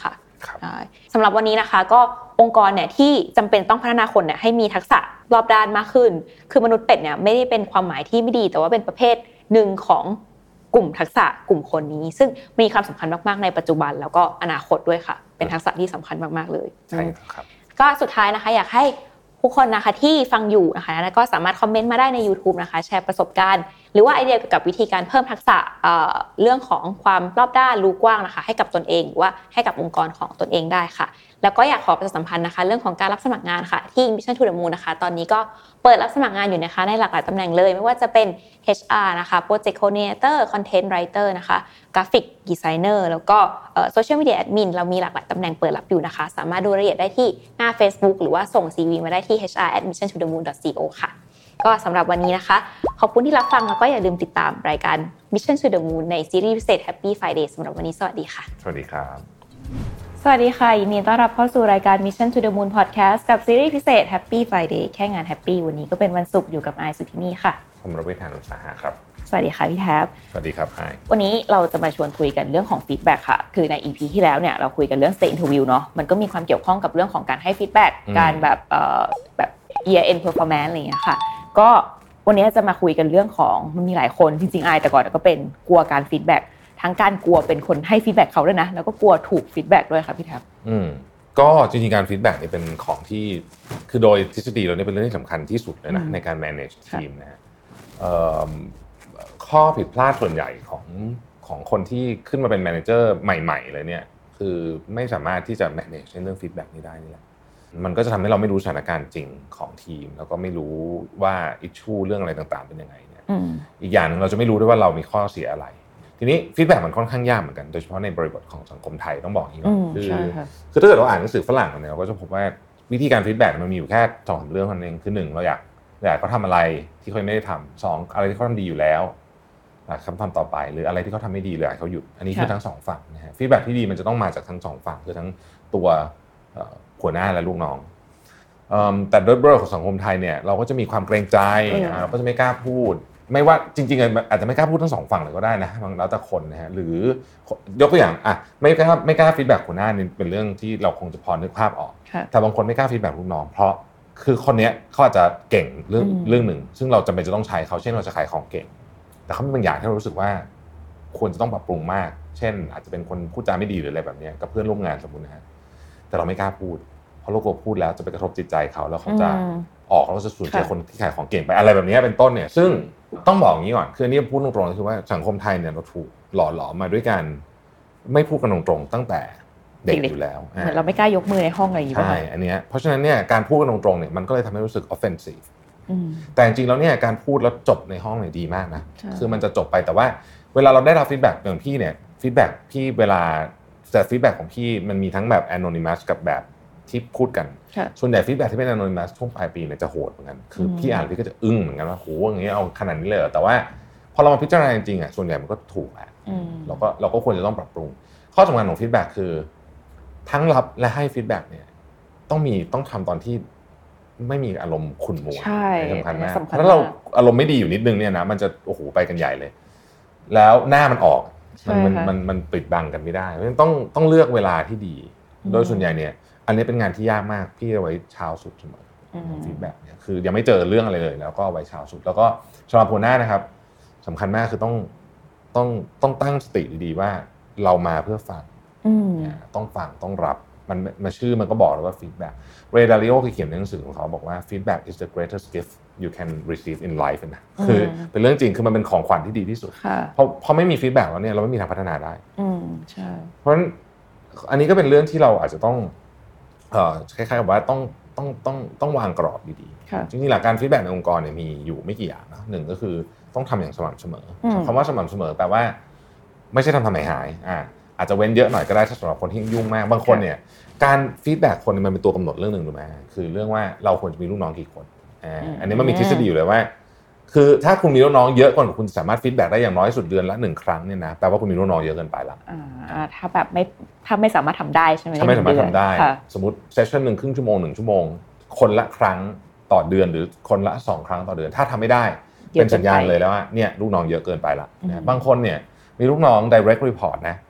Speaker 2: ใช่สำหรับวันนี้นะคะก็องค์กรเนี่ยที่จำเป็นต้องพัฒนาคนเนี่ยให้มีทักษะรอบด้านมากขึ้นคือมนุษย์เป็ดเนี่ยไม่ได้เป็นความหมายที่ไม่ดีแต่ว่าเป็นประเภทหนึ่งของกลุ่มทักษะกลุ่มคนนี้ซึ่งมีความสำคัญมากๆในปัจจุบันแล้วก็อนาคตด้วยค่ะเป็นทักษะที่สำคัญมากๆเลย
Speaker 3: ใช่ครับ
Speaker 2: ก็สุดท้ายนะคะอยากให้ทุกคนนะคะที่ฟังอยู่นะคะแล้วก็สามารถคอมเมนต์มาได้ใน YouTube นะคะแชร์ประสบการณ์หรือว่าไอเดียเกี่ยวกับวิธีการเพิ่มทักษะ เอ่อ เรื่องของความรอบด้านรู้กว้างนะคะให้กับตนเองหรือว่าให้กับองค์กรของตนเองได้ค่ะแล้วก็อยากขอประชาสัมพันธ์นะคะเรื่องของการรับสมัครงานค่ะที่ Mission to the Moon นะคะตอนนี้ก็เปิดรับสมัครงานอยู่นะคะในหลากหลายตำแหน่งเลยไม่ว่าจะเป็น เอช อาร์ นะคะ Project Coordinator Content Writer นะคะ Graphic Designer แล้วก็เอ่อ Social Media Admin เรามีหลากหลายตำแหน่งเปิดรับอยู่นะคะสามารถดูรายละเอียดได้ที่หน้า Facebook หรือว่าส่ง ซี วี มาได้ที่ เอช อาร์ แอท มิชชั่น ทู เดอะ มูน ดอท ซี โอ ค่ะก็สำหรับวันนี้นะคะขอบคุณที่รับฟังแล้วก็อย่าลืมติดตามรายการ Mission to the Moon ในซีรีส์พิเศษ Happy Friday สำหรับวันนี้สวัสดีค่ะ
Speaker 3: สวัสดีครับ
Speaker 2: สวัสดีค่ะยินดีต้อนรับเข้าสู่รายการ Mission to the Moon Podcast กับซีรีส์พิเศษ Happy Friday แค่งาน Happy วันนี้ก็เป็นวันศุกร์อยู่กับอายสุธินีค่ะ
Speaker 3: ผมรวิธานอุตสาหะครับ
Speaker 2: สวัสดีค่ะพี่แท็บ
Speaker 3: สวัสดีครับอาย
Speaker 2: วันนี้เราจะมาชวนคุยกันเรื่องของฟีดแบ็กค่ะคือใน อี พี ที่แล้วเนี่ยเราคุยกันเรื่อง Stay Interview เนาะมันก็มีความเกี่ยวข้องกับเรื่องของการให้ฟีดแบ็กการแบบเอ่อแบบ Year End Performance อะไรอย่างเงี้ยค่ะก็วันนี้จะมาคุยกันเรื่องของมันมีหลายคนจริงๆอายแต่ก่อนก็เป็นกลัวการฟีดแบ็กทั้งการกลัวเป็นคนให้ฟีดแบ็กเขาด้วยนะแล้วก็กลัวถูกฟีดแบ็กด้วยค่ะพี่แท็บ
Speaker 3: อืมก็จริงๆการฟีดแบ็กนี่เป็นของที่คือโดยทฤษฎีเราเนี่ยเป็นเรื่องที่สำคัญที่สุดเลยนะในการ manage ทีมนะฮะเอ่อข้อผิดพลาดส่วนใหญ่ของของคนที่ขึ้นมาเป็นแมเนเจอร์ใหม่ๆเลยเนี่ยคือไม่สามารถที่จะ manage เรื่องฟีดแบ็กนี้ได้นี่แหละมันก็จะทำให้เราไม่รู้สถานการณ์จริงของทีมแล้วก็ไม่รู้ว่าอิชชูเรื่องอะไรต่างๆเป็นยังไงเนี่ยอีกอย่างนึงเราจะไม่รู้ด้วยว่าเรามีข้อเสียอะไรทีนี้ฟีดแบ็กมันค่อนข้างยากเหมือนกันโดยเฉพาะในบริบทของสังคมไทยต้องบอกอย่างนี้ก่อนคือคือถ้าเกิดเราอ่านหนังสือฝรั่งเนี่ยเราก็จะพบว่าวิธีการฟีดแบ็กมันมีอยู่แค่สองเรื่องเท่านั้นเองคือหนึ่งเราอยากอยากเขาทำอะไรที่เขาไม่ได้ทำสองอะไรที่เขาทำดีอยู่แล้วคำทำต่อไปหรืออะไรที่เขาทำไม่ดีเลยเขาหยุดอันนี้คือทั้งสองฝั่งนะฮะฟีดแบ็กที่ดีมันจะต้องมาจากทั้งสองฝั่งคือทั้งตัวหัวหน้าและลูกน้องแต่โดยบริบทของสังคมไทยเนี่ยเราก็จะมีความเกรงใจเราก็จะไม่กล้าพูดไม่ว่าจริงๆอาจจะไม่กล้าพูดทั้งสองฝั่งเลยก็ได้นะบางแล้วแต่คนนะฮะหรือยกตัวอย่างอ่ะไม่กล้าไม่กล้าฟีดแบ็กหัวหน้านี่เป็นเรื่องที่เราคงจะพอนึกภาพออกแต่บางคนไม่กล้าฟีดแบ็กลูกน้องเพราะคือคนนี้เขาอาจจะเก่งเรื่องเรื่องหนึ่งซึ่งเราจำเป็นจะต้องใช้เขาเช่นเราจะขายของเก่งแต่เขามีบางอย่างที่เรารู้สึกว่าควรจะต้องปรับปรุงมากเช่นอาจจะเป็นคนพูดจาไม่ดีหรืออะไรแบบนี้กับเพื่อนร่วมงานสมมุตินะฮะแต่เราไม่กล้าพูดเพราะเรากลัวพูดแล้วจะไปกระทบจิตใจเขาแล้วเขาจะออกแล้วจะสูญเสียคนที่ขายของเก่งไปอะไรแบบนี้เป็นต้นเนี่ยซึ่งต้องบอกอย่างนี้ก่อนคืออันนี้พูดตรงๆคือว่าสังคมไทยเนี่ยเราถูกหล่อหลอมมาด้วยการไม่พูดกันตรงๆตั้งแต่เด็กอยู่แล้ว
Speaker 2: เหมือนเราไม่กล้ายกมือในห้องอะไรอย่างนี้
Speaker 3: ใช่อันนี้เพราะฉะนั้นเนี่ยการพูดกันตรงๆเนี่ยมันก็เลยทำให้รู้สึก offensive แต่จริงๆแล้วเนี่ยการพูดแล้วจบในห้องเนี่ยดีมากนะคือมันจะจบไปแต่ว่าเวลาเราได้รับฟีดแบ็กอย่างพี่เนี่ยฟีดแบ็กพี่เวลาแต่ฟีดแบ็กของพี่มันมีทั้งแบบ anonymous กับแบบที่พูดกันส่วนใหญ่ฟีดแบ็กที่เป็น anonymous ช่วงปลายปีเนี่ยจะโหดเหมือนกันคือพี่อ่านพี่ก็จะอึ้งเหมือนกันว่าโหอย่างเงี้ยเอาขนาดนี้เลยเหรอแต่ว่าพอเรามาพิจารณาจริงๆอ่ะส่วนใหญ่มันก็ถูกแหละเราก็เราก็ควรจะต้องปรับปรุงข้อสำคัญของฟีดแบ็กคือทั้งรับและให้ฟีดแบ็กเนี่ยต้องมีต้องทำตอนที่ไม่มีอารมณ์ขุ่นมัวสำคัญมากถ้าเราอารมณ์ไม่ดีอยู่นิดนึงเนี่ยนะมันจะโอ้โหไปกันใหญ่เลยแล้วหน้ามันออกมันมันมันปิดบังกันไม่ได้เพราะฉะนั้นต้องต้องเลือกเวลาที่ดีโดยส่วนใหญ่เนี่ยอันนี้เป็นงานที่ยากมากพี่เอาไว้เช้าสุดเสมอฟีดแบ็กเนี่ยคือยังไม่เจอเรื่องอะไรเลยแล้วก็ไว้เช้าสุดแล้วก็สำหรับหัวหน้านะครับสำคัญมากคือต้องต้องต้องตั้งสติดีๆว่าเรามาเพื่อฟังต้องฟังต้องรับมันมาชื่อมันก็บอกแล้วว่าฟีดแบ็กเรย์ดาริโอเคยเขียนในหนังสือของเขาบอกว่า feedback is the greatest gift you can receive in life นะคือเป็นเรื่องจริงคือมันเป็นของขวัญที่ดีที่สุดเพราะพอไม่มีฟีดแบ็กแล้วเนี่ยเราไม่มีทางพัฒนาได้
Speaker 2: ใช่
Speaker 3: เพราะฉะนั้นอันนี้ก็เป็นเรื่องที่เราอาจจะต้องเอ่อคล้ายๆกับว่าต้องต้องต้องต้องวางกรอบดีๆจริงๆหลักการฟีดแบ็กในองค์กรเนี่ยมีอยู่ไม่กี่อย่างนะหนึ่งก็คือต้องทำอย่างสม่ำเสมอคำว่าสม่ำเสมอแปลว่าไม่ใช่ทำทำหายๆอ่าอาจจะเว้นเยอะหน่อยก็ได้ถ้าสำหรับคนที่ยุ่งมากบางคนเนี่ยการฟีดแบ็กคนมันเป็นตัวกำหนดเรื่องนึงถูกไหมคือเรื่องว่าเราควรจะมีลูกน้องกี่คนอ่าอันนี้มันมีทฤษฎีอยู่เลยว่าคือถ้าคุณมีลูกน้องเยอะกว่าคุณสามารถฟีดแบ็กได้อย่างน้อยสุดเดือนละหนึ่งครั้งเนี่ยนะแปลว่าคุณมีลูกน้องเยอะเกินไปละ
Speaker 2: อ่าถ้าแบบไม่ถ้าไม่สามารถทำได้ใช่ไหม
Speaker 3: ถ้าไม่สามารถทำได้สมมติเซสชั่นหนึ่งครึ่งชั่วโมงหนึ่งชั่วโมงคนละครั้งต่อเดือนหรือคนละสองครั้งต่อเดือนถ้าทำไม่ได้เป็นสัญญาณเลยแล้วว่าเนี่ยลูกน้องเยอะเกินไปละบางคนเนี่ยมีลูกน้อง direct report นะ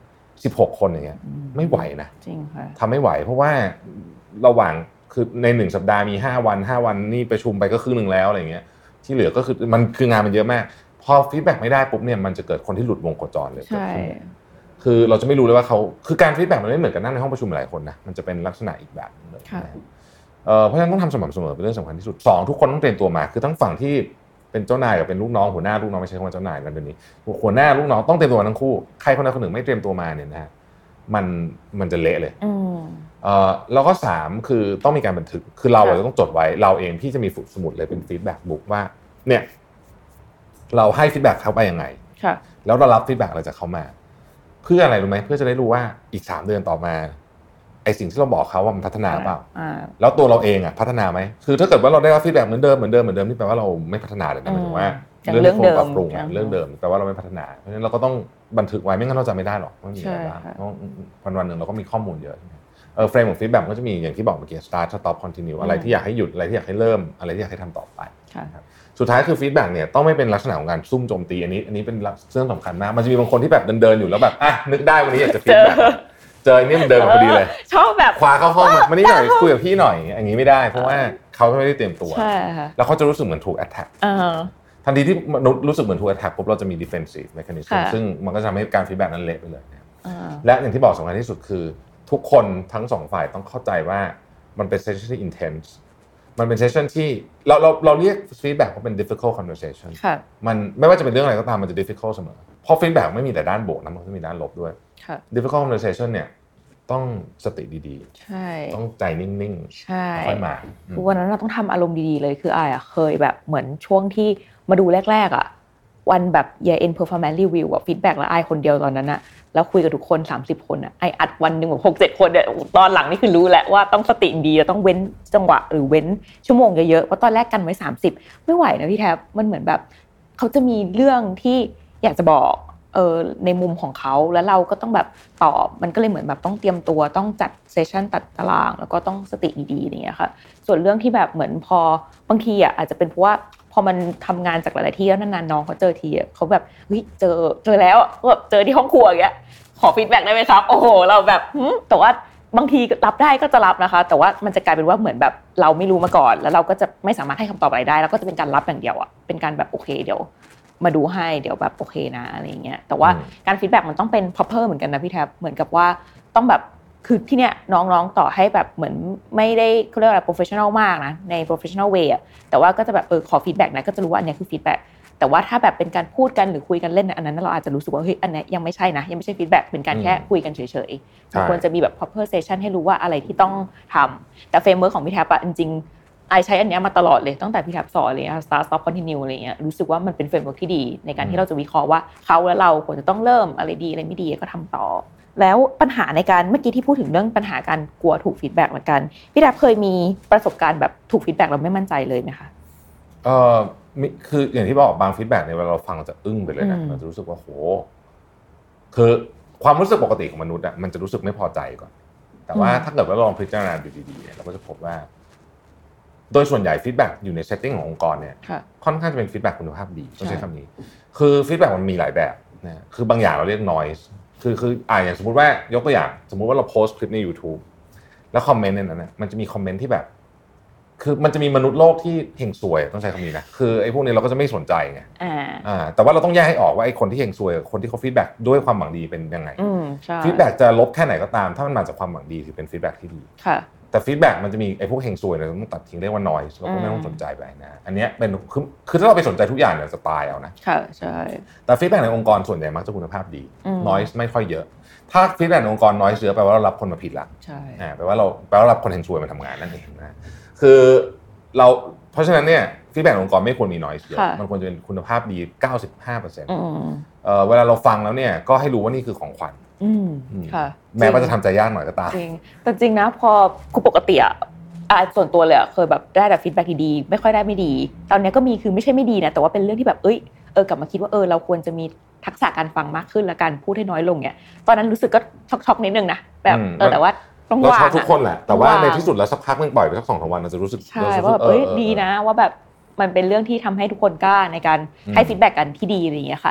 Speaker 3: สิบหกคนอย่างเงี้ยไม่ไหวนะ
Speaker 2: จริงค่ะ
Speaker 3: ทำไม่ไหวเพราะว่าระหว่างคือในหนึ่งสัปดาห์มีห้าวันห้าวันนี่ประชุมไปก็ครึ่งนึงแล้วอะไรเงี้ยที่เหลือก็คือมันคืองานมันเยอะมากพอฟีดแบ็กไม่ได้ปุ๊บเนี่ยมันจะเกิดคนที่หลุดวงโคจรเลย
Speaker 2: ใช่
Speaker 3: คือเราจะไม่รู้เลยว่าเขาคือการฟีดแบ็กมันไม่เหมือนกันนั่งในห้องประชุมหลายคนนะมันจะเป็นลักษณะอีกแบบนึงเอ่อเพราะฉะนั้นต้องทำสม่ำเสมอเป็นเรื่องสำคัญที่สุดสองทุกคนต้องเตรียมตัวมาคือทั้งฝั่งที่เป็นเจ้านายกับเป็นลูกน้องหัวหน้าลูกน้องไม่ใช่คนเจ้านายกันเดี๋ยวนี้หัวหน้าลูกน้องต้องเตรียมตัวทั้งคู่ใครคนใดคนหนึ่งไม่เตรียมตัวมาเนี่ยนะฮะมันมันจะเละเลยเอ่อแล้วก็สามคือต้องมีการบันทึกคือเราจะต้องจดไว้เราเองพี่จะมีสมุดเลยเป็นฟีดแบ็กบุ๊กว่าเนี่ยเราให้ฟีดแบ็กเขาไปยังไงแล้วเรารับฟีดแบ็กอะไรจากเขามาเพื่ออะไรรู้ไหมเพื่อจะได้รู้ว่าอีกสามเดือนต่อมาไอสิ่งที่เราบอกเขาว่ามันพัฒนาเปล่าแล้วตัวเราเองอ่ะพัฒนาไหมคือถ้าเกิดว่าเราได้รับฟีดแบ็กเหมือนเดิมเหมือนเดิมเหมือนเดิมนี่แปลว่าเราไม่พัฒนาเลยนะหมายถึงว่า
Speaker 2: เรื่องที่เราปรับ
Speaker 3: ปรุงเรื่องเดิมแปลว่าเราไม่พัฒนาเพราะฉะนั้นเราก็ต้องบันทึกไว้ไม่งั้นเราจะไม่ได้หรอกว่ามีอะไรบ้างเพราะวันวันหนึ่งเราก็มีข้อมูลเยอะเออเฟรมของฟีดแบ็กก็จะมีอย่างที่บอกเมื่อกี้ start stop continue อะไรที่อยากให้หยุดอะไรที่อยากให้เริ่มอะไรที่อยากให้ทำต่อไปสุดท้ายคือฟีดแบ็กเนี่ยต้องไม่เป็นลักษณะของการซุ่มโจมตีอันนี้อันนี้เป็นเรื่องสำคัญมากมันจะมีบางคนที่แบบเดินๆอยู่แล้วแบบอ่ะนึกได้วันนี้อยากจะฟีดแบ็กเจอนี่มันเดินมาพอดีเลย
Speaker 2: ชอบแบบ
Speaker 3: คว้าเข้าห้องมานี่หน่อยคุยกับพี่หน่อยอย่างนี้ไม่ได้เพราะว่าเขาไม่ได้เตรียมตัวแล้วเขาจะรู้สึกเหมือนถูก attack ทันทีที่มนุษย์รู้สึกเหมือนถูก attack ปุ๊บเราจะมี defensive mechanism ซึ่งมันก็จะทำให้การฟีดแบ็กนั้นเละไปเลยและอย่างที่บอกสำคัญที่สุดคือทุกคนทั้งสองฝ่ายต้องเข้าใจว่ามันเป็น session ที่ intense มันเป็น session ที่เราเราเราเรียก feedback ว่าเป็น difficult conversation มันไม่ว่าจะเป็นเรื่องอะไรก็ตามมันจะ difficult เสมอเพราะ feedback ไม่มีแต่ด้านบวกนะมันก็มีด้านลบด้วย difficult conversation เนี่ยต้องสติดีๆใช่ต้องใจนิ่งๆใช่ค่อยมา
Speaker 2: วันนั้นเราต้องทำอารมณ์ดีๆเลยคืออายอ่ะเคยแบบเหมือนช่วงที่มาดูแรกๆอ่ะวันแบบ year end performance review อ่ะ feedback แล้วอายคนเดียวตอนนั้นอ่ะแล้วคุยกับทุกคนสามสิบคนอ่ะไออัดวันนึงแบบ หกเจ็ด คนเนี่ยตอนหลังนี่คือรู้แล้วว่าต้องสติดีต้องเว้นจังหวะหรือเว้นชั่วโมงเยอะๆเพราะตอนแรกกันไว้สามสิบไม่ไหวนะพี่แทบมันเหมือนแบบเขาจะมีเรื่องที่อยากจะบอกเออในมุมของเขาแล้วเราก็ต้องแบบตอบมันก็เลยเหมือนแบบต้องเตรียมตัวต้องจัดเซสชั่นตัดตารางแล้วก็ต้องสติดีๆอย่างเงี้ยค่ะส่วนเรื่องที่แบบเหมือนพอบางทีอ่ะอาจจะเป็นเพราะว่าพอมันทำงานจากหลายๆที่แล้วนานๆน้องเขาเจอทีอ่ะเขาแบบเฮ้ยเจอเจอแล้วแบบเจอที่ห้องครัวอย่างเงี้ยขอฟีดแบ็กได้ไหมครับโอ้โหเราแบบแต่ว่าบางทีรับได้ก็จะรับนะคะแต่ว่ามันจะกลายเป็นว่าเหมือนแบบเราไม่รู้มาก่อนแล้วเราก็จะไม่สามารถให้คำตอบอะไรได้แล้วก็จะเป็นการรับอย่างเดียวอ่ะเป็นการแบบโอเคเดี๋ยวมาดูให้เดี๋ยวแบบโอเคนะอะไรอย่างเงี้ยแต่ว่าการฟีดแบ็กมันต้องเป็น proper เหมือนกันนะพี่แทบเหมือนกับว่าต้องแบบคือที่เนี้ยน้องๆต่อให้แบบเหมือนไม่ได้เขาเรียกอะไร professional มากนะใน professional way อ่ะแต่ว่าก็จะแบบเออขอฟีดแบ็กนะก็จะรู้ว่าอันนี้คือฟีดแบ็กแต่ว่าถ้าแบบเป็นการพูดกันหรือคุยกันเล่นอันนั้นเราอาจจะรู้สึกว่าเฮ้ยอันนี้ยังไม่ใช่นะยังไม่ใช่ฟีดแบ็กเป็นการแค่คุยกันเฉยๆควรจะมีแบบ proper session ให้รู้ว่าอะไรที่ต้องทำแต่เฟรมเวิร์คของพี่แทบอะจริงไอใช้อันนี้มาตลอดเลยตั้งแต่พี่แทบสอนเลย start stop continue อะไรเงี้ยรู้สึกว่ามันเป็นเฟรมเวิร์คที่ดีในการที่เราจะวิเคราะห์ว่าเขาและเราควรจะต้องเริ่มอะไรดีอะไรไม่ดีก็ทำต่อแล้วปัญหาในการเมื่อกี้ที่พูดถึงเรื่องปัญหาการกลัวถูกฟีดแบ็กเหมือนกันพี่แทบเคยมีประสบการณ์แบบถูกฟีดแบ็กเราไม่มั่นใจเลยไหมคะ
Speaker 3: เออคืออย่างที่บอกบางฟีดแบ็กเนี่ยเวลาเราฟังเราจะอึ้งไปเลยนะเราจะรู้สึกว่าโหคือความรู้สึกปกติของมนุษย์อ่ะมันจะรู้สึกไม่พอใจก่อนแต่ว่าถ้าเกิดว่าลองพิจารณาดูดีๆเราก็จะพบว่าโดยส่วนใหญ่ฟีดแบ็กอยู่ในเซตติ้งขององค์กรเนี่ยค่อนข้างจะเป็นฟีดแบ็กคุณภาพดีต้องใช้คำนี้คือฟีดแบ็กมันมีหลายแบบนะคือบางอย่างเราเรียก noise คือคืออ่าอย่างสมมุติว่ายกตัวอย่างสมมุติว่าเราโพสต์คลิปใน YouTube แล้วคอมเมนต์ในนั้นนะมันจะมีคอมเมนต์ที่แบบคือมันจะมีมนุษย์โลกที่เฮงซวยต้องใช้คำนี้นะคือไอ้พวกนี้เราก็จะไม่สนใจไงอ่าแต่ว่าเราต้องแยกให้ออกว่าไอ้คนที่เฮงซวยกับคนที่เขาฟีดแบ็กด้วยความหวังดีเป็นยังไงฟีดแบ็กจะลบแค่ไหนก็ตามถ้ามันมาจากความหวังดีถือเป็นฟีดแบ็กที่ดีแต่ฟีดแบ็กมันจะมีไอ้พวกเฮงซวยเราต้องตัดทิ้งเรียกว่า noise เราก็ไม่ต้องสนใจไปนะอันนี้เป็นคือคือถ้าเราไปสนใจทุกอย่างเนี่ยจะตายเอานะ
Speaker 2: ค่ะใช่
Speaker 3: แต่ฟีดแบ็กในองค์กรส่วนใหญ่มักจะคุณภาพดี noise ไม่ค่อยเยอะถ้าฟีดแบ็กในองค์กร noise เยอะแปลว่าเรารับคนมาผิดละใช่อ่าแปลว่าเราแปลว่ารับคนเฮงซวยมาทำงานนั่นเองนะคือเราเพราะฉะนั้นเนี่ยฟีดแบ็กองค์กรไม่ควรมี noise เยอะมันควรจะเป็นคุณภาพดี เก้าสิบห้าเปอร์เซ็นต์ เอ่อเวลาเราฟังแล้วเนี่ยก็ให้รู้ว่านี่คือของขวัญค่ะแม้ว่าจะทำใจยากหน่อยก็ตาม
Speaker 2: จริงแต่จริงนะพอคือปกติอ่ะส่วนตัวเลยอ่ะเคยแบบได้แต่ฟีดแบ็กดีๆไม่ค่อยได้ไม่ดีตอนนี้ก็มีคือไม่ใช่ไม่ดีนะแต่ว่าเป็นเรื่องที่แบบเอ้ยเออกลับมาคิดว่าเออเราควรจะมีทักษะการฟังมากขึ้นและการพูดให้น้อยลงเนี่ยตอนนั้นรู้สึกก็ช็อกๆนิดนึงนะแบบเออแต่ว่าต้องว่า
Speaker 3: เราทุกคนแหละแต่ว่าในที่สุดแล้วสักพักนึงปล่อยไปสัก สองถึงสาม วันเราจะรู้สึก
Speaker 2: ใช่ว่าเอ้ยดีนะว่าแบบมันเป็นเรื่องที่ทำให้ทุกคนกล้าในการให้ฟีดแบ็กกันที่ดีอะไรอย่างเงี้ยค่ะ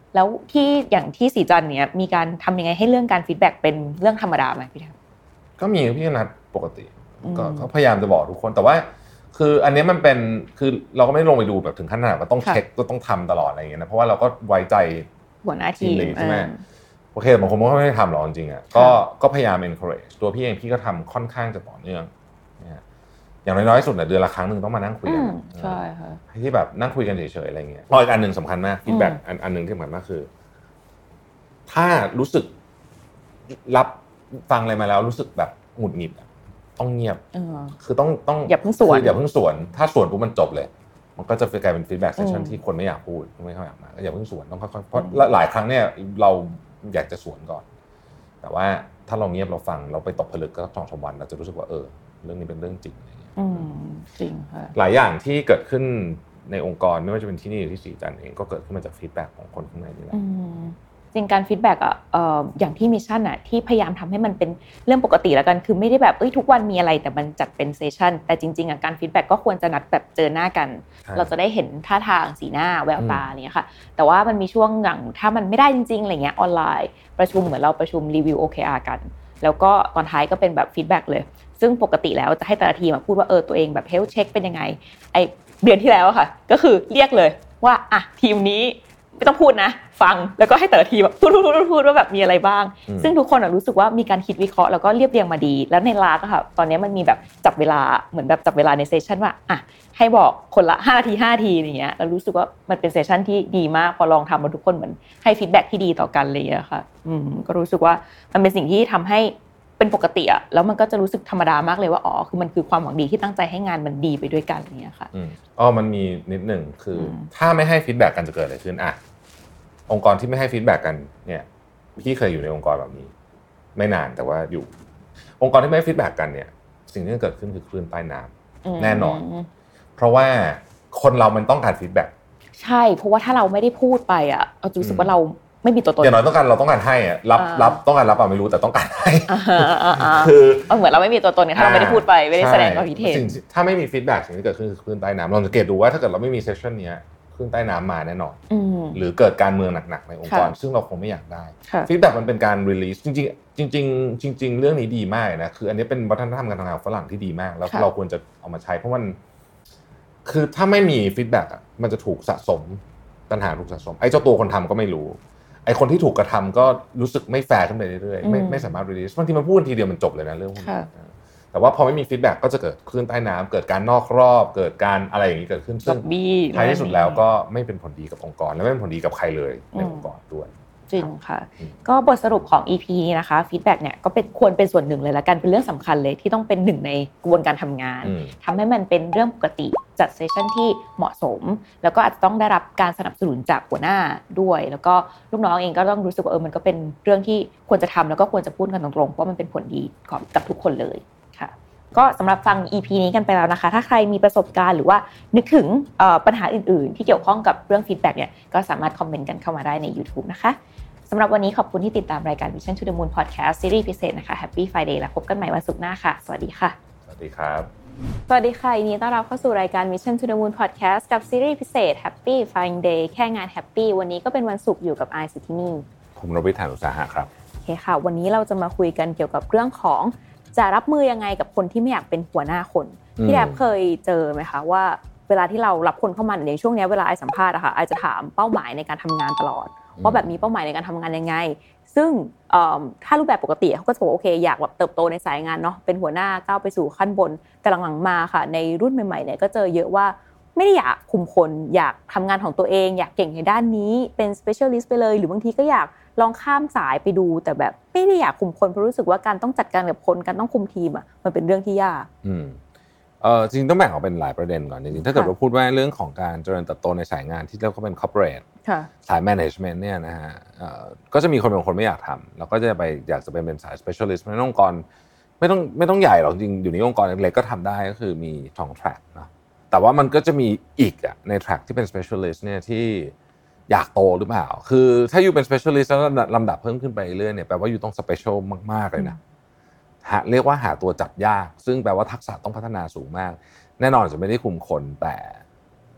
Speaker 2: แล้วที่อย่างที่สีจันทร์เนี่ยมีการทำยังไงให้เรื่องการฟีดแบ็กเป็นเรื่องธรรมดาไหมพี่ทัพ
Speaker 3: ก็มีพี่นัดปกติก็พยายามจะบอกทุกคนแต่ว่าคืออันนี้มันเป็นคือเราก็ไม่ลงไปดูแบบถึงขั้นขนาดว่าต้องเช็คก็ต้องทำตลอดอะไรอย่างเงี้ยนะเพราะว่าเราก็ไว้ใจ
Speaker 2: หัวหน้าทีม
Speaker 3: ใช่ไหมโอเคบางคนก็ไม่ได้ทำหรอกจริงๆอ่ะก็ก็พยายาม encourage ตัวพี่เองพี่ก็ทำค่อนข้างจะต่อเนื่องอย่างน้อยๆสุดเนี่ยเดือนละครั้งหนึ่งต้องมานั่งคุยกัน
Speaker 2: ใช่ค่ะ
Speaker 3: ที่แบบนั่งคุยกันเฉยๆอะไรเงี้ยอีกอันหนึ่งสำคัญมากฟีดแบ็กอันอันหนึ่งที่สำคัญมากคือถ้ารู้สึกรับฟังอะไรมาแล้วรู้สึกแบบหงุดหงิดต้องเงียบคือต้องต้อง
Speaker 2: อย่าเพิ่งสวน
Speaker 3: อย่าเพิ่งสวนถ้าสวนปุ๊บมันจบเลยมันก็จะกลายเป็นฟีดแบ็กเซสชั่นที่คนไม่อยากพูดไม่ค่อยอยากมาก็อย่าเพิ่งสวนต้องค่อยๆเพราะหลายครั้งเนี่ยเราอยากจะสวนก่อนแต่ว่าถ้าเราเงียบเราฟังเราไปตกผลึกก็สองสามวันเราจะรู้สึกว่าเออเรื่องนี้เป็นเรื่องจริงอะไรเงี้ย
Speaker 2: จริงค่ะ
Speaker 3: หลายอย่างที่เกิดขึ้นในองค์กรไม่ว่าจะเป็นที่นี่หรือที่สีจันทร์เองก็เกิดขึ้นมาจากฟีดแบ็กของคนข้างในนี่แหละ
Speaker 2: จริงการฟีดแบ็กอ่ะเอ่ออย่างที่มิชชั่นอ่ะที่พยายามทำให้มันเป็นเรื่องปกติแล้วกันคือไม่ได้แบบเอ้ยทุกวันมีอะไรแต่มันจัดเป็นเซสชั่นแต่จริงๆอ่ะการฟีดแบ็กก็ควรจะนัดแบบเจอหน้ากันเราจะได้เห็นท่าทางสีหน้าแววตาอะไรเงี้ยค่ะแต่ว่ามันมีช่วงอย่างถ้ามันไม่ได้จริงๆอะไรเงี้ยออนไลน์ประชุมเหมือนเราประชุมรีวิว โอ เค อาร์ กันแล้วก็ตอนท้ายก็เป็นแบบฟีดแบ็กเลยซึ่งปกติแล้วจะให้แต่ละทีมมาพูดว่าเออตัวเองแบบเฮลท์เช็คเป็นยังไงไอเดือนที่แล้วค่ะก็คือเรียกเลยว่าอ่ะทีมนี้ไม่ต้องพูดนะฟังแล้วก็ให้แต่ละทีมพูดพูดพูดพูดว่าแบบมีอะไรบ้างซึ่งทุกคนรู้สึกว่ามีการคิดวิเคราะห์แล้วก็เรียบเรียงมาดีแล้วในลาก็ค่ะตอนนี้มันมีแบบจับเวลาเหมือนแบบจับเวลาในเซสชั่นว่าอ่ะให้บอกคนละห้านาทีห้านาทีอย่างเงี้ยแล้วรู้สึกว่ามันเป็นเซสชั่นที่ดีมากพอลองทำมาทุกคนเหมือนให้ฟีดแบ็กที่ดีต่อกันเลยอะค่ะอืมก็รู้สึกว่ามันเป็นสิ่งที่ทำให้เป็นปกติอะแล้วมันก็จะรู้สึกธรรมดามากเลยว่าอ๋อคือมันคือความหวังดีที่ตั้งใจให้งานมันดีไปด้วยกันอย่างเงี้ยค่ะ
Speaker 3: อ๋อมันมีนิดนึงคือถ้าไม่ให้ฟีดแบ็กกันจะเกิดอะไรขึ้นอ่ะองค์กรที่ไม่ให้ฟีดแบ็กกันเนี่ยพี่เคยอยู่ในองค์กรแบบนี้ไม่นานแต่ว่าอยู่องค์กรที่ไม่ให้ฟีดแบ็กกันเนี่ยสิ่งที่จะเกิดขึ้นคือคลื่นใต้น้ำแน่นอนเพราะว่าคนเรามันต้องการฟีดแบ็ก
Speaker 2: ใช่เพราะว่าถ้าเราไม่ได้พูดไปอ่ะเราจะรู้สึกว่าเราไม่มีตัวตน
Speaker 3: อย่างน้อยต้องการเราต้องการให้อ่ะรับรับต้องการรับอ่ะไม่รู้แต่ต้องการให้คือ
Speaker 2: เหมือนเราไม่มีตัวตนถ้าเราไม่ได้พูดไปไม่ได้แสดงความคิดเห็น
Speaker 3: ถ้าไม่มีฟีดแบ็กสิ่งที่เกิดขึ้นคือคลื่นใต้น้ำลองสังเกตดูว่าถ้าเกิดเราไม่มีเซสชั่นนี้คลื่นใต้น้ำมาแน่นอนหรือเกิดการเมืองหนักๆในองค์กรซึ่งเราคงไม่อยากได้ฟีดแบ็กมันเป็นการรีลีสจริงๆจริงๆจริงๆเรื่องนี้ดีมากนะคืออันนี้เป็นวัฒนธรรมการทำงานของฝรั่งที่ดีมากแล้วเราควรจะเอามาใช้เพราะมันคือถ้าไม่มีฟีดแบ็กอ่ะมันจะถูกสะสมปัญหาถูกสะสมไอ้เจ้าตัวคนทำก็ไม่รู้ไอ้คนที่ถูกกระทำก็รู้สึกไม่แฟร์ขึ้นไปเรื่อยๆไม่ไม่สามารถรีลีสบางทีมันพูดทีเดียวมันจบเลยนะเรื่องพวกนี้แต่ว่าพอไม่มีฟีดแบ็กก็จะเกิดคลื่นใต้น้ำเกิดการนอกรอบเกิดการอะไรอย่างนี้เกิดขึ้นซึ่งท้ายที่สุดแล้วก็ไม่เป็นผลดีกับองค์กรและไม่เป็นผลดีกับใครเลยในองค์กรด้วย
Speaker 2: จริงค่ะก็บทสรุปของ อี พี นี้นะคะฟีดแบ็กเนี่ยก็เป็นควรเป็นส่วนหนึ่งเลยละกันเป็นเรื่องสำคัญเลยที่ต้องเป็นหนึ่งในกระบวนการทำงานทำให้มันเป็นเรื่องปกติจัดเซสชั่นที่เหมาะสมแล้วก็อาจจะต้องได้รับการสนับสนุนจากหัวหน้าด้วยแล้วก็ลูกน้องเองก็ต้องรู้สึกว่าเออมันก็เป็นเรื่องที่ควรจะทำแล้วก็ควรจะพูดกันตรงๆเพราะมันเป็นผลดีกับทุกคนเลยค่ะก็สำหรับฟัง อี พี นี้กันไปแล้วนะคะถ้าใครมีประสบการณ์หรือว่านึกถึงปัญหาอื่นๆที่เกี่ยวข้องกับเรื่องฟีดแบ็กเนี่ยก็สามารถคอมเมนต์กันเข้ามาได้ใน YouTube นะคะสำหรับวันนี้ขอบคุณที่ติดตามรายการ Mission to the Moon Podcast ซีรีส์พิเศษนะคะ Happy Friday แล้วพบกันใหม่วันศุกร์หน้าค่ะสวัสดีค่ะ
Speaker 3: สวัสดีครับ
Speaker 2: สวัสดีค่ะยินดีต้อนรับเข้าสู่รายการ Mission to the Moon Podcast กับซีรีส์พิเศษ Happy Friday แค่งาน Happy วันนี้ก็เป็นวันศุกร์อยู่กับไอซ์ที่นี่
Speaker 3: ผมรวิทย์ หาญอุตสาหะครับ
Speaker 2: โอเคค่ะวันนี้เราจะมาคุยกันเกี่ยวกับเรื่องของจะรับมือยังไงกับคนที่ไม่อยากเป็นหัวหน้าคนพี่แดบเคยเจอไหมคะว่าเวลาที่เรารับคนเข้ามาในช่วงนี้เวลาไอสัมภาษณ์อะค่ะไอจะถามเป้าหมายในการทำงานตลอดว่าแบบมีเป้าหมายในการทำงานยังไงซึ่งถ้ารูปแบบปกติเขาก็จะบอกโอเคอยากแบบเติบโตในสายงานเนาะเป็นหัวหน้าก้าวไปสู่ขั้นบนแต่หลังๆมาค่ะในรุ่นใหม่ๆเนี่ยก็เจอเยอะว่าไม่ได้อยากคุมคนอยากทำงานของตัวเองอยากเก่งในด้านนี้เป็น specialist ไปเลยหรือบางทีก็อยากลองข้ามสายไปดูแต่แบบไม่ได้อยากคุมคนเพราะรู้สึกว่าการต้องจัดการกับคนการต้องคุมทีมอ่ะมันเป็นเรื่องที่ยาก
Speaker 3: อืมเอ่อจริงๆต้องแบ่งออกเป็นหลายประเด็นก่อนจริงๆถ้าเกิดเราพูดว่าเรื่องของการเจริญเติบโตในสายงานที่เรียกว่าเป็น corporate สาย management เนี่ยนะฮะเอ่อก็จะมีคนบางคนไม่อยากทำแล้วก็จะไปอยากจะเป็นเป็นสาย specialist ในองค์กรไม่ต้องไม่ต้องใหญ่หรอกจริงอยู่ในองค์กรเล็กๆก็ทำได้ก็คือมีสอง track เนาะแต่ว่ามันก็จะมีอีกอ่ะใน track ที่เป็น specialist เนี่ยที่อยากโตหรือเปล่าคือถ้าอยู่เป็น specialist แล้วลำดับเพิ่มขึ้นไปเรื่อยเนี่ยแปลว่าอยู่ต้อง special มากๆเลยนะเรียกว่าหาตัวจับยากซึ่งแปลว่าทักษะต้องพัฒนาสูงมากแน่นอนจะไม่ได้คุมคนแต่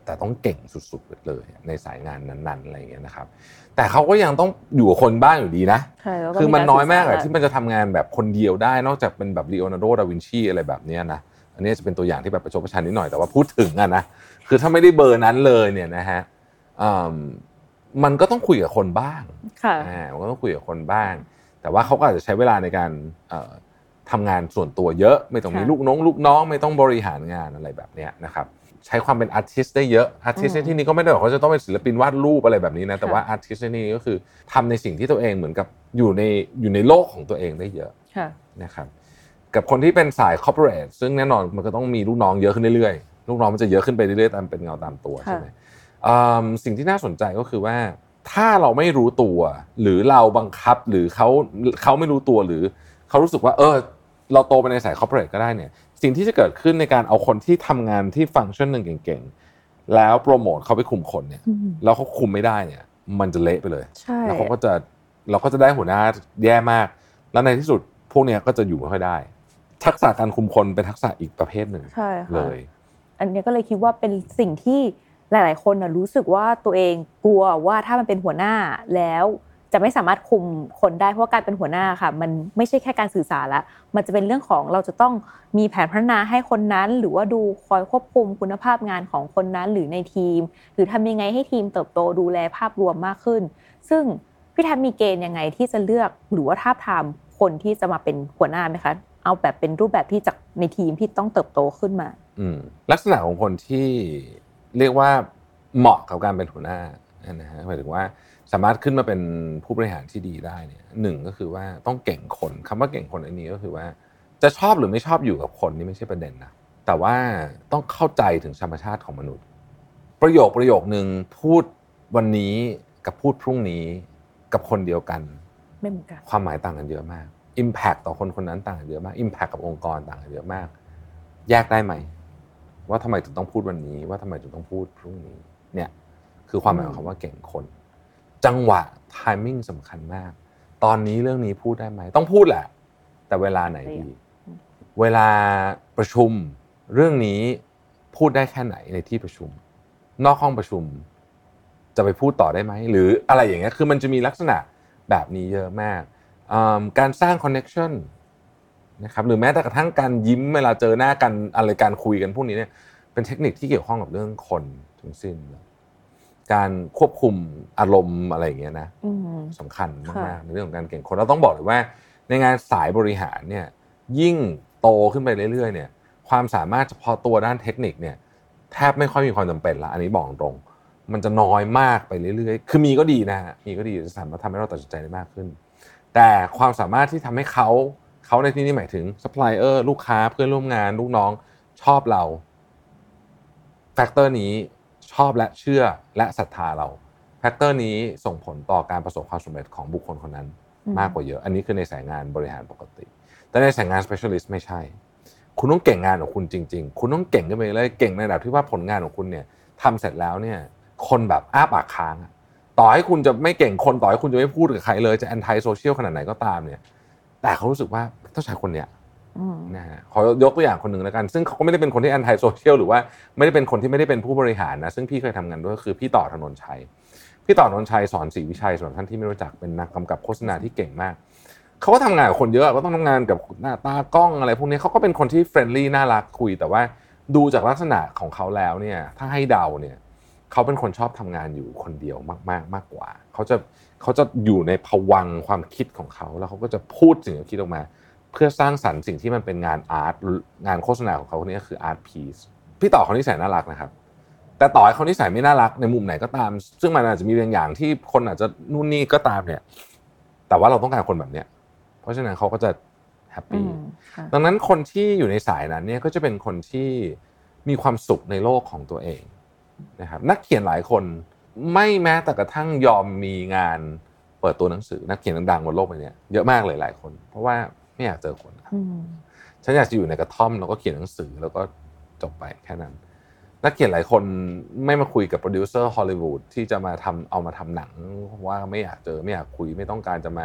Speaker 3: แต่ต้องเก่งสุดๆเลยในสายงานนั้นๆอะไรอย่างเงี้ยนะครับแต่เขาก็ยังต้องอยู่กับคนบ้างอยู่ดีนะคือมันน้อยมากอะที่มันจะทำงานแบบคนเดียวได้นอกจากเป็นแบบลีโอนาร์โด ดาวินชีอะไรแบบนี้นะอันนี้จะเป็นตัวอย่างที่แบบประชดประชันนิดหน่อยแต่ว่าพูดถึงอะนะคือถ้าไม่ได้เบอร์นั้นเลยเนี่ยนะฮะมันก็ต้องคุยกับคนบ้างค่ะมันก็ต้องคุยกับคนบ้างแต่ว่าเขาก็อาจจะใช้เวลาในการทำงานส่วนตัวเยอะไม่ต้องมีลูกน้องลูกน้องไม่ต้องบริหารงานอะไรแบบนี้นะครับใช้ความเป็นอาร์ติสต์ได้เยอะอาร์ติสต์ในที่นี้ก็ไม่ได้บอกว่าจะต้องเป็นศิลปินวาดรูปอะไรแบบนี้นะแต่ว่าอาร์ติสต์ในที่นี้ก็คือทำในสิ่งที่ตัวเองเหมือนกับอยู่ในอยู่ในโลกของตัวเองได้เยอะนะครับกับคนที่เป็นสายคอร์ปอเรทซึ่งแน่นอนมันก็ต้องมีลูกน้องเยอะขึ้นเรื่อยๆลูกน้องมันจะเยอะขึ้นไปเรื่อยๆตามเป็นเงาตามตัวใช่ไหมสิ่งที่น่าสนใจก็คือว่าถ้าเราไม่รู้ตัวหรือเราบังคับหรือเขาเขาไม่รู้ตัวหรือเขารู้สึกว่าเออเราโตไปในสายคอร์ปอเรทก็ได้เนี่ยสิ่งที่จะเกิดขึ้นในการเอาคนที่ทำงานที่ฟังก์ชันหนึ่งเก่งๆแล้วโปรโมทเขาไปคุมคนเนี่ยแล้วเขาคุมไม่ได้เนี่ยมันจะเละไปเลยแล้วเขาก็จะเราก็จะได้หัวหน้าแย่มากแล้วในที่สุดพวกเนี้ยก็จะอยู่ไม่ค่อยได้ทักษะการคุมคนเป็นทักษะอีกประเภทหนึ่งเลย
Speaker 2: อันนี้ก็เลยคิดว่าเป็นสิ่งที่หลายๆคนน่ะรู้สึกว่าตัวเองกลัวว่าถ้ามันเป็นหัวหน้าแล้วจะไม่สามารถคุมคนได้เพราะว่าการเป็นหัวหน้าค่ะมันไม่ใช่แค่การสื่อสารละมันจะเป็นเรื่องของเราจะต้องมีแผนพัฒนาให้คนนั้นหรือว่าดูคอยควบคุมคุณภาพงานของคนนั้นหรือในทีมหรือทำยังไงให้ทีมเติบโตดูแลภาพรวมมากขึ้นซึ่งพี่แทบมีเกณฑ์ยังไงที่จะเลือกหรือว่าทาบทามคนที่จะมาเป็นหัวหน้าไหมคะเอาแบบเป็นรูปแบบที่จากในทีมที่ต้องเติบโตขึ้นมา
Speaker 3: อืมลักษณะของคนที่เรียกว่าเหมาะกับการเป็นหัวหน้านะฮะหมายถึงว่าสามารถขึ้นมาเป็นผู้บริหารที่ดีได้เนี่ยหนึ่งก็คือว่าต้องเก่งคนคำว่าเก่งคนอันนี้ก็คือว่าจะชอบหรือไม่ชอบอยู่กับคนนี่ไม่ใช่ประเด็นนะแต่ว่าต้องเข้าใจถึงธรรมชาติของมนุษย์ประโยคประโยคนึงพูดวันนี้กับพูดพรุ่งนี้กับคนเดียวกัน
Speaker 2: ไม่เหมือนกัน
Speaker 3: ความหมายต่างกันเยอะมาก impact ต่อคนคนนั้นต่างกันเยอะมาก impact กับองค์กรต่างกันเยอะมากแยกได้ไหมว่าทำไมถึงต้องพูดวันนี้ว่าทำไมถึงต้องพูดพรุ่งนี้เนี่ยคือความหมายของคำว่าเก่งคนจังหวะ timing สำคัญมากตอนนี้เรื่องนี้พูดได้ไหมต้องพูดแหละแต่เวลาไหนดีเวลาประชุมเรื่องนี้พูดได้แค่ไหนในที่ประชุมนอกห้องประชุมจะไปพูดต่อได้ไหมหรืออะไรอย่างเงี้ยคือมันจะมีลักษณะแบบนี้เยอะมากการสร้าง connection นะครับหรือแม้แต่กระทั่งการยิ้มเวลาเจอหน้ากันอะไรการคุยกันพวกนี้เนี่ยเป็นเทคนิคที่เกี่ยวข้องกับเรื่องคนทั้งสิ้นการควบคุมอารมณ์อะไรอย่างเงี้ยนะสำคัญมากๆในเรื่องของการเก่งคนเราต้องบอกเลยว่าในงานสายบริหารเนี่ยยิ่งโตขึ้นไปเรื่อยๆเนี่ยความสามารถเฉพาะตัวด้านเทคนิคเนี่ยแทบไม่ค่อยมีความจำเป็นละอันนี้บอกตรงมันจะน้อยมากไปเรื่อยๆคือมีก็ดีนะฮะมีก็ดีจะสามารถทำให้เราตัดสินใจได้มากขึ้นแต่ความสามารถที่ทำให้เขาเขาในที่นี้หมายถึงซัพพลายเออร์ลูกค้าเพื่อนร่วมงานลูกน้องชอบเราแฟกเตอร์นี้ชอบและเชื่อและศรัทธาเราแฟกเตอร์นี้ส่งผลต่อการประสบความสำเร็จของบุคคลคนนั้นมากกว่าเยอะอันนี้คือในสายงานบริหารปกติแต่ในสายงาน specialist ไม่ใช่คุณต้องเก่งงานของคุณจริงๆคุณต้องเก่งขึ้นไปเลยเก่งในระดับที่ว่าผลงานของคุณเนี่ยทำเสร็จแล้วเนี่ยคนแบบอ้าปากค้างต่อให้คุณจะไม่เก่งคนต่อให้คุณจะไม่พูดกับใครเลยจะแอนตี้โซเชียลขนาดไหนก็ตามเนี่ยแต่เขารู้สึกว่าต้องใช้คนเนี้ยนะฮะขอยกตัวอย่างคนหนึ่งแล้วกันซึ่งเขาก็ไม่ได้เป็นคนที่แอนตี้โซเชียลหรือว่าไม่ได้เป็นคนที่ไม่ได้เป็นผู้บริหารนะซึ่งพี่เคยทำงานด้วยคือพี่ต่อธนนชัยพี่ต่อธนนชัยสอนศรีวิชัยสำหรับท่านที่ไม่รู้จักเป็นนักกำกับโฆษณาที่เก่งมากเขาก็ทำงานกับคนเยอะก็ต้องทำงานกับหน้าตากล้องอะไรพวกนี้เขาก็เป็นคนที่เฟรนลี่น่ารักคุยแต่ว่าดูจากลักษณะของเขาแล้วเนี่ยถ้าให้เดาเนี่ยเขาเป็นคนชอบทำงานอยู่คนเดียวมากๆมากกว่าเขาจะเขาจะอยู่ในภวังค์ความคิดของเขาแล้วเขาก็จะพูดสิ่งที่คิดออกมาเพื่อสร้างสรรค์สิ่งที่มันเป็นงานอาร์ตงานโฆษณาของเขาคนนี้ก็คืออาร์ตพีซพี่ต่อเขานิสัยน่ารักนะครับแต่ต่อให้เขานิสัยไม่น่ารักในมุมไหนก็ตามซึ่งมันอาจจะมีบางอย่างที่คนอาจจะนู่นนี่ก็ตามเนี่ยแต่ว่าเราต้องการคนแบบเนี้ยเพราะฉะนั้นเขาก็จะแฮปปี้ดังนั้นคนที่อยู่ในสายนั้นเนี่ยก็จะเป็นคนที่มีความสุขในโลกของตัวเองนะครับนักเขียนหลายคนไม่แม้แต่กระทั่งยอมมีงานเปิดตัวหนังสือนักเขียนดังๆบนโลกใบนี้เยอะมากเลยหลายคนเพราะว่าไม่อยากเจอคนฉันอยากจะอยู่ในกระท่อมแล้วก็เขียนหนังสือแล้วก็จบไปแค่นั้นนักเขียนหลายคนไม่มาคุยกับโปรดิวเซอร์ฮอลลีวูดที่จะมาทำเอามาทำหนังเพราะว่าไม่อยากเจอไม่อยากคุยไม่ต้องการจะมา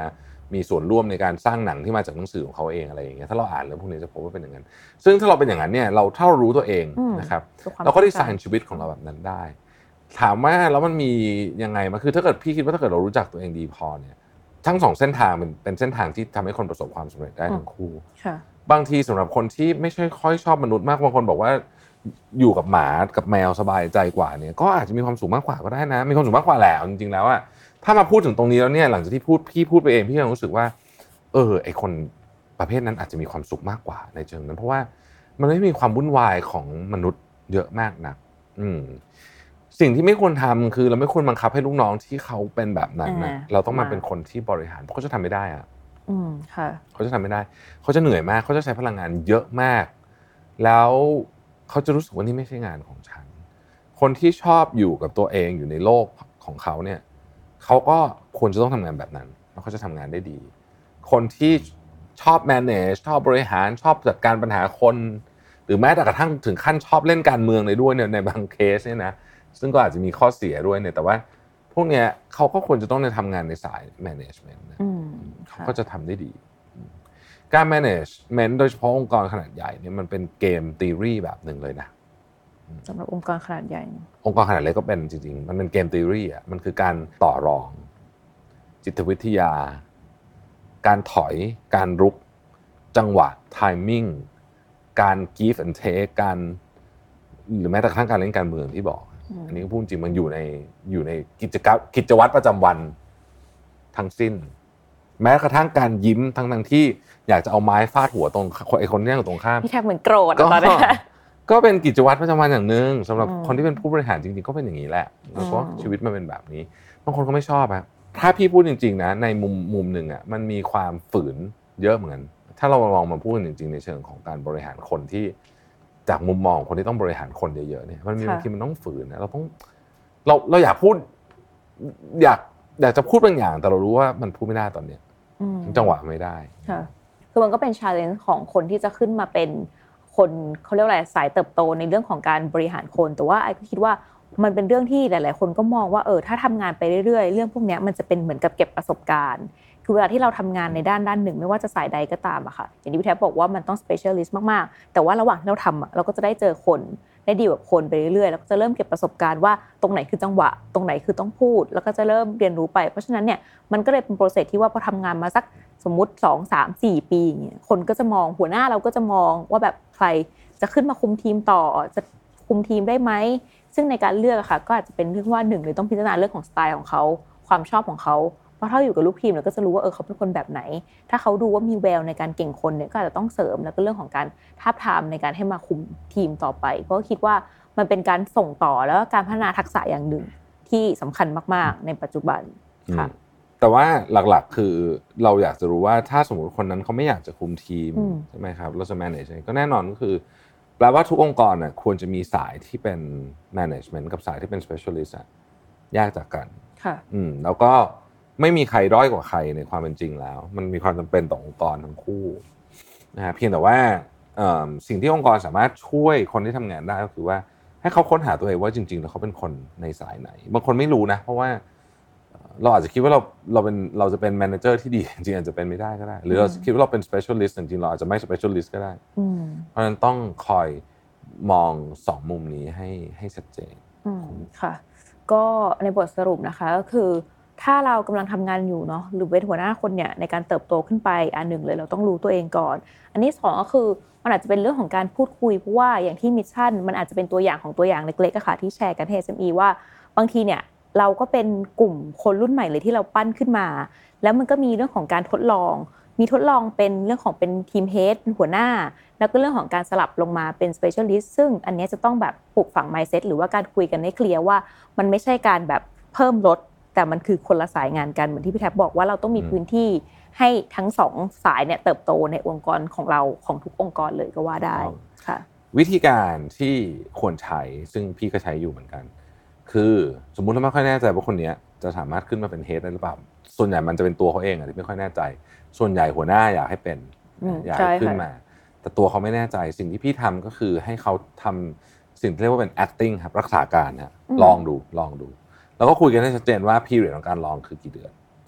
Speaker 3: มีส่วนร่วมในการสร้างหนังที่มาจากหนังสือของเขาเองอะไรอย่างเงี้ยถ้าเราอ่านเรื่องพวกนี้จะพบว่าเป็นอย่างนั้นซึ่งถ้าเราเป็นอย่างนั้นเนี่ยเราถ้าเรารู้ตัวเองนะครับเราก็ดีไซน์ชีวิตของเราแบบนั้นได้ถามว่าแล้วมันมียังไงมันคือถ้าเกิดพี่คิดว่าถ้าเกิดเรารู้จักตัวเองดีพอเนี่ยทั้งสองเส้นทางเป็นเป็นเส้นทางที่ทำให้คนประสบความสำเร็จได้ทั้งคู่บางทีสำหรับคนที่ไม่ใช่ค่อยชอบมนุษย์มากบางคนบอกว่าอยู่กับหมากับแมวสบายใจกว่าเนี่ยก็อาจจะมีความสุขมากกว่าก็ได้นะมีความสุขมากกว่าแหละจริงๆแล้วอะถ้ามาพูดถึงตรงนี้แล้วเนี่ยหลังจากที่พูดพี่พูดไปเองพี่ยังรู้สึกว่าเออไอคนประเภทนั้นอาจจะมีความสุขมากกว่าในเชิงนั้นเพราะว่ามันไม่มีความวุ่นวายของมนุษย์เยอะมากนักอืมสิ่งที่ไม่ควรทำคือเราไม่ควรบังคับให้ลูกน้องที่เขาเป็นแบบนั้นนะเราต้องมาเป็นคนที่บริหารเพราะเขาจะทำไม่ได้อะ
Speaker 2: อืมค่ะ
Speaker 3: เขาจะทำไม่ได้เขาจะเหนื่อยมากเขาจะใช้พลังงานเยอะมากแล้วเขาจะรู้สึกว่านี่ไม่ใช่งานของฉันคนที่ชอบอยู่กับตัวเองอยู่ในโลกของเขาเนี่ยเขาก็ควรจะต้องทำงานแบบนั้นแล้วเขาจะทำงานได้ดีคนที่ชอบ manage ชอบบริหารชอบจัดการปัญหาคนหรือแม้แต่กระทั่งถึงขั้นชอบเล่นการเมืองเลยด้วยเนี่ยในบางเคสเนี่ยนะซึ่งก็อาจจะมีข้อเสียด้วยเนี่ยแต่ว่าพวกเนี้ยเขาก็ควรจะต้องทำงานในสาย management นะเขาก็จะทำได้ดีการ management โดยเฉพาะองค์กรขนาดใหญ่เนี่ยมันเป็นเกม theory แบบหนึ่งเลยนะ
Speaker 2: สำหรับองค์กรขนาดใหญ่
Speaker 3: องค์กรขนาดเล็กก็เป็นจริงๆมันเป็นเกม theory อ่ะมันคือการต่อรองจิตวิทยาการถอยการรุกจังหวะ timing การ give and take การหรือแม้แต่กระทั่งการเล่นการเมืองที่บอกอันนี้ก็พูดจริงมันอยู่ในอยู่ในกิจกรรมกิจวัตรประจำวันทั้งสิ้นแม้กระทั่งการยิ้มทั้งทั้งที่อยากจะเอาไม้ฟาดหัวตรงไอ้คนที่นั่งอยู่ตรงข้าม
Speaker 2: พี่แทบเหมือนโกรธตอนนี้
Speaker 3: ก็เป็นกิจวัตรประจำวันอย่างนึงสำหรับคนที่เป็นผู้บริหารจริงๆก็เป็นอย่างนี้แหละแล้วก็ชีวิตมันเป็นแบบนี้บางคนก็ไม่ชอบอะถ้าพี่พูดจริงๆนะในมุมมุมหนึ่งอะมันมีความฝืนเยอะเหมือนกันถ้าเราลองมาพูดจริงๆในเชิงของการบริหารคนที่จากมุมมองคนที่ต้องบริหารคนเยอะๆเนี่ยมันมีบางทีมันต้องฝืนนะเราต้องเราเราอยากพูดอยากอยากจะพูดบางอย่างแต่เรารู้ว่ามันพูดไม่ได้ตอนเนี้ยจังหวะไม่ได้
Speaker 2: ค่ะคือมันก็เป็น challenge ของคนที่จะขึ้นมาเป็นคนเขาเรียกว่าอะไรสายเติบโตในเรื่องของการบริหารคนแต่ว่าไอ้ก็คิดว่ามันเป็นเรื่องที่หลายๆคนก็มองว่าเออถ้าทำงานไปเรื่อยๆเรื่องพวกนี้มันจะเป็นเหมือนกับเก็บประสบการณ์คือเวลาที่เราทำงานในด้านด้านหนึ่งไม่ว่าจะสายใดก็ตามอะค่ะอย่างที่พี่แทบบอกว่ามันต้อง specialist มากๆแต่ว่าระหว่างที่เราทำอะเราก็จะได้เจอคนได้ดีกับคนไปเรื่อยๆแล้วก็จะเริ่มเก็บประสบการณ์ว่าตรงไหนคือจังหวะตรงไหนคือต้องพูดแล้วก็จะเริ่มเรียนรู้ไปเพราะฉะนั้นเนี่ยมันก็เลยเป็นโปรเซสที่ว่าพอทำงานมาสักสมมุติสอง สาม สี่ปีอย่างเงี้ยคนก็จะมองหัวหน้าเราก็จะมองว่าแบบใครจะขึ้นมาคุมทีมต่อจะคุมทีมได้ไหมซึ่งในการเลือกอะค่ะก็อาจจะเป็นเรื่องว่าหนึ่งเลยต้องพิจารณาเรื่องของสไตล์ของเขาความชอบของเขาเพราะถ้าอยู่กับลูกทีมเราก็จะรู้ว่าเออเขาเป็นคนแบบไหนถ้าเขาดูว่ามีแววในการเก่งคนเนี่ยก็อาจจะต้องเสริมแล้วก็เรื่องของการทาบทามในการให้มาคุมทีมต่อไปเพราะคิดว่ามันเป็นการส่งต่อแล้วก็การพัฒนาทักษะอย่างหนึ่งที่สำคัญมากๆในปัจจุบันค่ะ
Speaker 3: แต่ว่าหลักๆคือเราอยากจะรู้ว่าถ้าสมมติคนนั้นเขาไม่อยากจะคุมทีมใช่ไหมครับเราจะ manage ก็แน่นอนก็คือแปลว่าทุกองค์กรน่ะควรจะมีสายที่เป็น management กับสายที่เป็น specialist อ่ะแยกจากกัน
Speaker 2: ค่ะ
Speaker 3: อืมแล้วก็ไม่มีใครด้อยกว่าใครในความเป็นจริงแล้วมันมีความจำเป็นต่อองค์กรทั้งคู่นะฮะเพียงแต่ว่าสิ่งที่องค์กรสามารถช่วยคนที่ทำงานได้ก็คือว่าให้เขาค้นหาตัวเองว่าจริงๆแล้วเขาเป็นคนในสายไหนบางคนไม่รู้นะเพราะว่าเราอาจจะคิดว่าเราเราเป็นเราจะเป็นแมเนเจอร์ที่ดีจริงๆอาจจะเป็นไม่ได้ก็ได้หรือเราคิดว่าเราเป็น specialist จริงๆเราอาจจะไม่ specialist ก็ได้เพราะฉะนั้นต้องคอยมองสองมุมนี้ให้ให้ชัดเจน
Speaker 2: ค่ะก็ในบทสรุปนะคะก็คือถ้าเรากำลังทำงานอยู่เนาะหรือเป็นหัวหน้าคนเนี่ยในการเติบโตขึ้นไปอันหนึ่งเลยเราต้องรู้ตัวเองก่อนอันที่สองก็คือมันอาจจะเป็นเรื่องของการพูดคุยเพราะว่าอย่างที่มิชชั่นมันอาจจะเป็นตัวอย่างของตัวอย่างเล็กๆอะค่ะที่แชร์กันให้ เอส เอ็ม อี ว่าบางทีเนี่ยเราก็เป็นกลุ่มคนรุ่นใหม่เลยที่เราปั้นขึ้นมาแล้วมันก็มีเรื่องของการทดลองมีทดลองเป็นเรื่องของเป็นทีมเฮดเป็นหัวหน้าแล้วก็เรื่องของการสลับลงมาเป็น specialist ซึ่งอันนี้จะต้องแบบปลูกฝัง mindset หรือว่าการคุยกันให้เคลียร์ว่ามันไม่ใช่การแบบเพิ่มลดแต่มันคือคนละสายงานกันเหมือนที่พี่แทบบอกว่าเราต้องมีพื้นที่ให้ทั้งสองสายเนี่ยเติบโตในองค์กรของเราของทุกองค์กรเลยก็ว่าได้ค่ะ
Speaker 3: วิธีการที่ควรใช้ซึ่งพี่ก็ใช้อยู่เหมือนกันคือสมมุติเราไม่ค่อยแน่ใจว่าคนนี้จะสามารถขึ้นมาเป็นเฮดได้หรือเปล่าส่วนใหญ่มันจะเป็นตัวเขาเองอะที่ไม่ค่อยแน่ใจส่วนใหญ่หัวหน้าอยากให้เป็นอยากให้ขึ้นมาแต่ตัวเขาไม่แน่ใจสิ่งที่พี่ทำก็คือให้เขาทำสิ่งที่เรียกว่าเป็น acting ครับรักษาการนะลองดูลองดูแล้วก็คุยกันให้ชัดเจนว่า period ของการลองคือกี่เดือน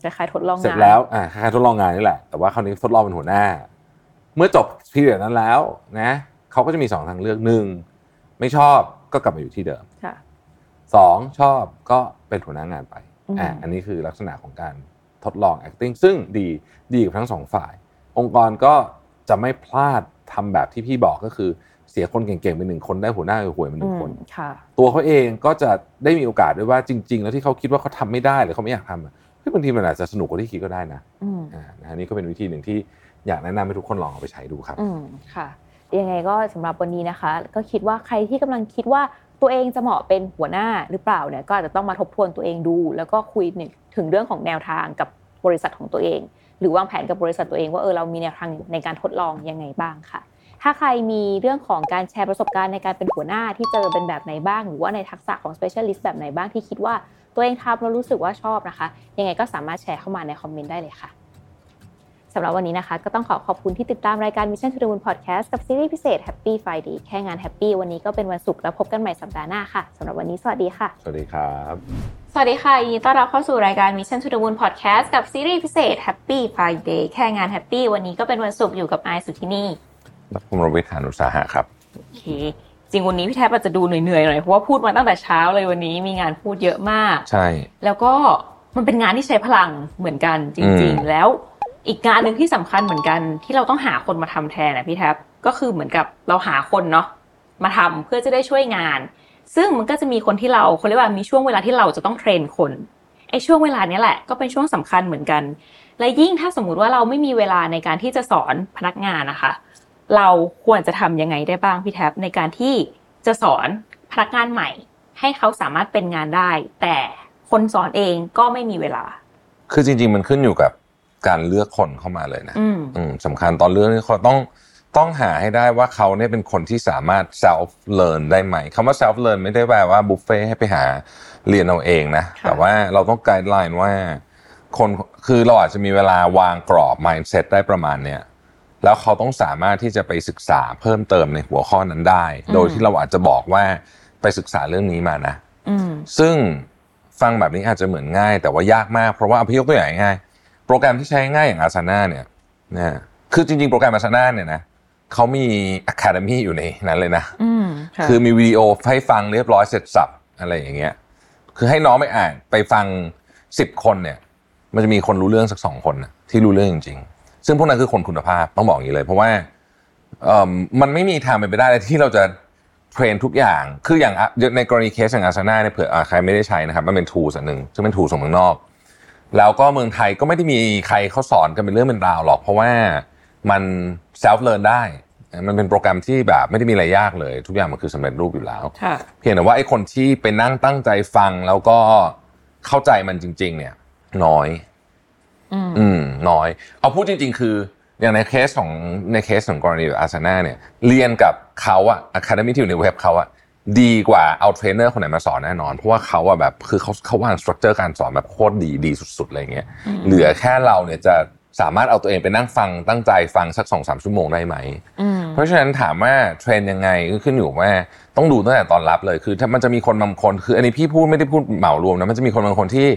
Speaker 2: คล้ายๆทดลองงาน
Speaker 3: เสร็จแล้วอ่าคล้ายๆทดลองงานนี่แหละแต่ว่าคราวนี้ทดลองเป็นหัวหน้าเมื่อจบพีเรียดนั้นแล้วนะเขาก็จะมีสองทางเลือกหนึ่งไม่ชอบก็กลับมาอยู่ที่เดิมสองชอบก็เป็นหัวหน้างานไปอ่าอันนี้คือลักษณะของการทดลอง acting ซึ่งดีดีกับทั้งสองฝ่ายองค์กรก็จะไม่พลาดทำแบบที่พี่บอกก็คือเสียคนเก่งๆเป็นหนึ่งคนได้หัวหน้าห่วยเป็นหนึ่งคนตัวเขาเองก็จะได้มีโอกาสด้วยว่าจริงๆแล้วที่เขาคิดว่าเขาทำไม่ได้หรือเขาไม่อยากทำเฮ้ยบางทีมันอาจจะสนุกกว่าที่คิดก็ได้นะอ่านะนี่ก็เป็นวิธีหนึ่งที่อยากแนะนำให้ทุกคนลองเอาไปใช้ดูครับ
Speaker 2: อืมค่ะยังไงก็สำหรับวันนี้นะคะก็คิดว่าใครที่กำลังคิดว่าตัวเองจะเหมาะเป็นหัวหน้าหรือเปล่าเนี่ยก็อาจจะต้องมาทบทวนตัวเองดูแล้วก็คุยถึงเรื่องของแนวทางกับบริษัทของตัวเองหรือวางแผนกับบริษัทตัวเองว่าเออเรามีแนวทางในการทดลองยังไงบ้างค่ะถ้าใครมีเรื่องของการแชร์ประสบการณ์ในการเป็นหัวหน้าที่เจอเป็นแบบไหนบ้างหรือว่าในทักษะของ specialist แบบไหนบ้างที่คิดว่าตัวเองทำแล้วรู้สึกว่าชอบนะคะยังไงก็สามารถแชร์เข้ามาในคอมเมนต์ได้เลยค่ะสำหรับวันนี้นะคะก็ต้องขอขอบคุณที่ติดตามรายการ Mission to the Moon Podcast กับซีรีส์พิเศษ Happy Friday แค่งาน Happy วันนี้ก็เป็นวันศุกร์แล้วพบกันใหม่สัปดาห์หน้าค่ะสำหรับวันนี้สวัสดีค่ะ
Speaker 3: สวัสดีครับ
Speaker 2: สวัสดีค่ะยินดีต้อนรับเข้าสู่รายการ Mission to the Moon Podcast กับซีรีส์พิเศษ Happy Friday แค่งาน Happy วันนี้ก็เป็นวันศุกร์อยู่กับไอซ์สุทธินี
Speaker 3: และผมรวิทย์ หานุสาหะครับ
Speaker 2: โอเคจริงวันนี้พี่แทบอาจจะดูเหนื่อยๆหน่อยเพราะว่าพูดมาตั้งแต่เช้าเลยวันนี้มีงานพูดเยอะมาก
Speaker 3: ใช่
Speaker 2: แล้วก็มันเป็นงานที่ใช้พลังเหมือนกันจริงๆแล้วอีกงานนึงที่สำคัญเหมือนกันที่เราต้องหาคนมาทำแทนนะพี่แทบก็คือเหมือนกับเราหาคนเนาะมาทำเพื่อจะได้ช่วยงานซึ่งมันก็จะมีคนที่เราเขาเรียกว่ามีช่วงเวลาที่เราจะต้องเทรนคนไอ้ช่วงเวลานี้แหละก็เป็นช่วงสำคัญเหมือนกันและยิ่งถ้าสมมุติว่าเราไม่มีเวลาในการที่จะสอนพนักงานนะคะเราควรจะทำยังไงได้บ้างพี่แทบในการที่จะสอนพนักงานใหม่ให้เขาสามารถเป็นงานได้แต่คนสอนเองก็ไม่มีเวลา
Speaker 3: คือจริงๆมันขึ้นอยู่กับการเลือกคนเข้ามาเลยนะอืมสำคัญตอนเลือกนี่เขาต้องต้องหาให้ได้ว่าเขาเนี่ยเป็นคนที่สามารถ self learn ได้ไหมคำว่า self learn ไม่ได้แปลว่าบุฟเฟ่ให้ไปหาเรียนเอาเองนะแต่ว่าเราต้องไกด์ไลน์ว่าคนคือเราอาจจะมีเวลาวางกรอบ mindset ได้ประมาณเนี้ยแล้วเขาต้องสามารถที่จะไปศึกษาเพิ่มเติมในหัวข้อนั้นได้โดยที่เราอาจจะบอกว่าไปศึกษาเรื่องนี้มานะซึ่งฟังแบบนี้อาจจะเหมือนง่ายแต่ว่ายากมากเพราะว่าเอาพี่ยกตัวอย่างง่ายโปรแกรมที่ใช้ง่ายอย่าง Asana เนี่ยนะคือจริงๆโปรแกรม Asana เนี่ยนะเขามี Academy อยู่ในนั้นเลยนะคือมีวิดีโอให้ฟังเรียบร้อยเสร็จสับอะไรอย่างเงี้ยคือให้น้องไปอ่านไปฟังสิบคนเนี่ยมันจะมีคนรู้เรื่องสักสองคนนะที่รู้เรื่องจริงๆซึ่งพวกนั้นคือคนคุณภาพต้องบอกอย่างนี้เลยเพราะว่าเอ่อมันไม่มีทางเป็นไปได้เลยที่เราจะเทรนทุกอย่างคืออย่างในกรณีเคสอย่าง Asana เนี่ยเผื่อใครไม่ได้ใช้นะครับมันเป็น tool อันนึงซึ่งเป็น tool ของเมืองนอกแล้วก็เมืองไทยก็ไม่ได้มีใครเขาสอนกันเป็นเรื่องเป็นราวหรอกเพราะว่ามัน self learn ได้มันเป็นโปรแกรมที่แบบไม่ได้มีอะไรยากเลยทุกอย่างมันคือสำเร็จรูปอยู่แล้วเพียงแต่ว่าไอ้คนที่ไปนั่งตั้งใจฟังแล้วก็เข้าใจมันจริงๆเนี่ยน้อยอืมน้อยเอาพูดจริงๆคืออย่างในเคสของในเคสของกรณีแบบ Asana เนี่ยเรียนกับเขาอะ Academy ที่อยู่ในเว็บเขาอะดีกว่าเอาเทรนเนอร์คนไหนมาสอนแน่นอนเพราะว่าเขาอะแบบคือเขาเขาวางสตรัคเจอร์การสอนแบบโคตรดีดีสุดๆอะไรเงี้ยเหลือแค่เราเนี่ยจะสามารถเอาตัวเองไปนั่งฟังตั้งใจฟังสัก สองถึงสาม ชั่วโมงได้ไหมเพราะฉะนั้นถามว่าเทรนยังไงก็ขึ้นอยู่ว่าต้องดูตั้งแต่ตอนรับเลยคือถ้ามันจะมีคนบางคนคืออันนี้พี่พูดไม่ได้พูดเหมารวมนะมันจะมีคนบางคนที่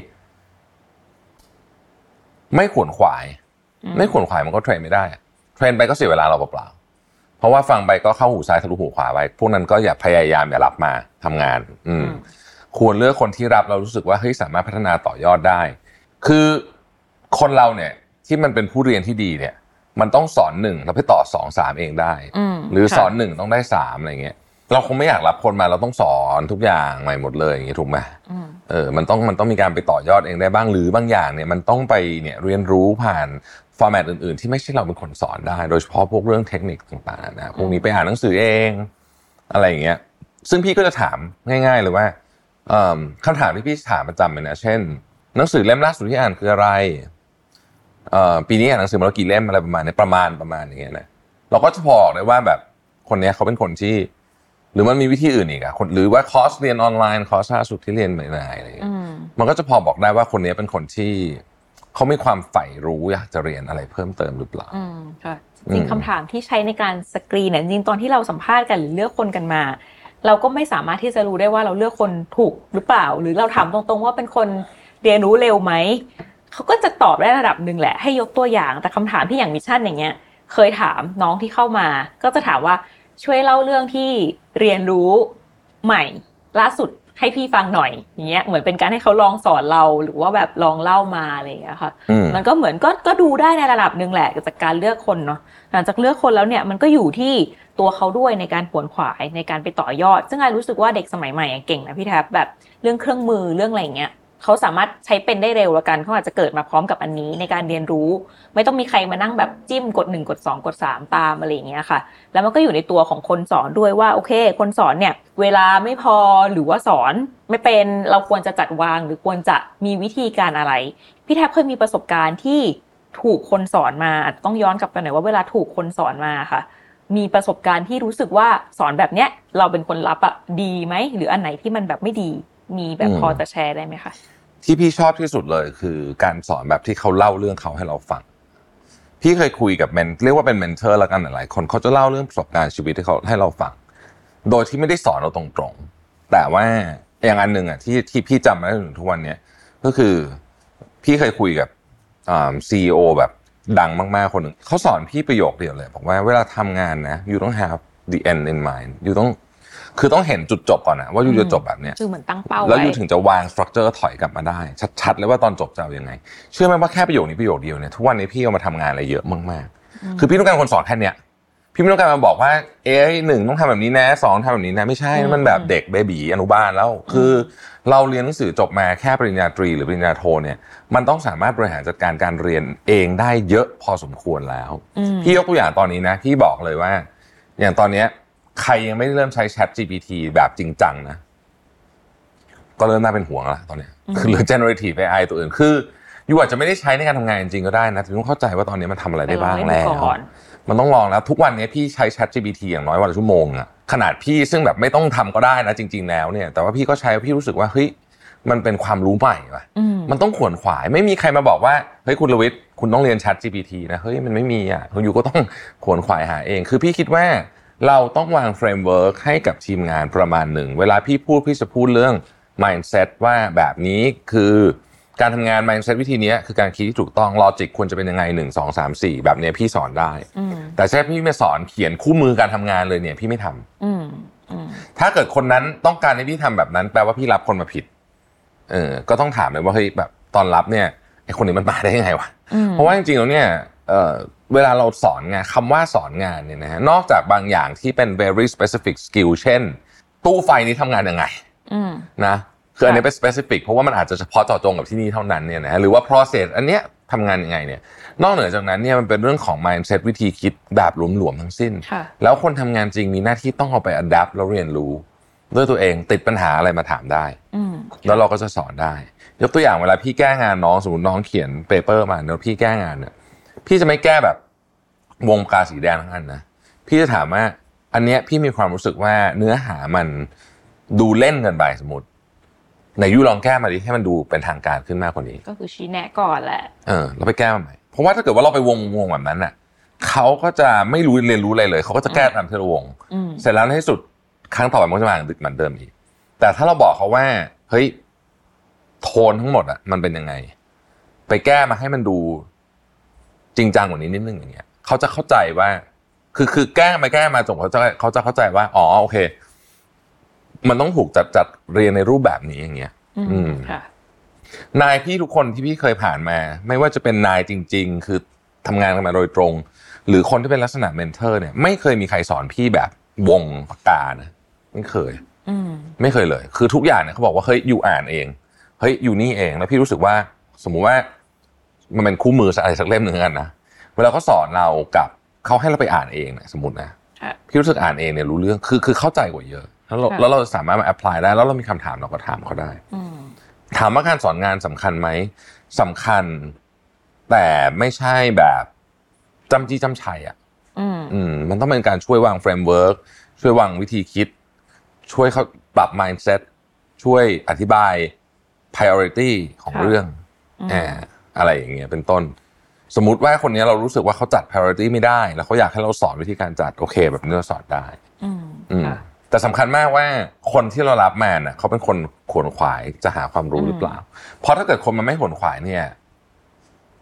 Speaker 3: ไม่ขวนขวายไม่ขวนขวายมันก็เทรนไม่ได้เทรนไปก็เสียเวลาเราเปล่าๆเพราะว่าฟังไปก็เข้าหูซ้ายทะลุหูขวาไปพวกนั้นก็อย่าพยายามอย่ารับมาทำงานอืมควรเลือกคนที่รับเรารู้สึกว่าเฮ้ยสามารถพัฒนาต่อยอดได้คือคนเราเนี่ยที่มันเป็นผู้เรียนที่ดีเนี่ยมันต้องสอนหนึ่งแล้วไปต่อสองสามเองได้หรือสอนหนึ่งต้องได้สามอะไรเงี้ยเราคงไม่อยากรับคนมาเราต้องสอนทุกอย่างใหม่หมดเลยอย่างเงี้ยถูกไหมเออมันต้องมันต้องมีการไปต่อยอดเองได้บ้างหรือบางอย่างเนี่ยมันต้องไปเนี่ยเรียนรู้ผ่านฟอร์แมตอื่นๆที่ไม่ใช่เราเป็นคนสอนได้โดยเฉพาะพวกเรื่องเทคนิคต่างๆนะพวกนี้ไปอ่านหนังสือเองอะไรอย่างเงี้ยซึ่งพี่ก็จะถามง่ายๆเลยว่าคำถามที่พี่ถามประจำเลยนะเช่นหนังสือเล่มล่าสุดที่อ่านคืออะไรปีนี้อ่านหนังสือมาแล้วกี่เล่มอะไรประมาณนี้ประมาณประมาณอย่างเงี้ยนะเราก็จะบอกได้ว่าแบบคนนี้เขาเป็นคนที่หรือมันมีวิธีอื่นอีกอะคนหรือว่าคอร์สเรียนออนไลน์คอร์สล่าสุดที่เรียนใหม่ๆอะไรอย่างเงี้ยมันก็จะพอบอกได้ว่าคนนี้เป็นคนที่เขามีความใฝ่รู้อยากจะเรียนอะไรเพิ่มเติมหรือเปล่า
Speaker 2: อืมค่ะจริงคำถามที่ใช้ในการสกรีนเนี่ยจริงตอนที่เราสัมภาษณ์กันหรือเลือกคนกันมาเราก็ไม่สามารถที่จะรู้ได้ว่าเราเลือกคนถูกหรือเปล่าหรือเราถามตรงๆว่าเป็นคนเรียนรู้เร็วไหมเขาก็จะตอบได้ระดับนึงแหละให้ยกตัวอย่างแต่คำถามที่อย่างมิชชั่นอย่างเงี้ยเคยถามน้องที่เข้ามาก็จะถามว่าช่วยเล่าเรื่องที่เรียนรู้ใหม่ล่าสุดให้พี่ฟังหน่อยอย่างเงี้ยเหมือนเป็นการให้เขาลองสอนเราหรือว่าแบบลองเล่ามาอะไรอย่างเงี้ยค่ะมันก็เหมือนก็ก็ดูได้ในระดับนึงแหละจากการเลือกคนเนาะหลังจากเลือกคนแล้วเนี่ยมันก็อยู่ที่ตัวเขาด้วยในการขวนขวายในการไปต่อยอดซึ่งไอรู้สึกว่าเด็กสมัยใหม่เก่งนะพี่แทบแบบเรื่องเครื่องมือเรื่องอะไรอย่างเงี้ยเขาสามารถใช้เป็นได้เร็วแล้วกันเขาอาจจะเกิดมาพร้อมกับอันนี้ในการเรียนรู้ไม่ต้องมีใครมานั่งแบบจิ้มกดหนึ่งกดสองกดสามตามอะไรอย่างเงี้ยค่ะแล้วมันก็อยู่ในตัวของคนสอนด้วยว่าโอเคคนสอนเนี่ยเวลาไม่พอหรือว่าสอนไม่เป็นเราควรจะจัดวางหรือควรจะมีวิธีการอะไรพี่แทบเคยมีประสบการณ์ที่ถูกคนสอนมาต้องย้อนกลับไปหน่อยว่าเวลาถูกคนสอนมาค่ะมีประสบการณ์ที่รู้สึกว่าสอนแบบเนี้ยเราเป็นคนรับอะดีไหมหรืออันไหนที่มันแบบไม่ดีมีแบบพอจะแชร์ได้ไหมคะ
Speaker 4: ที่พี่ชอบที่สุดเลยคือการสอนแบบที่เขาเล่าเรื่องเขาให้เราฟังพี่เคยคุยกับเมนเรียกว่าเป็นเมนเทอร์แล้วกันหลายคนเขาจะเล่าเรื่องประสบการณ์ชีวิตให้เขาให้เราฟังโดยที่ไม่ได้สอนเราตรงๆแต่ว่าอย่างอันหนึ่งอ่ะที่ที่พี่จำมาได้ถึงทุกวันนี้ก็คือพี่เคยคุยกับอ่า ซี อี โอ แบบดังมากๆคนหนึ่งเขาสอนพี่ประโยคเดียวเลยบอกว่าเวลาทำงานนะ you don't have the end in mind you ต้องคือต้องเห็นจุดจบก่อนนะว่ายูจะจบแบบเนี้ย
Speaker 2: คือเหมือนตั้งเป้าไว้
Speaker 4: แล้วยูถึงจะวางสตรัคเจอร์ถอยกลับมาได้ชัดๆเลยว่าตอนจบจะเอายังไงเชื่อไหมว่าแค่ประโยคนี้ประโยคเดียวเนี่ยทุกวันนี้พี่เอามาทำงานอะไรเยอะมากๆคือพี่ต้องการคนสอนแค่เนี้ยพี่ไม่ต้องการมาบอกว่าเอ๊ะหนึ่งต้องทำแบบนี้นะสองทำแบบนี้นะไม่ใช่มันแบบเด็กเบบีอนุบาลแล้วคือเราเรียนหนังสือจบมาแค่ปริญญาตรีหรือปริญญาโทเนี่ยมันต้องสามารถบริหารจัดการการเรียนเองได้เยอะพอสมควรแล้วพี่ยกตัวอย่างตอนนี้นะพี่บอกเลยว่าอย่างตอนเนี้ยใครยังไม่ได้เริ่มใช้ Chat จี พี ที แบบจริงจังนะก็เริ่มน่าเป็นห่วงแล้วตอนนี้คือเรื่อง generative เอ ไอ ตัวอื่นคือยูอาจจะไม่ได้ใช้ในการทำงานจริงก็ได้นะแต่ต้องเข้าใจว่าตอนนี้มันทำอะไรได้บ้างแล้วมันต้องลองแล้วทุกวันนี้พี่ใช้ Chat จี พี ที อย่างน้อยวันละชั่วโมงอะขนาดพี่ซึ่งแบบไม่ต้องทำก็ได้นะจริงๆแล้วเนี่ยแต่ว่าพี่ก็ใช้พี่รู้สึกว่าเฮ้ยมันเป็นความรู้ใหม่ว่ะมันต้องขวนขวายไม่มีใครมาบอกว่าเฮ้ยคุณลวิทย์คุณต้องเรียน Chat จี พี ที นะเฮ้ยมันไม่มีอ่ะคุณยูก็ต้องขวนขวายหาเองคือพี่คิดว่าเราต้องวางเฟรมเวิร์คให้กับทีมงานประมาณหนึ่งเวลาพี่พูดพี่จะพูดเรื่อง mindset ว่าแบบนี้คือการทำงาน mindset วิธีนี้คือการคิดที่ถูกต้อง logic ควรจะเป็นยังไงหนึ่ง สอง สาม สี่แบบนี้พี่สอนได้แต่ใช่พี่ไม่สอนเขียนคู่มือการทำงานเลยเนี่ยพี่ไม่ทำถ้าเกิดคนนั้นต้องการให้พี่ทำแบบนั้นแปลว่าพี่รับคนมาผิดเออก็ต้องถามเลยว่าเฮ้ยแบบตอนรับเนี่ยไอ้คนนี้มันมาได้ยังไงวะเพราะว่าจริงๆแล้วเนี่ยเอ่อเวลาเราสอนงานคำว่าสอนงานเนี่ยนะฮะนอกจากบางอย่างที่เป็น very specific skill เช่นตู้ไฟนี้ทำงานยังไงนะคืออันนี้เป็น specific เพราะว่ามันอาจจะเฉพาะเจาะจงกับที่นี่เท่านั้นเนี่ยนะหรือว่า process อันเนี้ยทำงานยังไงเนี่ยนอกเหนือจากนั้นเนี่ยมันเป็นเรื่องของ mindset วิธีคิดแบบหลวมๆทั้งสิ้นแล้วคนทำงานจริงมีหน้าที่ต้องเอาไป adapt แล้วเรียนรู้ด้วยตัวเองติดปัญหาอะไรมาถามได้แล้วเราก็จะสอนได้ยกตัวอย่างเวลาพี่แก้งานน้องสมมติน้องเขียนเปเปอร์มาแล้วพี่แก้งานเนี่ยพี่จะไม่แก้แบบวงกาสีแดงทั้งอันนะพี่จะถามว่าอันเนี้ยพี่มีความรู้สึกว่าเนื้อหามันดูเล่นเกินไปสมมติไหนยูลองแก้มาดิให้มันดูเป็นทางการขึ้นมากกว่านี้
Speaker 2: ก็คือชี้แนะก่อนแหละ
Speaker 4: เออแล้วไปแก้มาใหม่เพราะว่าถ้าเกิดว่าเราไปวงวงแบบนั้นน่ะเขาก็จะไม่รู้เรียนรู้อะไรเลยเขาก็จะแก้ตามที่เราวงเสร็จแล้วในที่สุดครั้งต่อไปมันก็จะมาเหมือนเดิมอีกแต่ถ้าเราบอกเขาว่าเฮ้ยโทนทั้งหมดอ่ะมันเป็นยังไงไปแก้มาให้มันดูจริงจังกว่านี้นิดนึงอย่างเงี้ยเขาจะเข้าใจว่าคือคือแก้มาแก้มาจนเขาจะเขาจะเข้าใจว่าอ๋อโอเคมันต้องถูกจัดจัดเรียนในรูปแบบนี้อย่างเงี้ยอืมค่ะนายพี่ทุกคนที่พี่เคยผ่านมาไม่ว่าจะเป็นนายจริงๆคือทำงานกันมาโดยตรงหรือคนที่เป็นลักษณะเมนเทอร์เนี่ยไม่เคยมีใครสอนพี่แบบวงปากกานะไม่เคยไม่เคยเลยคือทุกอย่างเนี่ยเขาบอกว่าเฮ้ยอยู่อ่านเองเฮ้ยอยู่นี่เองแล้วพี่รู้สึกว่าสมมุติว่ามันเป็นคู่มืออะไรสักเล่มหนึ่งกันนะเวลาเขาสอนเรากับเขาให้เราไปอ่านเองเนี่ยสมมตินะพี่รู้สึกอ่านเองเนี่ยรู้เรื่องคือคือเข้าใจกว่าเยอะแล้วเราแล้วเราสามารถมาแอพพลายได้แล้วเรามีคำถามเราก็ถามเขาได้ถามว่าการสอนงานสำคัญไหมสำคัญแต่ไม่ใช่แบบจำจี้จำชัยอ่ะอืมมันต้องเป็นการช่วยวางเฟรมเวิร์กช่วยวางวิธีคิดช่วยเขาปรับ mindset ช่วยอธิบาย priority ของเรื่องอ่าอะไรอย่างเงี้ยเป็นต้นสมมุติว่าคนนี้เรารู้สึกว่าเขาจัด priority ไม่ได้แล้วเขาอยากให้เราสอนวิธีการจัดโอเคแบบนี้เราสอนได้อืมแต่สำคัญมากว่าคนที่เรารับมาน่ะเขาเป็นคนขวนขวายจะหาความรู้หรือเปล่าเพราะถ้าเกิดคนมันไม่ขวนขวายเนี่ย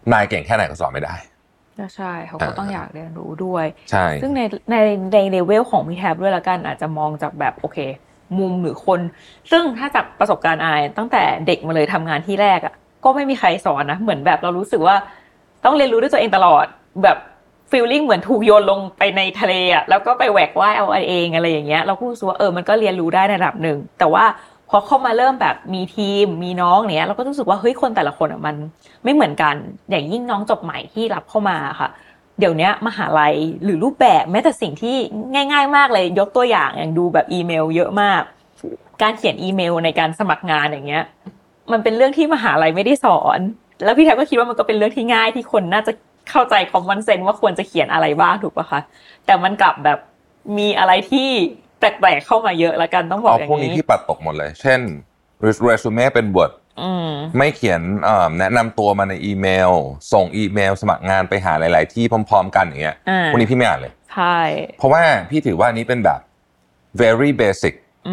Speaker 4: นายเก่งแค่ไหนก็สอนไม่ได้
Speaker 2: ใช่เขาก็ต้องอยากเรียนรู้ด้วย
Speaker 4: ใช่
Speaker 2: ซึ่งในในในเลเวลของพี่แท็บด้วยละกันอาจจะมองจากแบบโอเคมุมหรือคนซึ่งถ้าจากประสบการณ์อายตั้งแต่เด็กมาเลยทำงานที่แรกอ่ะก็ไม่มีใครสอนนะเหมือนแบบเรารู้สึกว่าต้องเรียนรู้ด้วยตัวเองตลอดแบบฟีลลิ่งเหมือนถูกโยนลงไปในทะเลอ่ะแล้วก็ไปแหวกว่ายเอาเองอะไรอย่างเงี้ยเราก็รู้สึกว่าเออมันก็เรียนรู้ได้ในระดับหนึ่งแต่ว่าพอเข้ามาเริ่มแบบมีทีมมีน้องเนี้ยเราก็รู้สึกว่าเฮ้ยคนแต่ละคนอ่ะมันไม่เหมือนกันอย่างยิ่งน้องจบใหม่ที่รับเข้ามาค่ะเดี๋ยวนี้มหาลัยหรือรูปแบบแม้แต่สิ่งที่ง่ายๆมากเลยยกตัวอย่างอย่างดูแบบอีเมลเยอะมากการเขียนอีเมลในการสมัครงานอย่างเงี้ยมันเป็นเรื่องที่มหาลัยไม่ได้สอนแล้วพี่แทบก็คิดว่ามันก็เป็นเรื่องที่ง่ายที่คนน่าจะเข้าใจคอมมอนเซนส์ว่าควรจะเขียนอะไรบ้างถูกป่ะคะแต่มันกลับแบบมีอะไรที่แปลกๆเข้ามาเยอะละกันต้องบอกอย่างนี้
Speaker 4: พวกนี้ที่ปัดตกหมดเลยเช่น resume เป็น Word ไม่เขียนแนะนำตัวมาในอีเมลส่งอีเมลสมัครงานไปหาหลายๆที่พร้อมๆกันอย่างเงี้ยพวกนี้พี่ไม่อ่านเลย
Speaker 2: ใช่
Speaker 4: เพราะว่าพี่ถือว่านี้เป็นแบบ very basic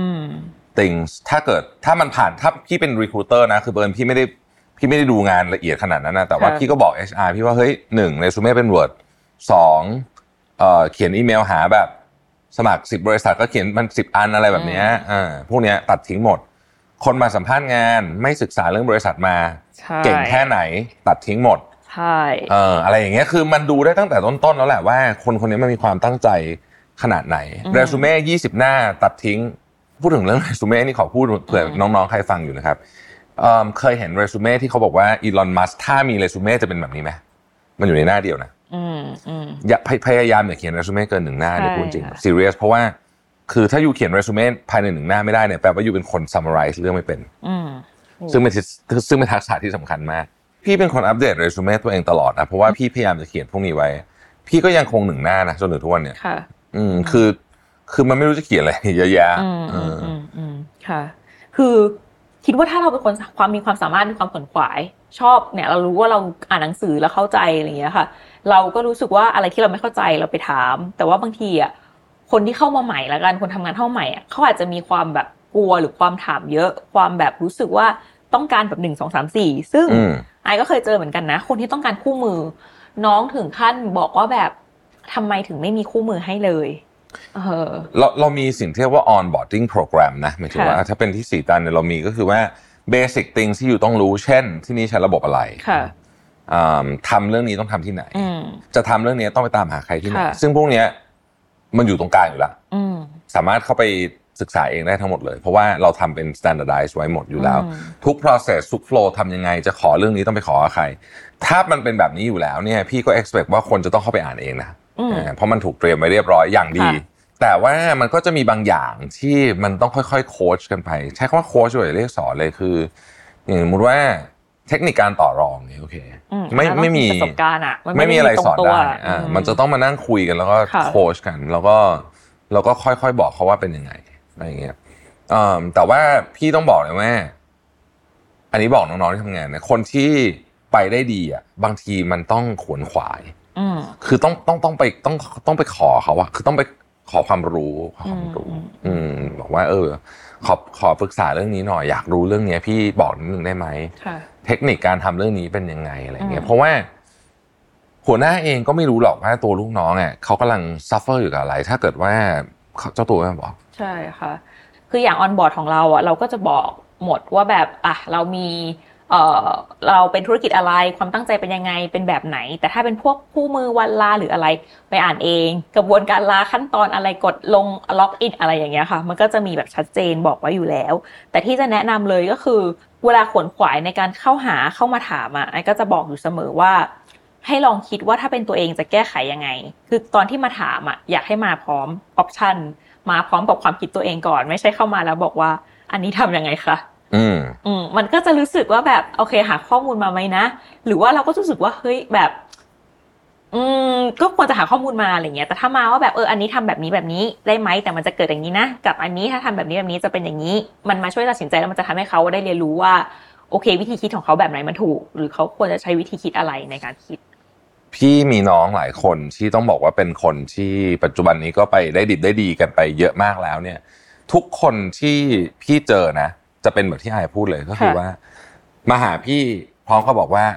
Speaker 4: things ถ้าเกิดถ้ามันผ่านถ้าพี่เป็น recruiter นะคือเบิร์นพี่ไม่ได้พี่ไม่ได้ดูงานละเอียดขนาดนั้นนะแต่ว่าพี่ก็บอก เอช อาร์ พี่ว่าเฮ้ยหนึ่ง resume เป็น Word สองเอ่อเขียนอีเมลหาแบบสมัครสิบบริษัทก็เขียนมันสิบอันอะไรแบบนี้อ่าพวกเนี้ยตัดทิ้งหมดคนมาสัมภาษณ์งานไม่ศึกษาเรื่องบริษัทมาเก่งแค่ไหนตัดทิ้งหมด
Speaker 2: ใช่
Speaker 4: เอ่ออะไรอย่างเงี้ยคือมันดูได้ตั้งแต่ต้นๆแล้วแหละว่าคนคนนี้มันมีความตั้งใจขนาดไหนเรซูเม่ยี่สิบหน้าตัดทิ้งพูดถึงเรื่องเรซูเม่นี่ขอพูดเผื่อน้องๆใครฟังอยู่นะครับเอ่อเคยเห็นเรซูเม่ที่เขาบอกว่าอีลอนมัสก์ถ้ามีเรซูเม่จะเป็นแบบนี้ไหมมันอยู่ในหน้าเดียวนะ
Speaker 2: อืมอืม
Speaker 4: อย่าพยายามอย่าเขียนเรซูเม่เกินหนึ่งหน้าเนี่ยพูดจริงซีเรียสเพราะว่าคือถ้าอยู่เขียนเรซูเม่ภายในหนึ่งหน้าไม่ได้เนี่ยแปลว่าอยู่เป็นคน summarize เรื่องไม่เป็นซึ่งเป็นซึ่งเป็นทักษะที่สำคัญมากพี่เป็นคนอัปเดตเรซูเม่ตัวเองตลอดนะเพราะว่าพี่พยายามจะเขียนพวกนี้ไว้พี่ก็ยังคงหนึ่งหน้านะจนถึงทุกวันเนี่ย
Speaker 2: ค่ะ
Speaker 4: อืมคือคือมันไม่รู้จะเขียนอะไรเยอะแยะ
Speaker 2: อืมอืมอืมค่ะคือคิดว่าถ้าเราเป็นคนความมีความสามารถมีความขวนขวายชอบเนี่ยเรารู้ว่าเราอ่านหนังสือแล้วเข้าใจอะไรอย่างเงี้ยค่ะเราก็รู้สึกว่าอะไรที่เราไม่เข้าใจเราไปถามแต่ว่าบางทีอ่ะคนที่เข้ามาใหม่ละกันคนทำงานเข้าใหม่อ่ะเขาอาจจะมีความแบบกลัวหรือความถามเยอะความแบบรู้สึกว่าต้องการแบบหนึ่งสองสามสี่ซึ่งไอก็เคยเจอเหมือนกันนะคนที่ต้องการคู่มือน้องถึงขั้นบอกว่าแบบทำไมถึงไม่มีคู่มือให้เลยเออ
Speaker 4: เราเรามีสิ่งที่เรียกว่า onboarding program นะหมายถึงว่าถ้าเป็นที่สี่ตันเนี่ยเรามีก็คือว่า basic things ที่อยู่ต้องรู้เช่นที่นี่ใช้ระบบอะไรทำเรื่องนี้ต้องทำที่ไหนจะทำเรื่องนี้ต้องไปตามหาใครที่ไหนซึ่งพวกนี้มันอยู่ตรงกลางอยู่แล้วสามารถเข้าไปศึกษาเองได้ทั้งหมดเลยเพราะว่าเราทำเป็น standardize ไว้หมดอยู่แล้วทุก process ทุก flow ทำยังไงจะขอเรื่องนี้ต้องไปขอใครถ้ามันเป็นแบบนี้อยู่แล้วเนี่ยพี่ก็ expect ว่าคนจะต้องเข้าไปอ่านเองนะเพราะมันถูกเตรียมไว้เรียบร้อยอย่างดีแต่ว่ามันก็จะมีบางอย่างที่มันต้องค่อยๆโค้ชกันไปใช้คำว่าโค้ชเลยเรียกสอนเลยคืออย่างสมมติว่าเทคนิคการต่อรองเนี่ยโอเคไม่ไม่มี
Speaker 2: ประสบการณ์อ่ะ
Speaker 4: ไม่มีอะไรสอนได้อ่ามันจะต้องมานั่งคุยกันแล้วก็โค้ชกันแล้วก็แล้วก็ค่อยๆบอกเขาว่าเป็นยังไงอะไรอย่างเงี้ยอ่าแต่ว่าพี่ต้องบอกเลยว่าอันนี้บอกน้องๆที่ทำงานนะคนที่ไปได้ดีอ่ะบางทีมันต้องขวนขวายคือต้องต้องต้องไปต้องต้องไปขอเขาอะคือต้องไปขอความรู้ขอความรู้อืมบอกว่าเออขอขอปรึกษาเรื่องนี้หน่อยอยากรู้เรื่องนี้พี่บอกนิดนึงได้ไหมเทคนิคการทำเรื่องนี้เป็นยังไงอะไรเงี้ยเพราะว่าหัวหน้าเองก็ไม่รู้หรอกว่าตัวลูกน้องอ่ะเขากำลังซัฟเฟอร์อยู่กับอะไรถ้าเกิดว่าเจ้าตัวไม่บอก
Speaker 2: ใช่ค่ะคืออย่างออนบอร์ดของเราอ่ะเราก็จะบอกหมดว่าแบบอ่ะเรามีเอ่อเราเป็นธุรกิจอะไรความตั้งใจเป็นยังไงเป็นแบบไหนแต่ถ้าเป็นพวกคู่มือวันลาหรืออะไรไปอ่านเองกระบวนการลาขั้นตอนอะไรกดลงล็อกอินอะไรอย่างเงี้ยค่ะมันก็จะมีแบบชัดเจนบอกไว้อยู่แล้วแต่ที่จะแนะนำเลยก็คือเวลาขวนขวายในการเข้าหาเข้ามาถามอ่ะไอ้ก็จะบอกอยู่เสมอว่าให้ลองคิดว่าถ้าเป็นตัวเองจะแก้ไขยังไงคือตอนที่มาถามอ่ะอยากให้มาพร้อมออปชั่นมาพร้อมกับความคิดตัวเองก่อนไม่ใช่เข้ามาแล้วบอกว่าอันนี้ทำยังไงคะ
Speaker 4: อืม
Speaker 2: อืมมันก็จะรู้สึกว่าแบบโอเคหาข้อมูลมาไหมนะหรือว่าเราก็รู้สึกว่าเฮ้ยแบบอืมก็ควรจะหาข้อมูลมาอะไรเงี้ยแต่ถ้ามาว่าแบบเอออันนี้ทำแบบนี้แบบนี้ได้ไหมแต่มันจะเกิดอย่างนี้นะกับอันนี้ถ้าทำแบบนี้แบบนี้จะเป็นอย่างนี้มันมาช่วยตัดสินใจแล้วมันจะทำให้เขาได้เรียนรู้ว่าโอเควิธีคิดของเขาแบบไหนมันถูกหรือเขาควรจะใช้วิธีคิดอะไรในการคิด
Speaker 4: พี่มีน้องหลายคนที่ต้องบอกว่าเป็นคนที่ปัจจุบันนี้ก็ไปได้ดิบได้ดีกันไปเยอะมากแล้วเนี่ยทุกคนที่พี่เจอนะจะเป็นแบบที่อายพูดเลยก็คือว่ามาหาพี่พร้อมก็บอกว่า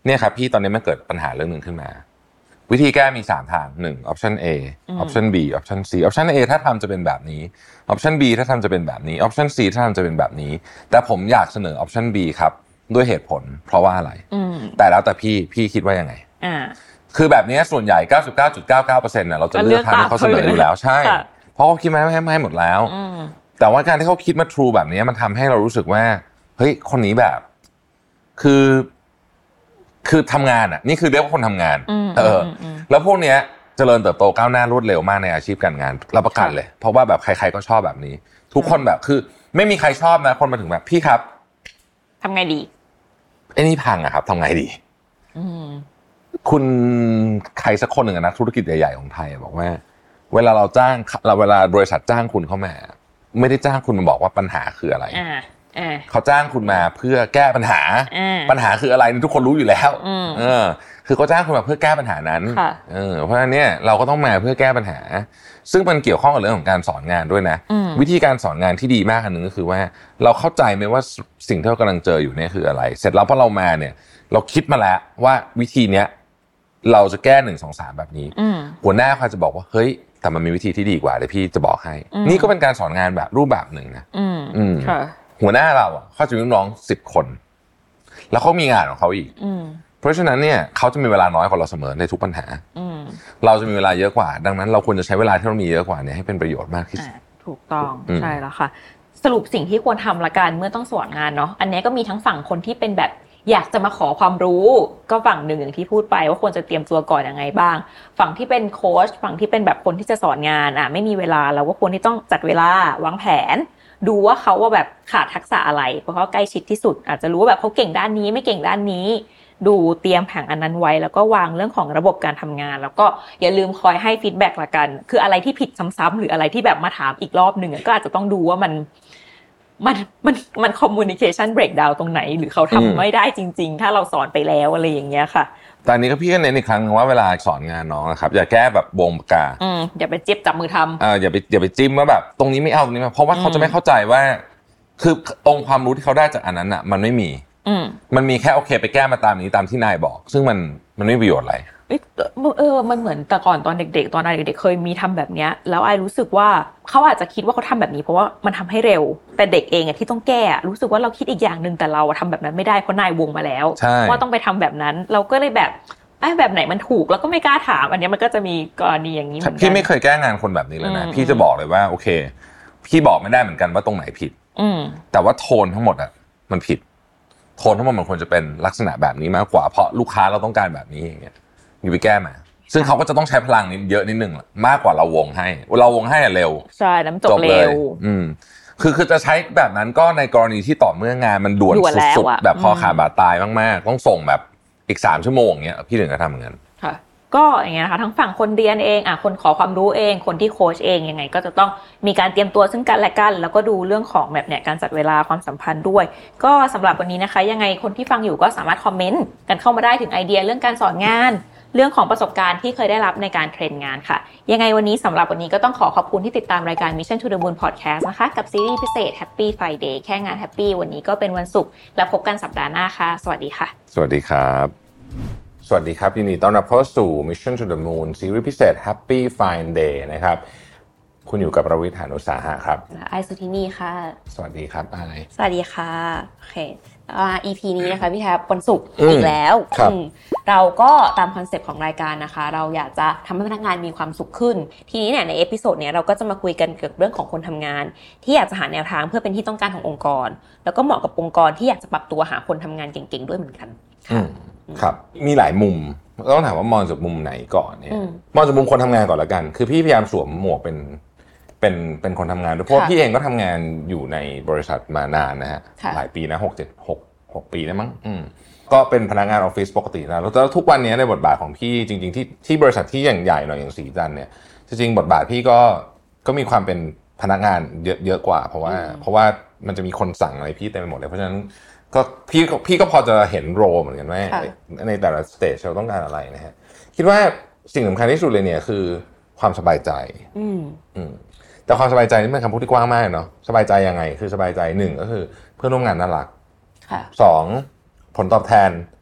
Speaker 4: เนี่ยครับพี่ตอนนี้มันเกิดปัญหาเรื่องนึงขึ้นมาวิธีแก้มีสามทางหนึ่ง option A option B option C option A ถ้าทำจะเป็นแบบนี้ option B ถ้าทำจะเป็นแบบนี้ option C ถ้าทำจะเป็นแบบนี้แต่ผมอยากเสนอ option B ครับด้วยเหตุผลเพราะว่าอะไรแต่แล้วแต่พี่พี่คิดว่ายังไงคือแบบนี้ส่วนใหญ่ เก้าสิบเก้าจุดเก้าเก้าเปอร์เซ็นต์ เนี่ยเราจะเลือกทางที่เขาเสนออยู่แล้วใช่เพราะเขาคิดมาให้ให้หมดแล้วแต่ว่าการที่เขาคิดมา true แบบนี้มันทำให้เรารู้สึกว่าเฮ้ยคนนี้แบบคือคือทำงานอ่ะนี่คือเรียกว่าคนทำงานเออแล้วพวกเนี้ยเจริญเติบโตก้าวหน้ารวดเร็วมากในอาชีพการงานรับประกันเลยเพราะว่าแบบใครๆก็ชอบแบบนี้ทุกคนแบบคือไม่มีใครชอบนะคนมาถึงแบบพี่ครับ
Speaker 2: ทำไงดี
Speaker 4: ไอ้นี่พังอะครับทำไงดีคุณใครสักคนหนึ่งนะธุรกิจใหญ่ๆของไทยบอกว่าเวลาเราจ้างเราเวลาบริษัทจ้างคุณเข้ามาไม่ได้จ้างคุณมาบอกว่าปัญหาคืออะไรเขาจ้างคุณมาเพื่อแก้ปัญหาปัญหาคืออะไรทุกคนรู้อยู่แล้วเออคือเขาจ้างคุณมาเพื่อแก้ปัญหานั้นเออเพราะฉะนั้นเนี่ยเราก็ต้องมาเพื่อแก้ปัญหาซึ่งมันเกี่ยวข้องกับเรื่องของการสอนงานด้วยนะวิธีการสอนงานที่ดีมากอันนึงก็คือว่าเราเข้าใจไหมว่าสิ่งที่เรากำลังเจออยู่เนี่ยคืออะไรเสร็จแล้วพอเรามาเนี่ยเราคิดมาแล้วว่าวิธีเนี้ยเราจะแก้หนึ่งสองสามแบบนี้หัวหน้าเขาจะบอกว่าเฮ้ยแต่มันมีวิธีที่ดีกว่าเดี๋ยวพี่จะบอกให้นี่ก็เป็นการสอนงานแบบรูปแบบหนึ่งนะหัวหน้าเราอ่ะเขาจะมีลูกน้องสิบคนแล้วเขามีงานของเขาอีกเพราะฉะนั้นเนี่ยเขาจะมีเวลาน้อยกว่าเราเสมอในทุกปัญหาเราจะมีเวลาเยอะกว่าดังนั้นเราควรจะใช้เวลาที่เรามีเยอะกว่านี้ให้เป็นประโยชน์มากที่สุด
Speaker 2: ถูกต้องใช่แล้วค่ะสรุปสิ่งที่ควรทำละกันเมื่อต้องสอนงานเนาะอันนี้ก็มีทั้งฝั่งคนที่เป็นแบบอยากจะมาขอความรู้ก็ฝั่งหนึ่งอย่างที่พูดไปว่าควรจะเตรียมตัวก่อนยังไงบ้างฝั่งที่เป็นโค้ชฝั่งที่เป็นแบบคนที่จะสอนงานอ่ะไม่มีเวลาเราก็ควรที่ต้องจัดเวลาวางแผนดูว่าเขาว่าแบบขาดทักษะอะไรเพราะเขาใกล้ชิดที่สุดอาจจะรู้ว่าแบบเขาเก่งด้านนี้ไม่เก่งด้านนี้ดูเตรียมแผนอันนั้นไว้แล้วก็วางเรื่องของระบบการทำงานแล้วก็อย่าลืมคอยให้ฟีดแบ็กละกันคืออะไรที่ผิดซ้ำๆหรืออะไรที่แบบมาถามอีกรอบหนึ่งก็อาจจะต้องดูว่ามันมันมันมัน communication breakdown ตรงไหนหรือเขาทำไม่ได้จริงๆถ้าเราสอนไปแล้วอะไรอย่างเงี้ยค่ะ
Speaker 4: ตอนนี้ก็พี่ก็เน้นอีกครั้งนึงว่าเวลาสอนงานน้องนะครับอย่าแก้แบบวงปากกา
Speaker 2: อืมอย่าไปจิ้มจับมือทำ
Speaker 4: อ่าอย่าไปอย่าไปจิ้มว่าแบบตรงนี้ไม่เอาตรงนี้มาเพราะว่าเขาจะไม่เข้าใจว่าคือองค์ความรู้ที่เขาได้จากอันนั้นอ่ะมันไม่มีมันมีแค่โอเคไปแก้มาตามนี้ตามที่นายบอกซึ่งมันมันไม่มีประโยชน์อะไร
Speaker 2: เออมันเหมือนแต่ก่อนตอนเด็กๆตอนเด็กๆเคยมีทำแบบเนี้ยแล้วไอรู้สึกว่าเขาอาจจะคิดว่าเขาทำแบบนี้เพราะว่ามันทำให้เร็วแต่เด็กเองอะที่ต้องแก้รู้สึกว่าเราคิดอีกอย่างนึงแต่เราทำแบบนั้นไม่ได้เพราะนายวงมาแล้วว่าต้องไปทำแบบนั้นเราก็เลยแบบไอ้แบบไหนมันถูกแล้วก็ไม่กล้าถามอันนี้มันก็จะมีกรณีอย่างนี้เหมือนกัน
Speaker 4: พี่ไม่เคยแก้งานคนแบบนี้เลยนะพี่จะบอกเลยว่าโอเคพี่บอกไม่ได้เหมือนกันว่าตรงไหนผิดแต่ว่าโทนทั้งหมดอะมันผิดโทนทั้งหมดมันควรจะเป็นลักษณะแบบนี้มากกว่าเพราะลูกค้าเราต้องการแบบนี้อย่างเงี้ยอยู่ไปแก้มาซึ่งเขาก็จะต้องใช้พลังนิดเยอะนิดนึงมากกว่าเราวงให้เราวงให้อะเร็ว
Speaker 2: ใช่น้ำจบเร็ว
Speaker 4: อืมคือคือจะใช้แบบนั้นก็ในกรณีที่ต่อเมื่องานมันด่วนสุดๆแบบคอขาดบาดตายมากๆต้องส่งแบบอีกสามชั่วโมงเงี้ยพี่ถึงจะทำอย่างนั้น
Speaker 2: ค่ะก็อย่างเงี้ยนะคะทั้งฝั่งคนเรียนเองอ่ะคนขอความรู้เองคนที่โค้ชเองยังไงก็จะต้องมีการเตรียมตัวซึ่งกันและกันแล้วก็ดูเรื่องของแบบเนี่ยการจัดเวลาความสัมพันธ์ด้วยก็สำหรับวันนี้นะคะยังไงคนที่ฟังอยู่ก็สามารถคอมเมนต์กันเข้ามาได้ถึงไอเดียเรื่องการสอนงานเรื่องของประสบการณ์ที่เคยได้รับในการเทรนงานค่ะยังไงวันนี้สำหรับวันนี้ก็ต้องขอขอบคุณที่ติดตามรายการ Mission to the Moon Podcast นะคะกับซีรีส์พิเศษ Happy Friday แค่งาน Happy วันนี้ก็เป็นวันศุกร์แล้วพบกันสัปดาห์หน้าค่ะสวัสดีค่ะ
Speaker 4: สวัสดีครับสวัสดีครับยินดีต้อนรับเข้าสู่ Mission to the Moon ซีรีส์พิเศษ Happy Friday นะครับคุณอยู่กับประวิทย์ หาญอุตสาหะครับ
Speaker 2: ไอสุธินีค่ะ
Speaker 4: สวัสดีครับอะไร
Speaker 2: สวัสดีค่ะโอเคอ่า อี พี นี้นะคะพี่แทบวันศุกร์อีกแล้วเราก็ตามคอนเซปต์ของรายการนะคะเราอยากจะทำให้พนักงานมีความสุขขึ้นทีนี้เนี่ยในเอพิโซดเนี้ยเราก็จะมาคุยกันเกี่ยวกับเรื่องของคนทำงานที่อยากจะหาแนวทางเพื่อเป็นที่ต้องการขององค์กรแล้วก็เหมาะกับองค์กรที่อยากจะปรับตัวหาคนทำงานเก่งๆด้วยเหมือนกัน
Speaker 4: ครับมีหลายมุมต้องถามว่ามองจากมุมไหนก่อนเนี่ยมองจากมุมคนทำงานก่อนละกันคือพี่พยายามสวมหมวกเป็นเป็นเป็นคนทำงานด้วยเพราะพี่เองก็ทำงานอยู่ในบริษัทมานานนะฮะหลายปีนะหกเจ็ดหกหกปีนะมั้งก็เป็นพนักงานออฟฟิศปกตินะแล้วทุกวันนี้ในบทบาทของพี่จริงๆที่ที่บริษัทที่ใหญ่ๆหน่อยอย่างสีจันเนี่ยจริงๆบทบาทพี่ก็ก็มีความเป็นพนักงานเยอะเยอะกว่าเพราะว่าเพราะว่ามันจะมีคนสั่งอะไรพี่เต็มไปหมดเลยเพราะฉะนั้นก็พี่พี่ก็พอจะเห็นโรเหมือนกันว่าในแต่ละสเตจเราต้องการอะไรนะฮะคิดว่าสิ่งสำคัญที่สุดเลยเนี่ยคือความสบายใจแต่ความสบายใจนี่เป็นคำพูดที่กว้างมากเนาะสบายใจยังไงคือสบายใจหนึ่งก็คือเพื่อนร่วมงานน่ารักสองผลตอบแทน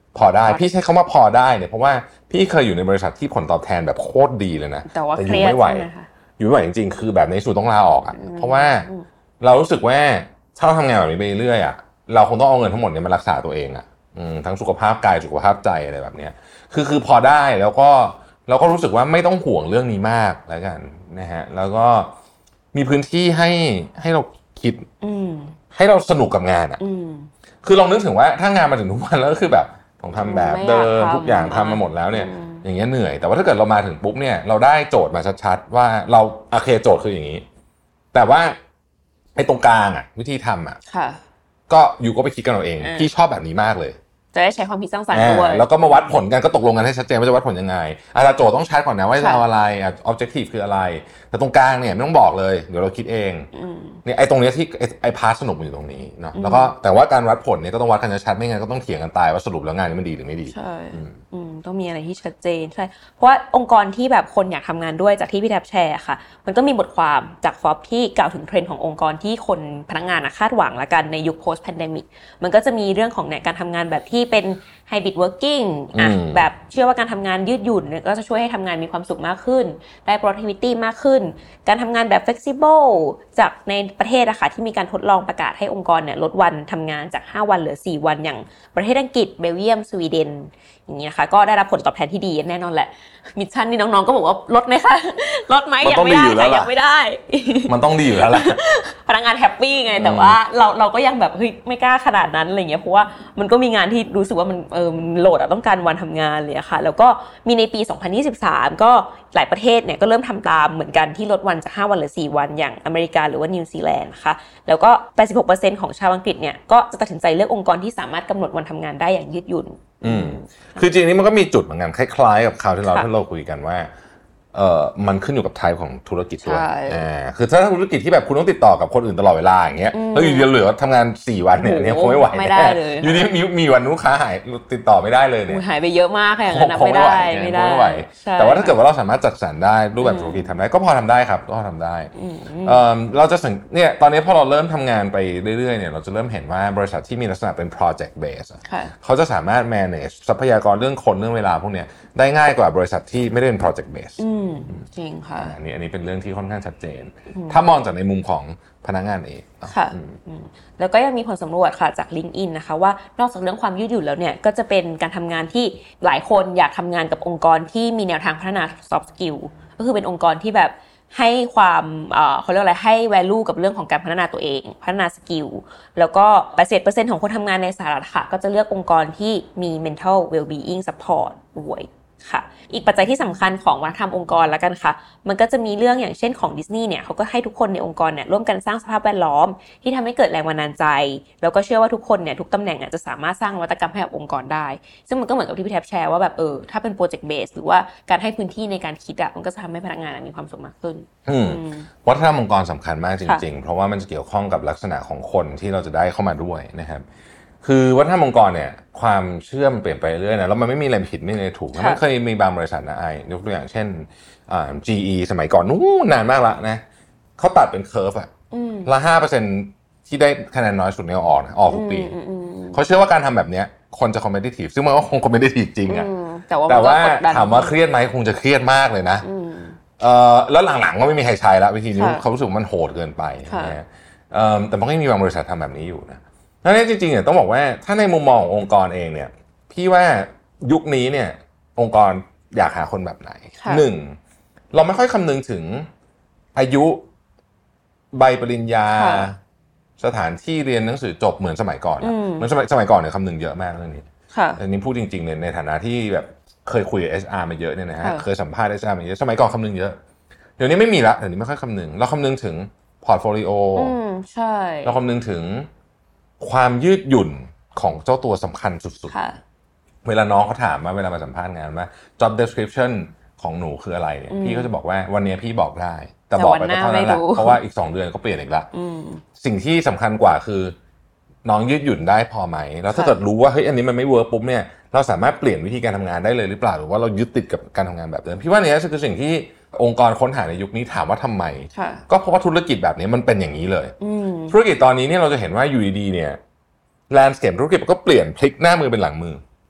Speaker 4: พอได้พี่ใช้คำว่าพอได้เนี่ยเพราะว่าพี่เคยอยู่ในบริษัทที่ผลตอบแทนแบบโคตรดีเลยนะ
Speaker 2: แต่ว่า
Speaker 4: แต่อ
Speaker 2: เครี
Speaker 4: ยู่
Speaker 2: ยด
Speaker 4: ไม่ไหว
Speaker 2: ใช่ไหมคะ
Speaker 4: อยู่ไม่ไหวจริงๆคือแบบในสุดต้องลาออกอ่ะเพราะว่าเรารู้สึกว่าถ้าเราทำงานแบบนี้ไปเรื่อยอ่ะเราคงต้องเอาเงินทั้งหมดเนี่ยมารักษาตัวเองอ่ะทั้งสุขภาพกายสุขภาพใจอะไรแบบเนี้ยคือคือพอได้แล้วก็เราก็รู้สึกว่าไม่ต้องห่วงเรื่องนี้มากแล้วกันนะฮะแล้วก็มีพื้นที่ให้ให้เราคิดให้เราสนุกกับงานอ่ะคือลองนึกถึงว่าถ้างานมาถึงทุกวันแล้วก็คือแบบต้องทำแบบเดิมทุกอย่างทำมาหมดแล้วเนี่ยอย่างเงี้ยเหนื่อยแต่ว่าถ้าเกิดเรามาถึงปุ๊บเนี่ยเราได้โจทย์มาชัดๆว่าเราโอเคโจทย์คืออย่างนี้แต่ว่าไอ้ตรงกลางอ่ะวิธีทำอ่ะก็อยู่ก็ไปคิดกันเอาเองพี่ชอบแบบนี้มากเลย
Speaker 2: จะได้ใช้ความคิดสร้างสรรค์ด้วย
Speaker 4: แล้วก็มาวัดผลกันก็ตกลงกันให้ชัดเจนว่าจะวัดผลยังไงอาจจะโจทย์ต้องชัดก่อนนะว่าจะเอาอะไรอ่ะ objective คืออะไรแต่ตรงกลางเนี่ยไม่ต้องบอกเลยเดี๋ยวเราคิดเองเนี่ยไอ้ตรงนี้ที่ไอ้พาร์ทสนุกอยู่ตรงนี้เนาะแล้วก็แต่ว่าการวัดผลเนี่ยก็ต้องวัดกันชัดไม่งั้นก็ต้องเถียงกันตายว่าสรุปแล้วงานนี้มันดีหรือไม่ดี
Speaker 2: ใช่ต้องมีอะไรที่ชัดเจนใช่เพราะว่าองค์กรที่แบบคนอยากทำงานด้วยจากที่พี่แทบแชร์ค่ะมันก็มีบทความจาก Forbes ที่กล่าวถึงเทรนด์ขององค์กรที่คนพนักงานคาดหวังละกันในยุค post pandemic มันก็จะมีเรื่องของเนี่ยการทำงานแบบที่เป็นhybrid working อ่ะแบบเชื่อว่าการทำงานยืดหยุ่นเนี่ยก็จะช่วยให้ทำงานมีความสุขมากขึ้นได้ productivity มากขึ้นการทำงานแบบ flexible จากในประเทศอะค่ะที่มีการทดลองประกาศให้องค์กรเนี่ยลดวันทำงานจากห้าวันเหลือสี่วันอย่างประเทศอังกฤษเบลเยียมสวีเดนอย่างนี้นะคะก็ได้รับผลตอบแทนที่ดีแน่นอนแหละมิชชั่นนี่น้องๆก็บอกว่าลดไหมคะลดไหมอยากไม่ได้ค่ะอยากไม่ได้
Speaker 4: มันต้องดีอยู่แล้วล่ะ
Speaker 2: พนักงานแฮปปี้ไงแต่ว่าเราเราก็ยังแบบเฮ้ยไม่กล้าขนาดนั้นอะไรเงี้ยเพราะว่ามันก็มีงานที่รู้สึกว่ามันเออมันโหลดอะต้องการวันทำงานเลยค่ะแล้วก็มีในปีสองพันยี่สิบสามก็หลายประเทศเนี่ยก็เริ่มทำตามเหมือนกันที่ลดวันจากห้าวันเหลือสี่วันอย่างอเมริกาหรือว่านิวซีแลนด์นะคะแล้วก็ แปดสิบหกเปอร์เซ็นต์ ของชาวอังกฤษเนี่ยก็จะตัดสินใจเลือกองค์กรที่สามารถกำหนดวันทำงานได้อย่างยืดหยุ่น
Speaker 4: อืมคือจริงๆนี่มันก็มีจุดเหมือนกันคล้ายๆกับคราวที่เราที่เราคุยกันว่าเอ่อมันขึ้นอยู่กับไทป์ของธุรกิจด้วยอ่าคือถ้าธุรกิจที่แบบคุณต้องติดต่อกับคนอื่นตลอดเวลาอย่างเงี้ยแล้วอยู่ดีเหลือทำงานสี่วันเนี่ยเนี่ยคงไม่ไหว
Speaker 2: ไม่ได้เลย
Speaker 4: อยู่ดีมีมีวันลูกค้าหายติดต่อไม่ได้เลยเนี่ย
Speaker 2: หายไปเยอะมากค่ะอย่างนั้นไม่ได้ไม่ได้
Speaker 4: แต่ว่าถ้าเกิดว่าเราสามารถจัดสรรได้รูปแบบธุรกิจทำได้ก็พอทำได้ครับก็ทำได้เอ่อเราจะสังเนี่ยตอนนี้พอเราเริ่มทำงานไปเรื่อยๆเนี่ยเราจะเริ่มเห็นว่าบริษัทที่มีลักษณะเป็น project base เขาจะสามารถ manage ทรัพยากรเรื่องคนเรื่องเวลาพวกเนี้ยได้ง่ายกว่าบริษัทที่ไม่ได้เป็น project base
Speaker 2: จริงค่ะ
Speaker 4: อันนี้อันนี้เป็นเรื่องที่ค่อนข้างชัดเจนถ้ามองจากในมุมของพนักงานเอง
Speaker 2: ค่ะแล้วก็ยังมีผลสำรวจค่ะจาก LinkedIn นะคะว่านอกจากเรื่องความยืดหยุ่นแล้วเนี่ยก็จะเป็นการทำงานที่หลายคนอยากทำงานกับองค์กรที่มีแนวทางพัฒนา soft skill ก็คือเป็นองค์กรที่แบบให้ความเอ่อเขาเรียกอะไรให้ value กับเรื่องของการพัฒนาตัวเองพัฒนาสกิลแล้วก็ แปดสิบเปอร์เซ็นต์ ของคนทำงานในสหรัฐค่ะก็จะเลือกองค์กรที่มี mental well-being support ด้วยค่ะอีกปัจจัยที่สำคัญของวัฒนธรรมองค์กรแล้วกันค่ะมันก็จะมีเรื่องอย่างเช่นของดิสนีย์เนี่ยเขาก็ให้ทุกคนในองค์กรเนี่ยร่วมกันสร้างสภาพแวดล้อมที่ทำให้เกิดแรงบันดาลใจแล้วก็เชื่อว่าทุกคนเนี่ยทุกตำแหน่งเนี่ยจะสามารถสร้างนวัตกรรมให้กับองค์กรได้ซึ่งมันก็เหมือนกับที่พี่แทบแชร์ว่าแบบเออถ้าเป็นโปรเจกต์เบสหรือว่าการให้พื้นที่ในการคิดอะมันก็จะทำให้พนักงานมีความสุขมากขึ้น
Speaker 4: วัฒนธรรมองค์กรสำคัญมากจริงๆเพราะว่ามันจะเกี่ยวข้องกับลักษณะของคนที่เราจะได้เข้ามาด้วยนะครับคือวัฒนธรรมองค์กรเนี่ยความเชื่อมเปลี่ยนไปเรื่อยนะแล้วมันไม่มีอะไรผิดไม่มีอะไรถูกมันเคยมีบางบริษัทนะไอ้ยกตัวอย่างเช่นอ่า จี อี สมัยก่อนนู้นนานมากละนะเขาตัดเป็นเคอร์ฟอะละ ห้าเปอร์เซ็นต์ ที่ได้คะแนนน้อยสุดเนี่ยออกออกทุกปีเขาเชื่อว่าการทำแบบเนี้ยคนจะคอมเมดิทีฟซึ่งมันก็คงคอมเมดิทีฟจริงอะแต่ว่าถามว่าเครียดไหมคงจะเครียดมากเลยนะเอ่อแล้วหลังๆก็ไม่มีใครใช้ละวิธีนี้เขารู้สึกมันโหดเกินไปนะเอ่อแต่มันก็มีบางบริษัททำแบบนี้อยู่นะนั่นจริงๆเนี่ยต้องบอกว่าถ้าในมุมมองขององค์กรเองเนี่ยพี่ว่ายุคนี้เนี่ยองค์กรอยากหาคนแบบไหนหนึ่งเราไม่ค่อยคำนึงถึงอายุใบปริญญาสถานที่เรียนหนังสือจบเหมือนสมัยก่อนเหมือนสมัยสมัยก่อนเนี่ยคำนึงเยอะมากเรื่องนี้อันนี้พูดจริงๆเนี่ยในฐานะที่แบบเคยคุยกับ เอช อาร์ มาเยอะเนี่ยนะฮะเคยสัมภาษณ์ เอช อาร์ มาเยอะสมัยก่อนคำนึงเยอะเดี๋ยวนี้ไม่มีละเดี๋ยวนี้ไม่ค่อยคำนึงเราคำนึงถึงพอร์ตโฟลิโอ
Speaker 2: ใช่
Speaker 4: เราคำนึงถึงความยืดหยุ่นของเจ้าตัวสำคัญสุดๆเวลาน้องเขาถามมาเวลามาสัมภาษณ์งานว่า job description ของหนูคืออะไรเนี่ยพี่ก็จะบอกว่าวันนี้พี่บอกได้แต่บอกไปก็เท่านั้นแหละเพราะว่าอีกสองเดือนก็เปลี่ยนอีกละสิ่งที่สำคัญกว่าคือน้องยืดหยุ่นได้พอไหมแล้วถ้าเกิดรู้ว่าเฮ้ยอันนี้มันไม่เวิร์กปุ๊บเนี่ยเราสามารถเปลี่ยนวิธีการทำงานได้เลยหรือเปล่าหรือว่าเรายึดติดกับการทำงานแบบเดิมพี่ว่าเนี่ยคือสิ่งที่องค์กรค้นหาในยุคนี้ถามว่าทำไมก็เพราะว่าธุรกิจแบบนี้มันเป็นอย่างนี้เลยธุรกิจตอนนี้เนี่ยเราจะเห็นว่าอยู่ดีๆเนี่ยแลนด์สเคปธุรกิจก็เปลี่ยนพลิกหน้ามือเป็นหลังมือ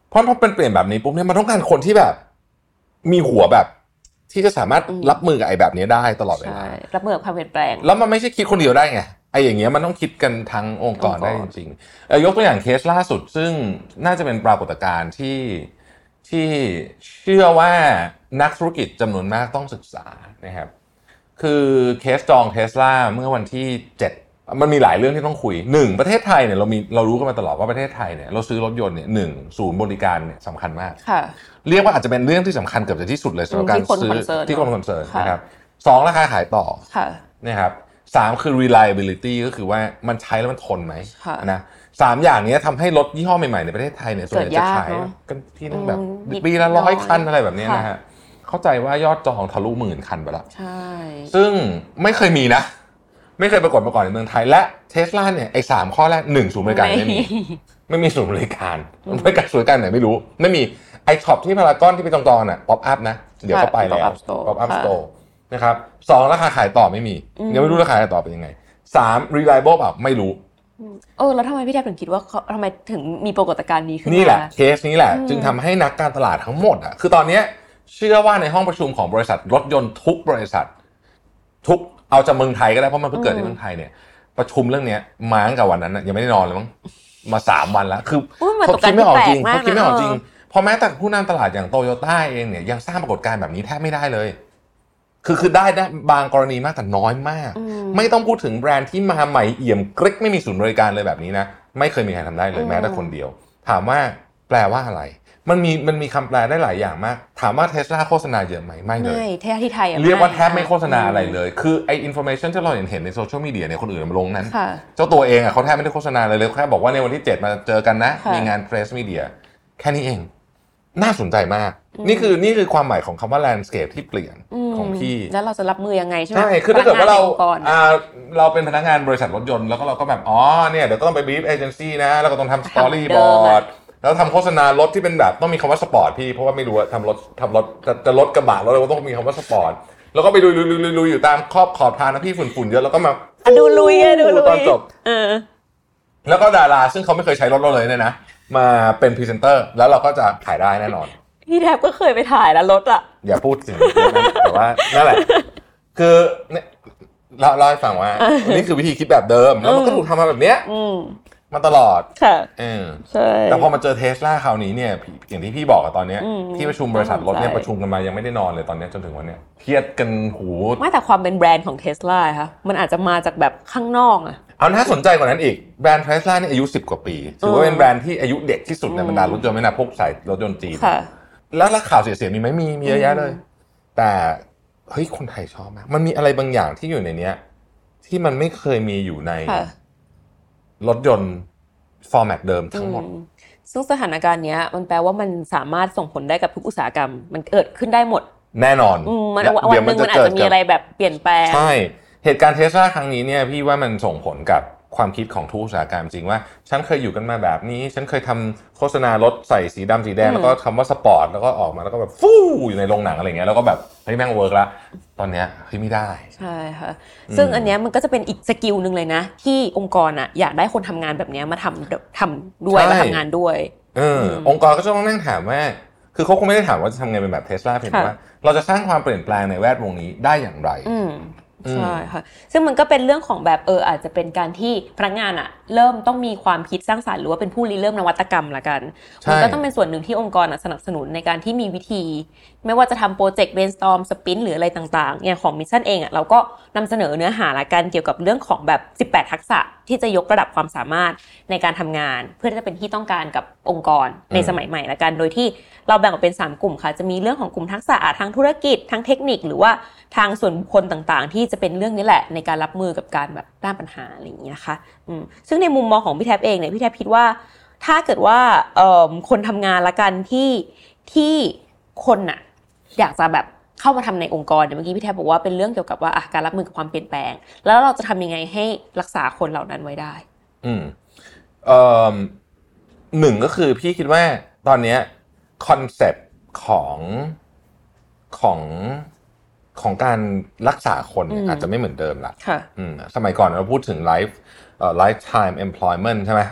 Speaker 4: เพราะพอเป็นเปลี่ยนแบบนี้ปุ๊บเนี่ยมันต้องการคนที่แบบมีหัวแบบที่จะสามารถรับมือกับไอ้แบบนี้ได้ตลอดเวลา
Speaker 2: รับมือกับความเปลี่ยนแปลง
Speaker 4: แล้วมันไม่ใช่คิดคนเดียวได้ไงไอ้อย่างเงี้ยมันต้องคิดกันทั้งองค์กรได้จริงๆยกตัวอย่างเคสล่าสุดซึ่งน่าจะเป็นปรากฏการณ์ที่ที่เชื่อว่านักธุรกิจจำนวนมากต้องศึกษานะครับคือเคสจอง Tesla เมื่อวันที่เจ็ดมันมีหลายเรื่องที่ต้องคุยหนึ่งประเทศไทยเนี่ยเรามีเรารู้กันมาตลอดว่าประเทศไทยเนี่ยเราซื้อรถยนต์เนี่ยหนึ่งศูนย์บริการเนี่ยสำคัญมากเรียกว่าอาจจะเป็นเรื่องที่สำคัญเกือบจะที่สุดเลยสำหรับการซื้อที่คนคอนเซิร์นนะครับสองราคาขายต่อนะครับสามคือ reliability ก็คือว่ามันใช้แล้วมันทนไหมนะสามอย่างนี้ทำให้รถยี่ห้อใหม่ๆในประเทศไทยเนี่ยส่วนใหญ่จะขายกันที่นั่งแบบปีละร้อยคันอะไรแบบนี้นะฮะเข้าใจว่ายอดจองทะลุหมื่นคันไปแล้วใช่ซึ่งไม่เคยมีนะไม่เคยปรากฏมาก่อนในเมืองไทยและ Tesla เนี่ยไอ้สามข้อแรกหนึ่งศูนย์บริการไม่มีไม่มีศูนย์บริการบริการศูนย์บริการไหนไม่รู้ไม่มีไอ้ช็อปที่พารากอนที่ไปจองๆน่ะป๊อปอัพนะเดี๋ยวก็ไปแล้วป๊อปอัพสโตร์นะครับสองราคาขายต่อไม่มียังไม่รู้ราคาขายต่อเป็นยังไงสาม reliable เปล่าไม่รู้
Speaker 2: เออแล้วทำไมพี่แทบถึงคิดว่าทำไมถึงมีปรากฏการณ์นี้ขึ้น
Speaker 4: นี่แหละเคสนี้แหละจึงทำให้นักการตลาดทั้งหมดอ่ะคือตอนนี้เชื่อว่าในห้องประชุมของบริษัทรถยนต์ทุกบริษัททุกเอาจากเมืองไทยก็ได้เพราะมันเพิ่งเกิดในเมืองไทยเนี่ยประชุมเรื่องนี้มาตั้งแต่วันนั้นยังไม่ได้นอนเลยมั้งมาสามวันแล้วคือเขาคิดไม่ออกจริงเขาคิดไม่ออกจริงพอแม้แต่ผู้นำตลาดอย่างโตโยต้าเองเนี่ยยังสร้างปรากฏการณ์แบบนี้แทบไม่ได้เลยคือคือได้ได้บางกรณีมากแต่น้อยมากไม่ต้องพูดถึงแบรนด์ที่มาใหม่เอี่ยมกริ๊กไม่มีศูนย์บริการเลยแบบนี้นะไม่เคยมีใครทำได้เลยแม้แต่คนเดียวถามว่าแปลว่าอะไรมันมีมันมีคำแปลได้หลายอย่างมากถามว่า Tesla โฆษณาเยอะไหมไม่เลย
Speaker 2: ไม่แท้ที่ไทย
Speaker 4: เรียกว่าแทบไม่โฆษณาอะไรเลยคือไอ้ information ที่เราเห็นเห็นในโซเชียลมีเดียเนี่ยคนอื่นมาลงนั้นเจ้าตัวเองอ่ะเขาแทบไม่ได้โฆษณาเลยเลยแค่บอกว่าในวันที่เจ็ดมาเจอกันนะมีงาน press media แค่นี้เองน่าสนใจมากนี่คือนี่คือความหมายของคำว่า landscape ที่เปลี่ยนของพี่
Speaker 2: แล้วเราจะรับมือยังไงใช่ไหม
Speaker 4: ใช่คือถ้าเกิดว่าเราเราเป็นพนักงานบริษัทรถยนต์แล้วก็เราก็แบบอ๋อเนี่ยเดี๋ยวก็ต้องไป brief agency นะแล้วก็ต้องทำ storyboardแล้วทำโฆษณารถที่เป็นแบบต้องมีคำว่าสปอร์ตพี่เพราะว่าไม่รู้ว่าทำรถทำรถจะจะรถกระบะรถอะไรก็ต้องมีคำว่าสปอร์ตแล้วก็ไปลุยลุยลุยลุยอยู่ตามขอบขอบทางนะพี่ฝุ่นๆเยอะแล้วก็มา
Speaker 2: ดูลุยดูลุย
Speaker 4: ตอนจบแล้วก็ดาราซึ่งเขาไม่เคยใช้รถเราเลยเนี่ยนะมาเป็นพรีเซนเตอร์แล้วเราก็จะขายได้แน่นอน
Speaker 2: พี่แทบก็เคยไปถ่ายแล้วรถอ่ะ
Speaker 4: อย่าพูดถึงแต่ว่านั่นแหละคือเนี่ยเล่าเล่าให้ฟังว่านี่คือวิธีคิดแบบเดิมแล้วมันก็ถูกทำมาแบบเนี้ยมาตลอด
Speaker 2: ค่ะ
Speaker 4: เออใช่แต่พอมาเจอ Tesla คราวนี้เนี่ยอย่างที่พี่บอกอะตอนเนี้ยที่ประชุมบริษัทรถเนี่ยประชุมกันมายังไม่ได้นอนเลยตอนนี้จนถึงวันเนี้ยเครียดกันหู
Speaker 2: ไม่แต่ความเป็นแบรนด์ของ Tesla ค่ะมันอาจจะมาจากแบบข้างนอกอะ
Speaker 4: เอาน่าสนใจกว่านั้นอีกแบรนด์ Tesla นี่อายุสิบกว่าปีถือว่าเป็นแบรนด์ที่อายุเด็กที่สุดในบรรดารถยนต์ไม่นับพวกสายรถยนต์จีนแล้วข่าวเสียๆมีไหมมีมีเยอะแยะเลยแต่เฮ้ยคนไทยชอบมากมันมีอะไรบางอย่างที่อยู่ในเนี้ยที่มันไม่เคยมีอยู่ในรถยนต์ฟอร์แมตเดิมทั้งหมด
Speaker 2: ซึ่งสถานการณ์นี้มันแปลว่ามันสามารถส่งผลได้กับทุกอุตสาหกรรมมันเกิดขึ้นได้หมด
Speaker 4: แน่นอน
Speaker 2: มันวันนึงมันอาจจะมีอะไรแบบเปลี่ยนแปลง
Speaker 4: ใช่เหตุการณ์ Tesla ครั้งนี้เนี่ยพี่ว่ามันส่งผลกับความคิดของทุกอุตสาหกรรมจริงว่าฉันเคยอยู่กันมาแบบนี้ฉันเคยทำโฆษณารถใส่สีดำสีแดงแล้วก็คำว่าสปอร์ตแล้วก็ออกมาแล้วก็แบบฟู่อยู่ในโรงหนังอะไรเงี้ยแล้วก็แบบเฮ้ยแม่งเวิร์กละตอนเนี้ยเฮ้ยไม่ได้
Speaker 2: ใช่ค่ะซึ่งอันเนี้ยมันก็จะเป็นอีกสกิลนึงเลยนะที่องค์กรอ่ะอยากได้คนทำงานแบบเนี้ยมาทำทำด้วยมาทำงานด้วย
Speaker 4: เออองค์กรก็จะต้องนั่งถามว่าคือเขาคงไม่ได้ถามว่าจะทำไงเป็นแบบ Tesla เพียงแต่ว่าเราจะสร้างความเปลี่ยนแปลงในแวดวงนี้ได้อย่างไร
Speaker 2: ใช่ค่ะซึ่งมันก็เป็นเรื่องของแบบเอออาจจะเป็นการที่พนักงานอะเริ่มต้องมีความคิดสร้างสรรค์หรือว่าเป็นผู้ริเริ่มนวัตกรรมละกันมันก็ต้องเป็นส่วนหนึ่งที่องค์กรสนับสนุนในการที่มีวิธีไม่ว่าจะทำโปรเจกต์ brainstorm sprint หรืออะไรต่างๆอย่างของมิชชั่นเองอะเราก็นำเสนอเนื้อหาละกันเกี่ยวกับเรื่องของแบบสิบแปดทักษะที่จะยกระดับความสามารถในการทำงานเพื่อที่จะเป็นที่ต้องการกับองค์กรในสมัยใหม่ละกันโดยที่เราแบ่งออกเป็นสามกลุ่มค่ะจะมีเรื่องของกลุ่มทักษะทางธุรกิจทางเทคนิคหรือว่าทางส่วนบุคคลต่างๆที่จะเป็นเรื่องนี้แหละในการรับมือกับการแบบด้านปัญหาอะไรอย่างเงี้ยค่ะอืมซึ่งในมุมมองของพี่แทบเองเนี่ยพี่แทบคิดว่าถ้าเกิดว่าเอ่อคนทำงานละกันที่ที่คนน่ะอยากจะแบบเข้ามาทำในองค์กรเดี๋ยวเมื่อกี้พี่แทบบอกว่าเป็นเรื่องเกี่ยวกับว่าการรับมือกับความเปลี่ยนแปลงแล้วเราจะทำยังไงให้รักษาคนเหล่านั้นไว้ได้
Speaker 4: อืมเอ่อหนึ่งก็คือพี่คิดว่าตอนนี้คอนเซปต์ของของของการรักษาคนอาจจะไม่เหมือนเดิมละสมัยก่อนเราพูดถึง life เอ่อ lifetime employment ใช่ไหม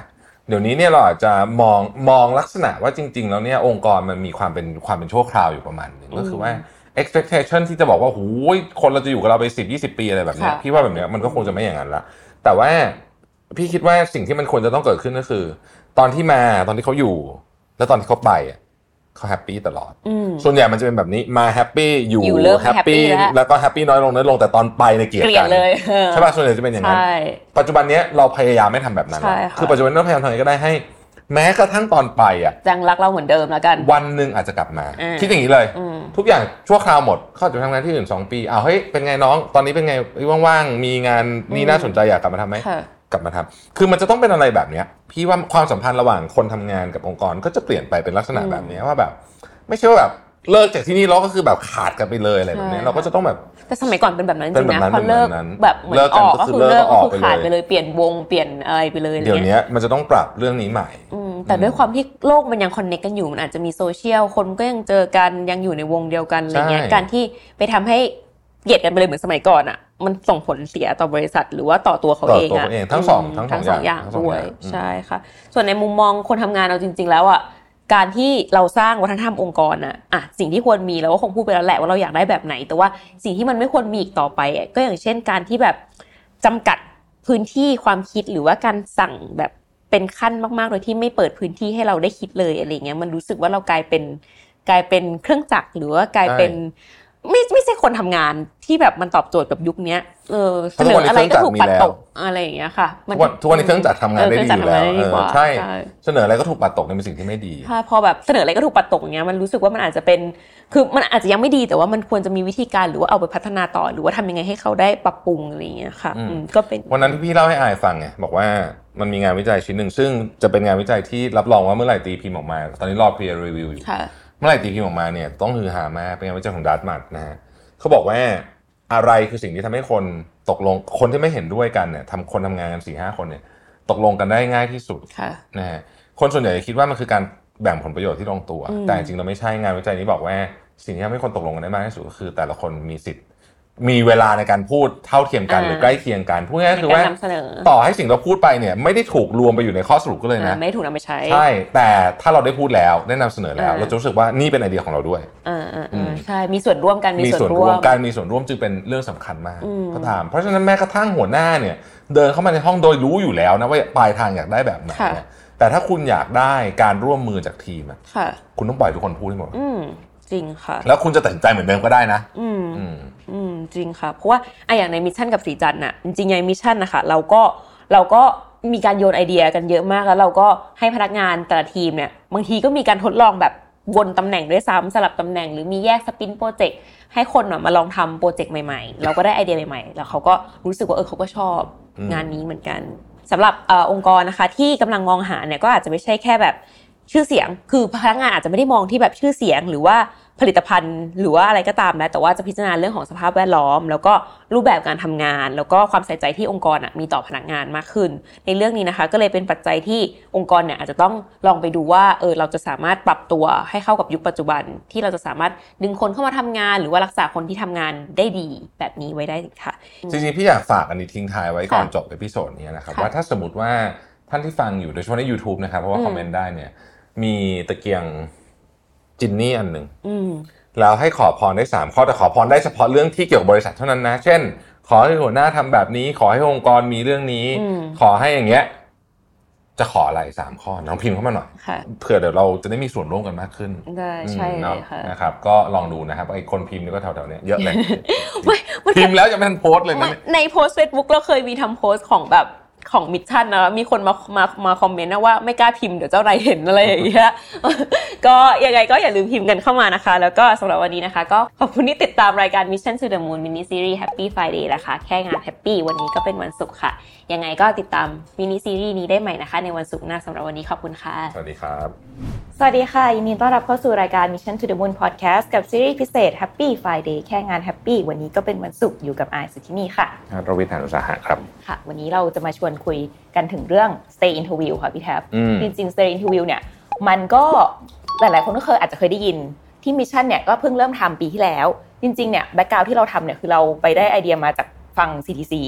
Speaker 4: เดี๋ยวนี้เนี่ยเราอาจจะมองมองลักษณะว่าจริงๆแล้วเนี่ยองค์กรมันมีความเป็นความเป็นชั่วคราวอยู่ประมาณนึงก็คือว่า expectation ที่จะบอกว่าโอ้ยคนเราจะอยู่กับเราไปสิบ ยี่สิบปีอะไรแบบนี้พี่ว่าแบบนี้มันก็คงจะไม่อย่างนั้นละแต่ว่าพี่คิดว่าสิ่งที่มันควรจะต้องเกิดขึ้นก็คือตอนที่มาตอนที่เขาอยู่แล้วตอนที่เขาไปอ่ะเขาแฮปปี้ตลอดส่วนใหญ่มันจะเป็นแบบนี้มาแฮปปี้อยู่แฮปปี้แล้วก็แฮปปี้น้อยลงน้อยลงแต่ตอนไปในเกลียดกันใช่ป่ะส่วนใหญ่จะเป็นอย่างนั้นปัจจุบันนี้เราพยายามไม่ทำแบบนั้นคือปัจจุบันเราพยายามทำยังไงก็ได้ให้แม้กระทั่งตอนไปอ่ะ
Speaker 2: ยังรักเราเหมือนเดิมแล้วกัน
Speaker 4: วันนึงอาจจะกลับมาคิดอย่างนี้เลยทุกอย่างชั่วคราวหมดเขาจะทำงานที่อื่นสองปีอ้าวเฮ้ยเป็นไงน้องตอนนี้เป็นไงว่างๆมีงานนี่น่าสนใจอยากกลับมาทำไหมกลับมาทำคือมันจะต้องเป็นอะไรแบบนี้พี่ว่าความสัมพันธ์ระหว่างคนทำงานกับองค์กรก็จะเปลี่ยนไปเป็นลักษณะแบบนี้ว่าแบบไม่ใช่ว่าแบบเลิกจากที่นี่แล้วก็คือแบบขาดกันไปเลยอะไรแบบนี้เราก็จะต้องแบบ
Speaker 2: แต่สมัยก่อนเป็นแบบนั้นจริงนะพอเลิกแบบเหมือนออกก็คือเลิกก็คือขาดไปเลยเปลี่ยนวงเปลี่ยนอะไรไปเลย
Speaker 4: เดี๋ยวนี้มันจะต้องปรับเรื่องนี้ใหม่
Speaker 2: แต่ด้วยความที่โลกมันยังคอนเนคกันอยู่มันอาจจะมีโซเชียลคนก็ยังเจอกันยังอยู่ในวงเดียวกันอะไรเงี้ยการที่ไปทำให้เกลียดกันไปเลยเหมือนสมัยก่อนอ่ะมันส่งผลเสียต่อบริษัทหรือว่าต่อตัวเขาเองอ่ะ
Speaker 4: ทั้งสองทั้งสอง
Speaker 2: อย่างด้วยใช่ค่ะส่วนในมุมมองคนทำงานเราจริงๆแล้วอ่ะการที่เราสร้างวัฒนธรรมองค์กรน่ะอ่ะสิ่งที่ควรมีเราก็คงพูดไปแล้วแหละว่าเราอยากได้แบบไหนแต่ว่าสิ่งที่มันไม่ควรมีอีกต่อไปอ่ะก็อย่างเช่นการที่แบบจำกัดพื้นที่ความคิดหรือว่าการสั่งแบบเป็นขั้นมากๆโดยที่ไม่เปิดพื้นที่ให้เราได้คิดเลยอะไรเงี้ยมันรู้สึกว่าเรากลายเป็นกลายเป็นเครื่องจักรหรือว่ากลายเป็นไม่ไม่ใช่คนทำงานที่แบบมันตอบโจทย์กับยุคนี้เออเสนออะไรก็ถูกปัดตกอะไรอย่างเงี้ยค่ะ
Speaker 4: ทุกวันนี้เครื่องจักรทำงานได้ดีอยู่แล้วใช่เสนออะไรก็ถูกปัดตกเป็นสิ่งที่ไม่ดี
Speaker 2: ใช่พอแบบเสนออะไรก็ถูกปัดตกอย่างเงี้ยมันรู้สึกว่ามันอาจจะเป็นคือมันอาจจะยังไม่ดีแต่ว่ามันควรจะมีวิธีการหรือว่าเอาไปพัฒนาต่อหรือว่าทำยังไงให้เขาได้ปรับปรุงอะไรอย่างเงี้ยค่ะก็เป็น
Speaker 4: วันนั้นที่พี่เล่าให้อายฟังไงบอกว่ามันมีงานวิจัยชิ้นหนึ่งซึ่งจะเป็นงานวิจัยที่รับรองว่าเมื่อไหร่ตีพิมพ์ออกมาตอนนี้รอ peer review อยู่เมื่อไหร่ตีพิมพ์ออกมาเนี่ยต้องฮือฮามากเป็นงานวิจัยของดาร์ตมัธนะฮะเขาบอกว่าอะไรคือสิ่งที่ทำให้คนตกลงคนที่ไม่เห็นด้วยกันเนี่ยทำคนทำงานกัน สี่ห้า คนเนี่ยตกลงกันได้ง่ายที่สุดนะฮะคนส่วนใหญ่คิดว่ามันคือการแบ่งผลประโยชน์ที่ลงตัวแต่จริงๆเราไม่ใช่งานวิจัยนี้บอกว่าสิ่งที่ทำให้คนตกลงกันได้มากที่สุดก็คือแต่ละคนมีสิทธิ์มีเวลาในการพูดเท่าเทียมกันหรือใกล้เคียงกันพูดง่ายๆคือว่าต่อให้สิ่งเราพูดไปเนี่ยไม่ได้ถูกรวมไปอยู่ในข้อสรุปก็เลยนะ
Speaker 2: ไม่ถูกนำไปใช้
Speaker 4: ใช่แต่ถ้าเราได้พูดแล้วได้นำเสนอแล้วเราจะรู้สึกว่านี่เป็นไอเดียของเราด้วย
Speaker 2: อ่าๆๆใช่มีส่วนร่วมกัน
Speaker 4: มีส่วนร่วมการมีส่วนร่วมจึงเป็นเรื่องสำคัญมากก็ถามเพราะฉะนั้นแม้กระทั่งหัวหน้าเนี่ยเดินเข้ามาในห้องโดยรู้อยู่แล้วนะว่าปลายทางอยากได้แบบไหนแต่ถ้าคุณอยากได้การร่วมมือจากทีมคุณต้องปล่อยทุกคนพูดให้หมด
Speaker 2: จริงค่ะ
Speaker 4: แล้วคุณจะตัดสินใจเหมือนเดิมก็ได้นะ
Speaker 2: อืมอืมจริงค่ะเพราะว่าไอ้อย่างในมิชชั่นกับสีจันทร์น่ะจริงๆในมิชชั่นนะคะเราก็เราก็มีการโยนไอเดียกันเยอะมากแล้วเราก็ให้พนักงานแต่ละทีมเนี่ยบางทีก็มีการทดลองแบบวนตำแหน่งด้วยซ้ำสลับตำแหน่งหรือมีแยกสปินโปรเจกต์ให้คนมาลองทำโปรเจกต์ใหม่ๆเราก็ได้ไอเดียใหม่ๆแล้วเขาก็รู้สึกว่าเออเขาก็ชอบงานนี้เหมือนกันสำหรับเอ่อองค์กรนะคะที่กำลังมองหาเนี่ยก็อาจจะไม่ใช่แค่แบบชื่อเสียงคือพนักงานอาจจะไม่ได้มองที่แบบชื่อเสียงหรือว่าผลิตภัณฑ์หรือว่าอะไรก็ตามนะแต่ว่าจะพิจารณาเรื่องของสภาพแวดล้อมแล้วก็รูปแบบการทำงานแล้วก็ความใส่ใจที่องค์กรมีต่อพนักงานมากขึ้นในเรื่องนี้นะคะก็เลยเป็นปัจจัยที่องค์กรเนี่ยอาจจะต้องลองไปดูว่าเออเราจะสามารถปรับตัวให้เข้ากับยุคปัจจุบันที่เราจะสามารถดึงคนเข้ามาทำงานหรือว่ารักษาคนที่ทำงานได้ดีแบบนี้ไว้ได้ค่ะ
Speaker 4: จริงๆพี่อยากฝากอันนี้ทิ้งท้ายไว้ก่อนจบเอพิโซดนี้นะครับว่าถ้าสมมติว่าท่านที่ฟังอยู่โดยเฉพาะใน YouTube นะครับเพราะว่าคอมเมนต์ได้เนี่ยมีตะเกียงจินนี่อันนึงแล้วให้ขอพรได้สามข้อแต่ขอพรได้เฉพาะเรื่องที่เกี่ยวกับบริษัทเท่านั้นนะเช่นขอให้หัวหน้าทำแบบนี้ขอให้องค์กรมีเรื่องนี้ขอให้อย่างเงี้ยจะขออะไรสามข้อน้องพิมพ์เข้ามาหน่อยเผื่อเดี๋ยวเราจะได้มีส่วนร่วมกันมากขึ้น
Speaker 2: ได้ใช่เลยค่ะ
Speaker 4: นะครับก็ลองดูนะครับไอ้คนพิมพ์นี่ก็แถวๆนี้เยอะเลยพิมพ์แล้วยังไม่ทันโพสต์เลยนะ
Speaker 2: ในโพสต์ Facebook เราเคยมีทำโพสต์ของแบบของมิชชั่นนะมีคนมามามาคอมเมนต์นะว่าไม่กล้าพิมพ์เดี๋ยวเจ้านายเห็นอะไรอย่างเงี้ยก็ยังไงก็อย่าลืมพิมพ์กันเข้ามานะคะแล้วก็สำหรับวันนี้นะคะก็ขอบคุณที่ติดตามรายการ Mission to the Moon Mini Series Happy Friday นะคะแค่งาน Happy วันนี้ก็เป็นวันศุกร์ค่ะยังไงก็ติดตามมินิซีรีส์นี้ได้ใหม่นะคะในวันศุกร์หน้าสำหรับวันนี้ขอบคุณค่ะ
Speaker 4: สวัสดีครับ
Speaker 2: สวัสดีค่ะยินดีต้อนรับเข้าสู่รายการ Mission to the Moon Podcast กับซีรีส์พิเศษ Happy Friday แค่งาน Happy วันนี้ก็เป็นวันศุกร์อยู่กับอายสุทธินีค่ะ
Speaker 4: รวิทย์ หาญอุตสาหะครับ
Speaker 2: ค่ะวันนี้เราจะมาชวนคุยกันถึงเรื่อง Stay Interview ค่ะพี่แท็บจริงๆ Stay Interview เนี่ยมันก็หลายๆคนก็เคยอาจจะเคยได้ยินที่ Mission เนี่ยก็เพิ่งเริ่มทำปีที่แล้วจริงๆเนี่ยแบ็คกราวด์ที่เราทำเนี่ยคือเราไปได้ไอเดียมาจากฟัง ซี ที ซี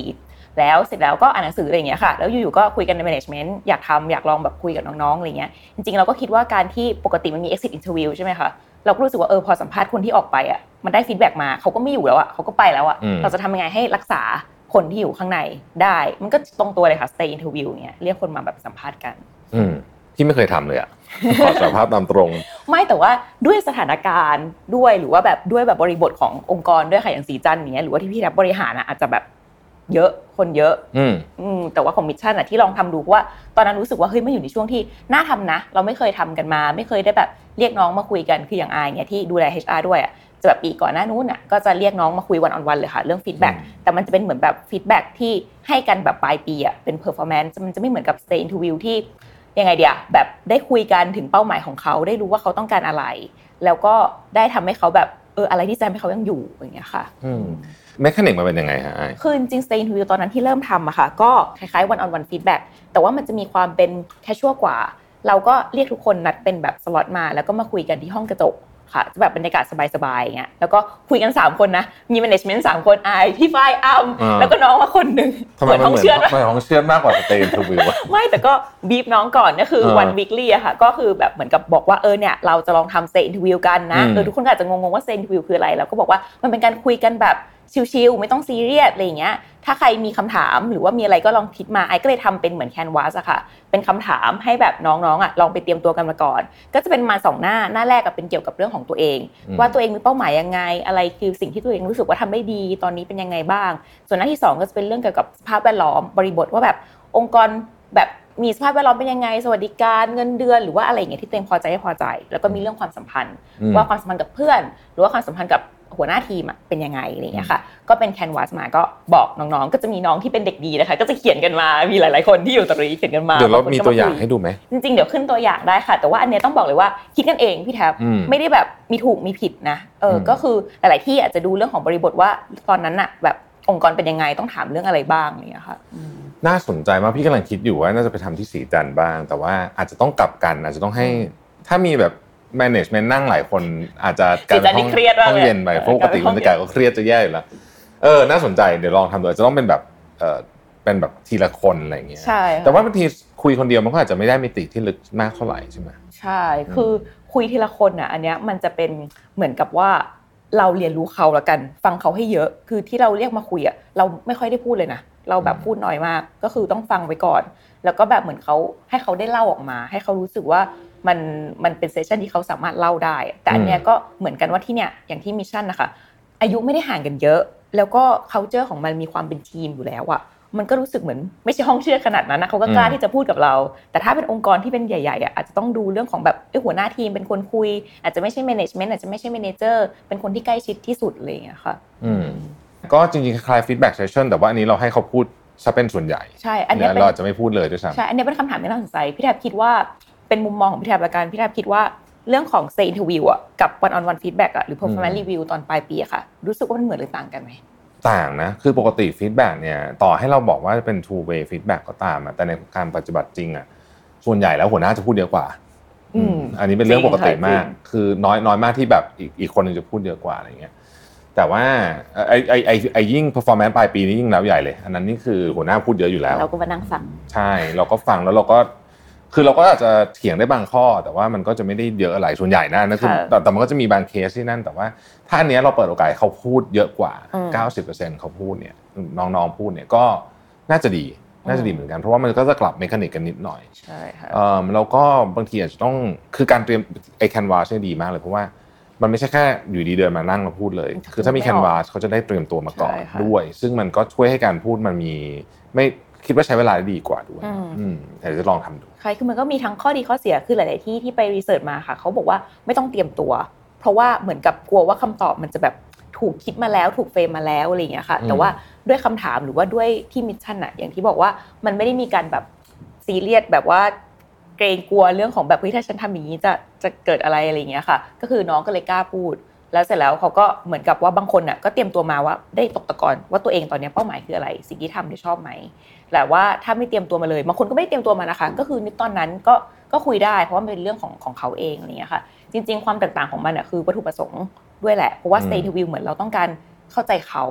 Speaker 2: แล้วเสร็จแล้วก็อ่านหนังสืออะไรอย่างเงี้ยค่ะแล้วอยู่ๆก็คุยกันใน management อยากทำอยากลองแบบคุยกับน้องๆอะไรเงี้ยจริงๆเราก็คิดว่าการที่ปกติมันมี exit interview ใช่ไหมคะเราก็รู้สึกว่าเออพอสัมภาษณ์คนที่ออกไปอ่ะมันได้ feedback มาเขาก็ไม่อยู่แล้วอ่ะเขาก็ไปแล้วอ่ะเราจะทำยังไงให้รักษาคนที่อยู่ข้างในได้มันก็ตรงตัวเลยค่ะ stay interview เงี้ยเรียกคนมาแบบสัมภาษณ์กัน
Speaker 3: อืมที่ไม่เคยทำเลยอ่ะขอสารภาพตามตรง
Speaker 2: ไม่แต่ว่าด้วยสถานการณ์ด้วยหรือว่าแบบด้วยแบบบริบทขององค์กรด้วยค่ะอย่างสีจันอย่างเงี้ยหรือว่าที่พี่รับบริหารอ่ะอาจจะแบบเยอะคนเยอะอืมอืมแต่ว่าของมิชชั่นอ่ะที่ลองทำดูเพราะว่าตอนนั้นรู้สึกว่าเฮ้ยมันอยู่ในช่วงที่น่าทำนะเราไม่เคยทำกันมาไม่เคยได้แบบเรียกน้องมาคุยกันคืออย่างอายเนี่ยที่ดูแล เอช อาร์ ด้วยอ่ะจะแบบปีก่อนหน้านู้นน่ะก็จะเรียกน้องมาคุย one on one เลยค่ะเรื่องฟีดแบ็กแต่มันจะเป็นเหมือนแบบฟีดแบ็กที่ให้กันแบบปลายปีอ่ะเป็น performance มันจะไม่เหมือนกับ stay interview ที่ยังไงเดียแบบได้คุยกันถึงเป้าหมายของเขาได้รู้ว่าเขาต้องการอะไรแล้วก็ได้ทำให้เขาแบบเอออะไรที่จะทำให้เขายังอยู่อย่างเงี้ยค่ะ
Speaker 3: อืมแมคานิกมันเป็นยังไงฮะ
Speaker 2: คือจริงๆ stay interview ตอนนั้นที่เริ่มทำอะค่ะก็คล้ายๆ one on one feedback แต่ว่ามันจะมีความเป็น casual กว่าเราก็เรียกทุกคนนัดเป็นแบบสล็อตมาแล้วก็มาคุยกันที่ห้องกระจกค่ะจะแบบบรรยากาศสบายๆอย่างเงี้ยแล้วก็คุยกันสามคนนะมี management สามคนอายพี่ฝ้ายอ้ำแล้วก็น้องมาคนนึง
Speaker 3: เหมือนห้องเชื่อดเหมือนห้องเชื่อดมากกว่า stay interview
Speaker 2: ไม่แต่ก็บีฟน้องก่อนก็คือ one weekly อะค่ะก็คือแบบเหมือนกับบอกว่าเออเนี่ยเราจะลองทำ stay interview กันนะเออทุกคนก็อาจจะงงๆว่า stay interview คืออะไรแล้วก็บอกว่ามันเป็นการคุยกันแบบชิลๆไม่ต้องซีเรียสอะไรอย่างเงี้ยถ้าใครมีคำถามหรือว่ามีอะไรก็ลองคิดมาไอ้ก็เลยทำเป็นเหมือนแคนวาสอะค่ะเป็นคำถามให้แบบน้องๆอะลองไปเตรียมตัวกันมาก่อนก็จะเป็นมาสองหน้าหน้าแรกก็เป็นเกี่ยวกับเรื่องของตัวเองว่าตัวเองมีเป้าหมายยังไงอะไรคือสิ่งที่ตัวเองรู้สึกว่าทำได้ดีตอนนี้เป็นยังไงบ้างส่วนหน้าที่สองก็จะเป็นเรื่องเกี่ยวกับสภาพแวดล้อมบริบทว่าแบบองค์กรแบบมีสภาพแวดล้อมเป็นยังไงสวัสดิการเงินเดือนหรือว่าอะไรอย่างเงี้ยที่ตัวเองพอใจไม่พอใจแล้วก็มีเรื่องความสัมพันธ์ว่าความสัมพันธ์กับเพื่อนหรือว่าความสัมพันธ์กับหัวหน้าทีมอ่ะเป็นยังไงอะไรอย่างเงี้ยค่ะก็เป็นแคนวาสมาก็บอกน้องๆก็จะมีน้องที่เป็นเด็กดีนะคะก็จะเขียนกันมามีหลายๆคนที่อยู่ตรงนี้เขียนกันมา
Speaker 3: เดี๋ยวเรามีตัวอย่างให้ดูไหม
Speaker 2: จริงๆเดี๋ยวขึ้นตัวอย่างได้ค่ะแต่ว่าอันเนี้ยต้องบอกเลยว่าคิดกันเองพี่แท็บไม่ได้แบบมีถูกมีผิดนะเออก็คือหลายๆที่อาจจะดูเรื่องของบริบทว่าตอนนั้นน่ะแบบองค์กรเป็นยังไงต้องถามเรื่องอะไรบ้างอะไรอย่างเงี้ยค่ะ
Speaker 3: น่าสนใจมากพี่กำลังคิดอยู่ว่าน่าจะไปทำที่สีจันทร์บ้างแต่ว่าอาจจะต้องกลับกันอาจจะต้องให้ถ้ามีแบบmanagement นั่งหลายคนอาจจะ
Speaker 2: การห้อง
Speaker 3: ห้องเย็นไปปกติบรรยากาศก็เครียดจะแย่อยู่แล้วเออน่าสนใจเดี๋ยวลองทำดูอาจจะต้องเป็นแบบเออเป็นแบบทีละคนอะไรอย่างเงี้ยแต่ว่าบางทีคุยคนเดียวมันก็อาจจะไม่ได้มิติที่ลึกมากเท่าไหร่ใช่ไหม
Speaker 2: ใช่คือคุยทีละคนอ่ะอันเนี้ยมันจะเป็นเหมือนกับว่าเราเรียนรู้เขาละกันฟังเขาให้เยอะคือที่เราเรียกมาคุยอ่ะเราไม่ค่อยได้พูดเลยนะเราแบบพูดน้อยมากก็คือต้องฟังไว้ก่อนแล้วก็แบบเหมือนเขาให้เขาได้เล่าออกมาให้เขารู้สึกว่ามันมันเป็นเซสชั่นที่เขาสามารถเล่าได้แต่อันเนี้ยก็เหมือนกันว่าที่เนี้ยอย่างที่มิชชั่นนะคะอายุไม่ได้ห่างกันเยอะแล้วก็ culture ของมันมีความเป็นทีมอยู่แล้วอ่ะมันก็รู้สึกเหมือนไม่ใช่ห้องเชื่อดขนาดนั้นนะเขาก็กล้าที่จะพูดกับเราแต่ถ้าเป็นองค์กรที่เป็นใหญ่ๆอ่ะอาจจะต้องดูเรื่องของแบบเอ้ยหัวหน้าทีมเป็นคนคุยอาจจะไม่ใช่ management อาจจะไม่ใช่ manager เป็นคนที่ใกล้ชิดที่สุดอะไรอย่างเงี้ยค่ะ
Speaker 3: อืมก็จริงๆคล้ายๆ feedback session แต่ว่าอันนี้เราให้เขาพูดซะเป็นส่วนใหญ่
Speaker 2: ใช่อันนี้
Speaker 3: เราจะไม่พูดเลยด้วยซ้ำ
Speaker 2: ใช่อันนี้เป็นคำถามที่น่าสนใจพี่แทบคิดว่าเป็นมุมมองของพี่แทบละกันพี่แทบคิดว่าเรื่องของ stay interview อ่ะกับ one on one feedback อ่ะหรือ performance review ตอนปลายปีอะค่ะรู้สึกว่ามันเหมือนหรือต่างกันไหม
Speaker 3: ต่างนะคือปกติ feedback เนี่ยต่อให้เราบอกว่าเป็น two way feedback ก็ตามแต่ในการปฏิบัติจริงอ่ะส่วนใหญ่แล้วหัวหน้าจะพูดเยอะกว่าอืมอันนี้เป็นเรื่องปกติมากคือน้อยน้อยมากที่แบบอีกอีกคนนึงจะพูดเยอะกว่าอะไรเงี้ยแต่ว่าไอ้ไอ้ไอ้ไอ้ยิ่ง performance ปลายปีนี้ยิ่งแล้วใหญ่เลยอันนั้นนี่คือหัวหน้าพูดเยอะอยู่แล้ว
Speaker 2: เราก็มานั่งฟัง
Speaker 3: ใช่เราก็ฟังแล้วเราก็คือเราก็อาจจะเถียงได้บางข้อแต่ว่ามันก็จะไม่ได้เยอะอะไรส่วนใหญ่นะนะคือแต่แต่มันก็จะมีบางเคสที่นั่นแต่ว่าถ้าอันเนี้ยเราเปิดโอกาสเขาพูดเยอะกว่า เก้าสิบเปอร์เซ็นต์ เขาพูดเนี่ยน้องๆพูดเนี่ยก็น่าจะดีน่าจะดีเหมือนกันเพราะว่ามันก็จะกลับเมคานิกกันนิดหน่อย
Speaker 2: ใช่ค่ะ
Speaker 3: เอ่อแล้วก็บางทีอาจจะต้องคือการเตรียมไอ้แคนวาสเนี่ยดีมากเลยเพราะว่ามันไม่ใช่แค่อยู่ดีเดินมานั่งมาพูดเลยคือถ้ามีแคนวาสเขาจะได้เตรียมตัวมาก่อนด้วยซึ่งมันก็ช่วยให้การพูดมันมีไม่คิดว่าใช้เวลาได้ดีกว่าด้วยอืมแต่จะลองทำดู
Speaker 2: ใช่คือมันก็มีทั้งข้อดีข้อเสียคือหลายๆที่ที่ไปรีเสิร์ชมาค่ะเขาบอกว่าไม่ต้องเตรียมตัวเพราะว่าเหมือนกับกลัวว่าคำตอบมันจะแบบถูกคิดมาแล้วถูกเฟรมมาแล้วอะไรอย่างเงี้ยค่ะแต่ว่าด้วยคำถามหรือว่าด้วยที่มิชชั่นอะอย่างที่บอกว่ามันไม่ได้มีการแบบซีเรียสแบบว่าเกรงกลัวเรื่องของแบบเฮ้ยถ้าฉันทำอย่างนี้จะจะเกิดอะไรอะไรอย่างเงี้ยค่ะก็คือน้องก็เลยกล้าพูดแล้วเสร็จแล้วเขาก็เหมือนกับว่าบางคนน่ะก็เตรียมตัวมาว่าได้ตกตะกอนว่าตัวเองตอนนี้เป้าหมายคืออะไรสิ่งที่ทำเนี่ยชอบไหมแต่ว่าถ้าไม่เตรียมตัวมาเลยบางคนก็ไม่ได้เตรียมตัวมานะคะก็คือนึกตอนนั้นก็ก็คุยได้เพราะว่ามันเป็นเรื่องของของเขาเองอะไรอย่างเงี้ยค่ะจริงๆความแตกต่างของมันน่ะคือวัตถุประสงค์ด้วยแหละเพราะว่า stay interview เหมือนเราต้องการเข้าใจเขา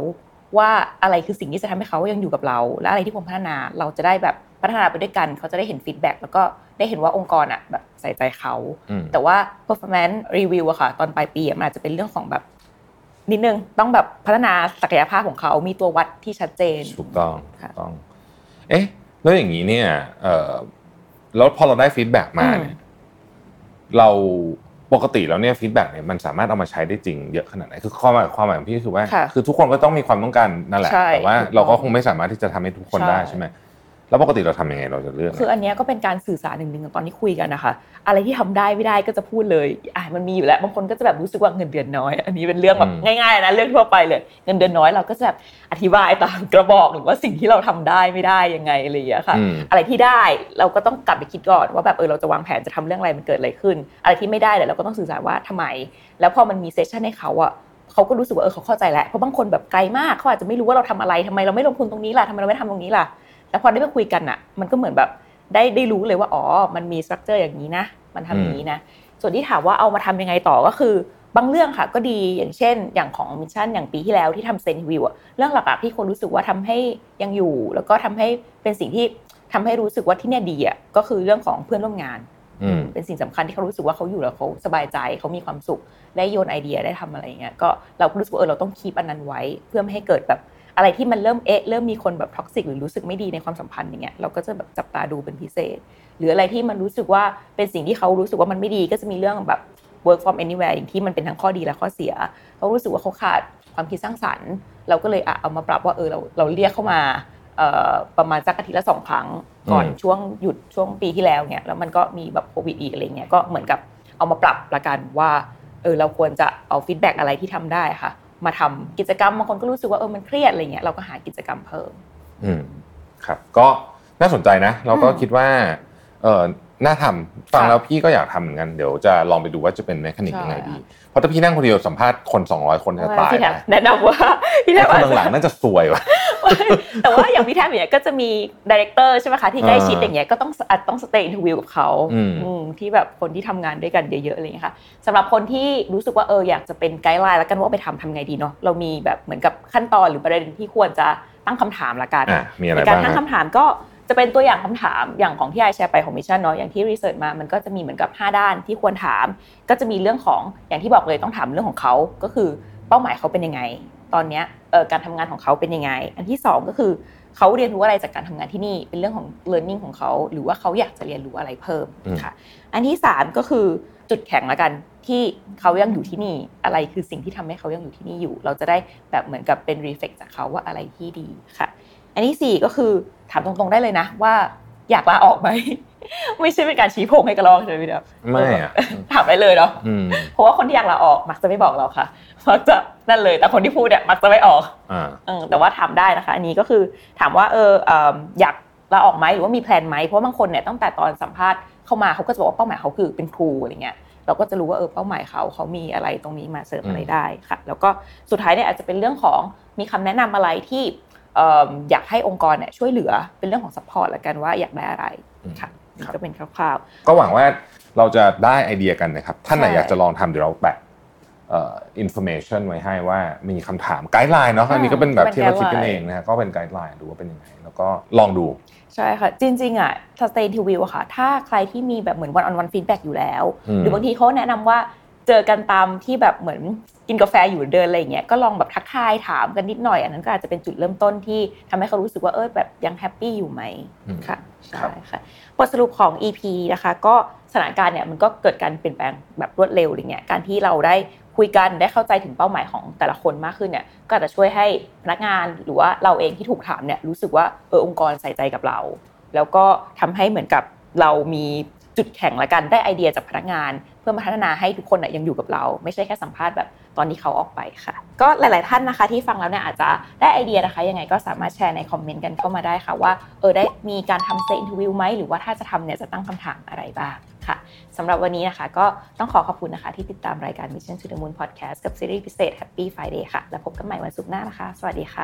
Speaker 2: ว่าอะไรคือสิ่งที่จะทำให้เขายังอยู่กับเราและอะไรที่ควรพัฒนาเราจะได้แบบพัฒนาไปด้วยกันเขาจะได้เห็นฟีดแบ็กแล้วก็ได้เห็นว่าองค์กรอ่ะแบบใส่ใจเขาแต่ว่า performance review อะค่ะตอนปลายปีมันอาจจะเป็นเรื่องของแบบนิดนึงต้องแบบพัฒนาศักยภาพของเขามีตัววัดที่ชัดเจน
Speaker 3: ถูกต้องถูกต้องเอ๊ะแล้วอย่างนี้เนี่ยเอ่อแล้วพอเราได้ฟีดแบ็กมาเนี่ยเราปกติแล้วเนี่ยฟีดแบ็กเนี่ยมันสามารถเอามาใช้ได้จริงเยอะขนาดไหนคือความหมายความหมายของพี่คือว่าคือทุกคนก็ต้องมีความต้องการนั่นแหละแต่ว่าเราก็คงไม่สามารถที่จะทำให้ทุกคนได้ใช่ไหมแล้วปกติเราทำยังไงเราจะเลือก
Speaker 2: คืออันนี้ก็เป็นการสื่อสารหนึ่งๆตอนที่คุยกันนะคะอะไรที่ทำได้ไม่ได้ก็จะพูดเลยอ่ะมันมีอยู่แล้วบางคนก็จะแบบรู้สึกว่าเงินเดือนน้อยอันนี้เป็นเรื่องแบบง่ายๆนะเรื่องทั่วไปเลยเงินเดือนน้อยเราก็จะแบบอธิบายตามกระบอกหรือว่าสิ่งที่เราทำได้ไม่ได้ยังไงอะไรอย่างเงี้ยค่ะอะไรที่ได้เราก็ต้องกลับไปคิดก่อนว่าแบบเออเราจะวางแผนจะทำเรื่องอะไรมันเกิดอะไรขึ้นอะไรที่ไม่ได้เราก็ต้องสื่อสารว่าทำไมแล้วพอมันมีเซสชั่นให้เขาอะเขาก็รู้สึกว่าเออเขาเข้าใจแล้วเพราะบางคนแบบไกลมากเขาอาจจะไม่รู้ว่าเราทำอะไรทำไมเราไม่ลงทุนตรงนี้ล่ะทำไมเราไม่ทำตรงนี้ล่ะแล้วพอได้มาคุยกันน่ะมันก็เหมือนแบบได้ได้รู้เลยว่าอ๋อมันมีสตรัคเจอร์อย่างนี้นะมันทำอย่างนี้นะส่วนที่ถามว่าเอามาทำยังไงต่อก็คือบางเรื่องค่ะก็ดีอย่างเช่นอย่างของมิชชั่นอย่างปีที่แล้วที่ทำเซนวิวอะเรื่องหลักๆที่คนรู้สึกว่าทำให้ยังอยู่แล้วก็ทำให้เป็นสิ่งที่ทำให้รู้สึกว่าที่เนี่ยดีอะก็คือเรื่องของเพื่อนร่วมงานเป็นสิ่งสำคัญที่เขารู้สึกว่าเขาอยู่แล้วเขาสบายใจเขามีความสุขได้โยนไอเดียได้ทำอะไรอย่างเงี้ยก็เราก็รู้สึกว่าเออเราต้องคีปอันนั้นไว้เพื่อไม่ให้เกิดแบบอะไรที่มันเริ่มเอ๊ะเริ่มมีคนแบบท็อกซิกหรือรู้สึกไม่ดีในความสัมพันธ์อย่างเงี้ยเราก็จะแบบจับตาดูเป็นพิเศษหรืออะไรที่มันรู้สึกว่าเป็นสิ่งที่เขารู้สึกว่ามันไม่ดีก็จะมีเรื่องแบบ work from anywhere อย่างที่มันเป็นทั้งข้อดีและข้อเสียเขารู้สึกว่าเขาขาดความคิดสร้างสรรค์เราก็เลยอ่ะเอามาปรับว่าเออเราเราเรียกเข้ามาเอ่อประมาณสักอาทิตย์ละสองครั้งก่อนช่วงหยุดช่วงปีที่แล้วเนี่ยแล้วมันก็มีแบบโควิดอีกอะไรเงี้ยก็เหมือนกับเอามาปรับละกันว่าเออเราควรจะเอาฟีดแบ็กอะไรที่ทำได้ค่ะมาทำกิจกรรมบางคนก็รู้สึกว่าเออมันเครียดอะไรเงี้ยเราก็หากิจกรรมเพิ่ม
Speaker 3: อืมครับก็น่าสนใจนะเราก็คิดว่าเออน่าทำฟังแล้วพี่ก็อยากทำเหมือนกันเดี๋ยวจะลองไปดูว่าจะเป็นเมคานิกยังไงดีเพราะถ้าพี่นั่งคนเดียวสัมภาษณ์คนสองร้อยคนจะตาย
Speaker 2: แนะนำว่า
Speaker 3: พี่แทบคนหลังๆน่าจะซวยว่ะ
Speaker 2: แต่ว่าอย่างพี่แทบเนี่ยก็จะมีไดเรคเตอร์ใช่ไหมคะที่ใกล้ชิดอย่างเงี้ยก็ต้องต้องสเตย์อินเทอร์วิวกับเขาที่แบบคนที่ทำงานด้วยกันเยอะๆอะไรอย่างเงี้ยค่ะสำหรับคนที่รู้สึกว่าเอออยากจะเป็นไกด์ไลน์แล้วกันว่าไปทำทำไงดีเนาะเรามีแบบเหมือนกับขั้นตอนหรือประเด็นที่ควรจะตั้งคำถามละกันในการตั้งคำถามก็จะเป็นตัวอย่างคำถามอย่างของที่ไอแชร์ไปของมิชชั่นเนาะอย่างที่รีเสิร์ชมามันก็จะมีเหมือนกับห้าด้านที่ควรถามก็จะมีเรื่องของอย่างที่บอกเลยต้องถามเรื่องของเขาก็คือเป้าหมายเขาเป็นยังไงตอนนี้เอ่อการทำงานของเขาเป็นยังไงอันที่สองก็คือเขาเรียนรู้อะไรจากการทำงานที่นี่เป็นเรื่องของ learning ของเขาหรือว่าเขาอยากจะเรียนรู้อะไรเพิ่มค่ะอันที่สามก็คือจุดแข็งละกันที่เขายังอยู่ที่นี่อะไรคือสิ่งที่ทำให้เขายังอยู่ที่นี่อยู่เราจะได้แบบเหมือนกับเป็น reflect จากเขาว่าอะไรที่ดีค่ะอันที่สี่ก็คือถามตรงๆได้เลยนะว่าอยากลาออกไหมไม่ใช่เป็นการชี้โพงให้กระรอกใช่ไหมพี่ดับ
Speaker 3: ไม่อะ
Speaker 2: ถามได้เลยเนาะเพราะว่าคนที่อยากลาออกมักจะไม่บอกเราค่ะมักจะนั่นเลยแต่คนที่พูดเนี่ยมักจะไม่ออกแต่ว่าถามได้นะคะอันนี้ก็คือถามว่าเอออยากลาออกไหมหรือว่ามีแพลนไหมเพราะว่าบางคนเนี่ยตั้งแต่ตอนสัมภาษณ์เข้ามาเขาก็จะบอกว่าเป้าหมายเขาคือเป็นครูอะไรเงี้ยเราก็จะรู้ว่าเออเป้าหมายเขาเขามีอะไรตรงนี้มาเสริมอะไรได้ค่ะแล้วก็สุดท้ายเนี่ยอาจจะเป็นเรื่องของมีคำแนะนำอะไรที่อยากให้องค์กรเนี่ยช่วยเหลือเป็นเรื่องของซัพพอร์ตละกันว่าอยากได้อะไรค่ะก็เป็นคร่าว
Speaker 3: ๆก็หวังว่าเราจะได้ไอเดียกันนะครับท่านไหนอยากจะลองทำเดี๋ยวเราแปะเอ่อ information ไว้ให้ว่ามีคำถามไกด์ไลน์เนาะอันนี้ก็เป็นแบบที่เราคิดกันเองนะก็เป็นไกด์ไลน์ดูว่าเป็นยังไงแล้วก็ลองดู
Speaker 2: ใช่ค่ะจริงๆอ่ะ stay interview อะค่ะถ้าใครที่มีแบบเหมือน one on one feedback อยู่แล้วหรือบางทีเขาแนะนำว่าเจอกันตามที่แบบเหมือนกินกาแฟอยู่เดินอะไรอย่างเงี้ยก็ลองแบบทักทายถามกันนิดหน่อยอันนั้นก็อาจจะเป็นจุดเริ่มต้นที่ทำให้เขารู้สึกว่าเออแบบยังแฮปปี้อยู่ไหมค่ะใช่ค่ะบทสรุปของ อี พี นะคะก็สถานการณ์เนี่ยมันก็เกิดการเปลี่ยนแปลงแบบรวดเร็วอะไรเงี้ยการที่เราได้คุยกันได้เข้าใจถึงเป้าหมายของแต่ละคนมากขึ้นเนี่ยก็จะช่วยให้พนักงานหรือว่าเราเองที่ถูกถามเนี่ยรู้สึกว่าเออองค์กรใส่ใจกับเราแล้วก็ทำให้เหมือนกับเรามีจุดแข็งละกันได้ไอเดียจากพนักงานเพื่อมาพัฒนาให้ทุกคนน่ะยังอยู่กับเราไม่ใช่แค่สัมภาษณ์แบบตอนที่เขาออกไปค่ะก็หลายๆท่านนะคะที่ฟังแล้วเนี่ยอาจจะได้ไอเดียนะคะยังไงก็สามารถแชร์ในคอมเมนต์กันเข้ามาได้ค่ะว่าเออได้มีการทำ Stay Interview ไหมหรือว่าถ้าจะทำเนี่ยจะตั้งคำถามอะไรบ้างค่ะสำหรับวันนี้นะคะก็ต้องขอขอบคุณนะคะที่ติดตามรายการ Mission to the Moon Podcast กับซีรีส์พิเศษ Happy Friday ค่ะแล้วพบกันใหม่วันศุกร์หน้านะคะสวัสดีค่ะ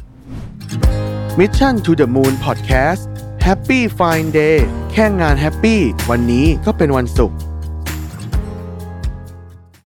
Speaker 1: Mission to the Moon Podcast Happy Fine Day แค่งานแฮปปี้วันนี้ก็เป็นวันศุกร์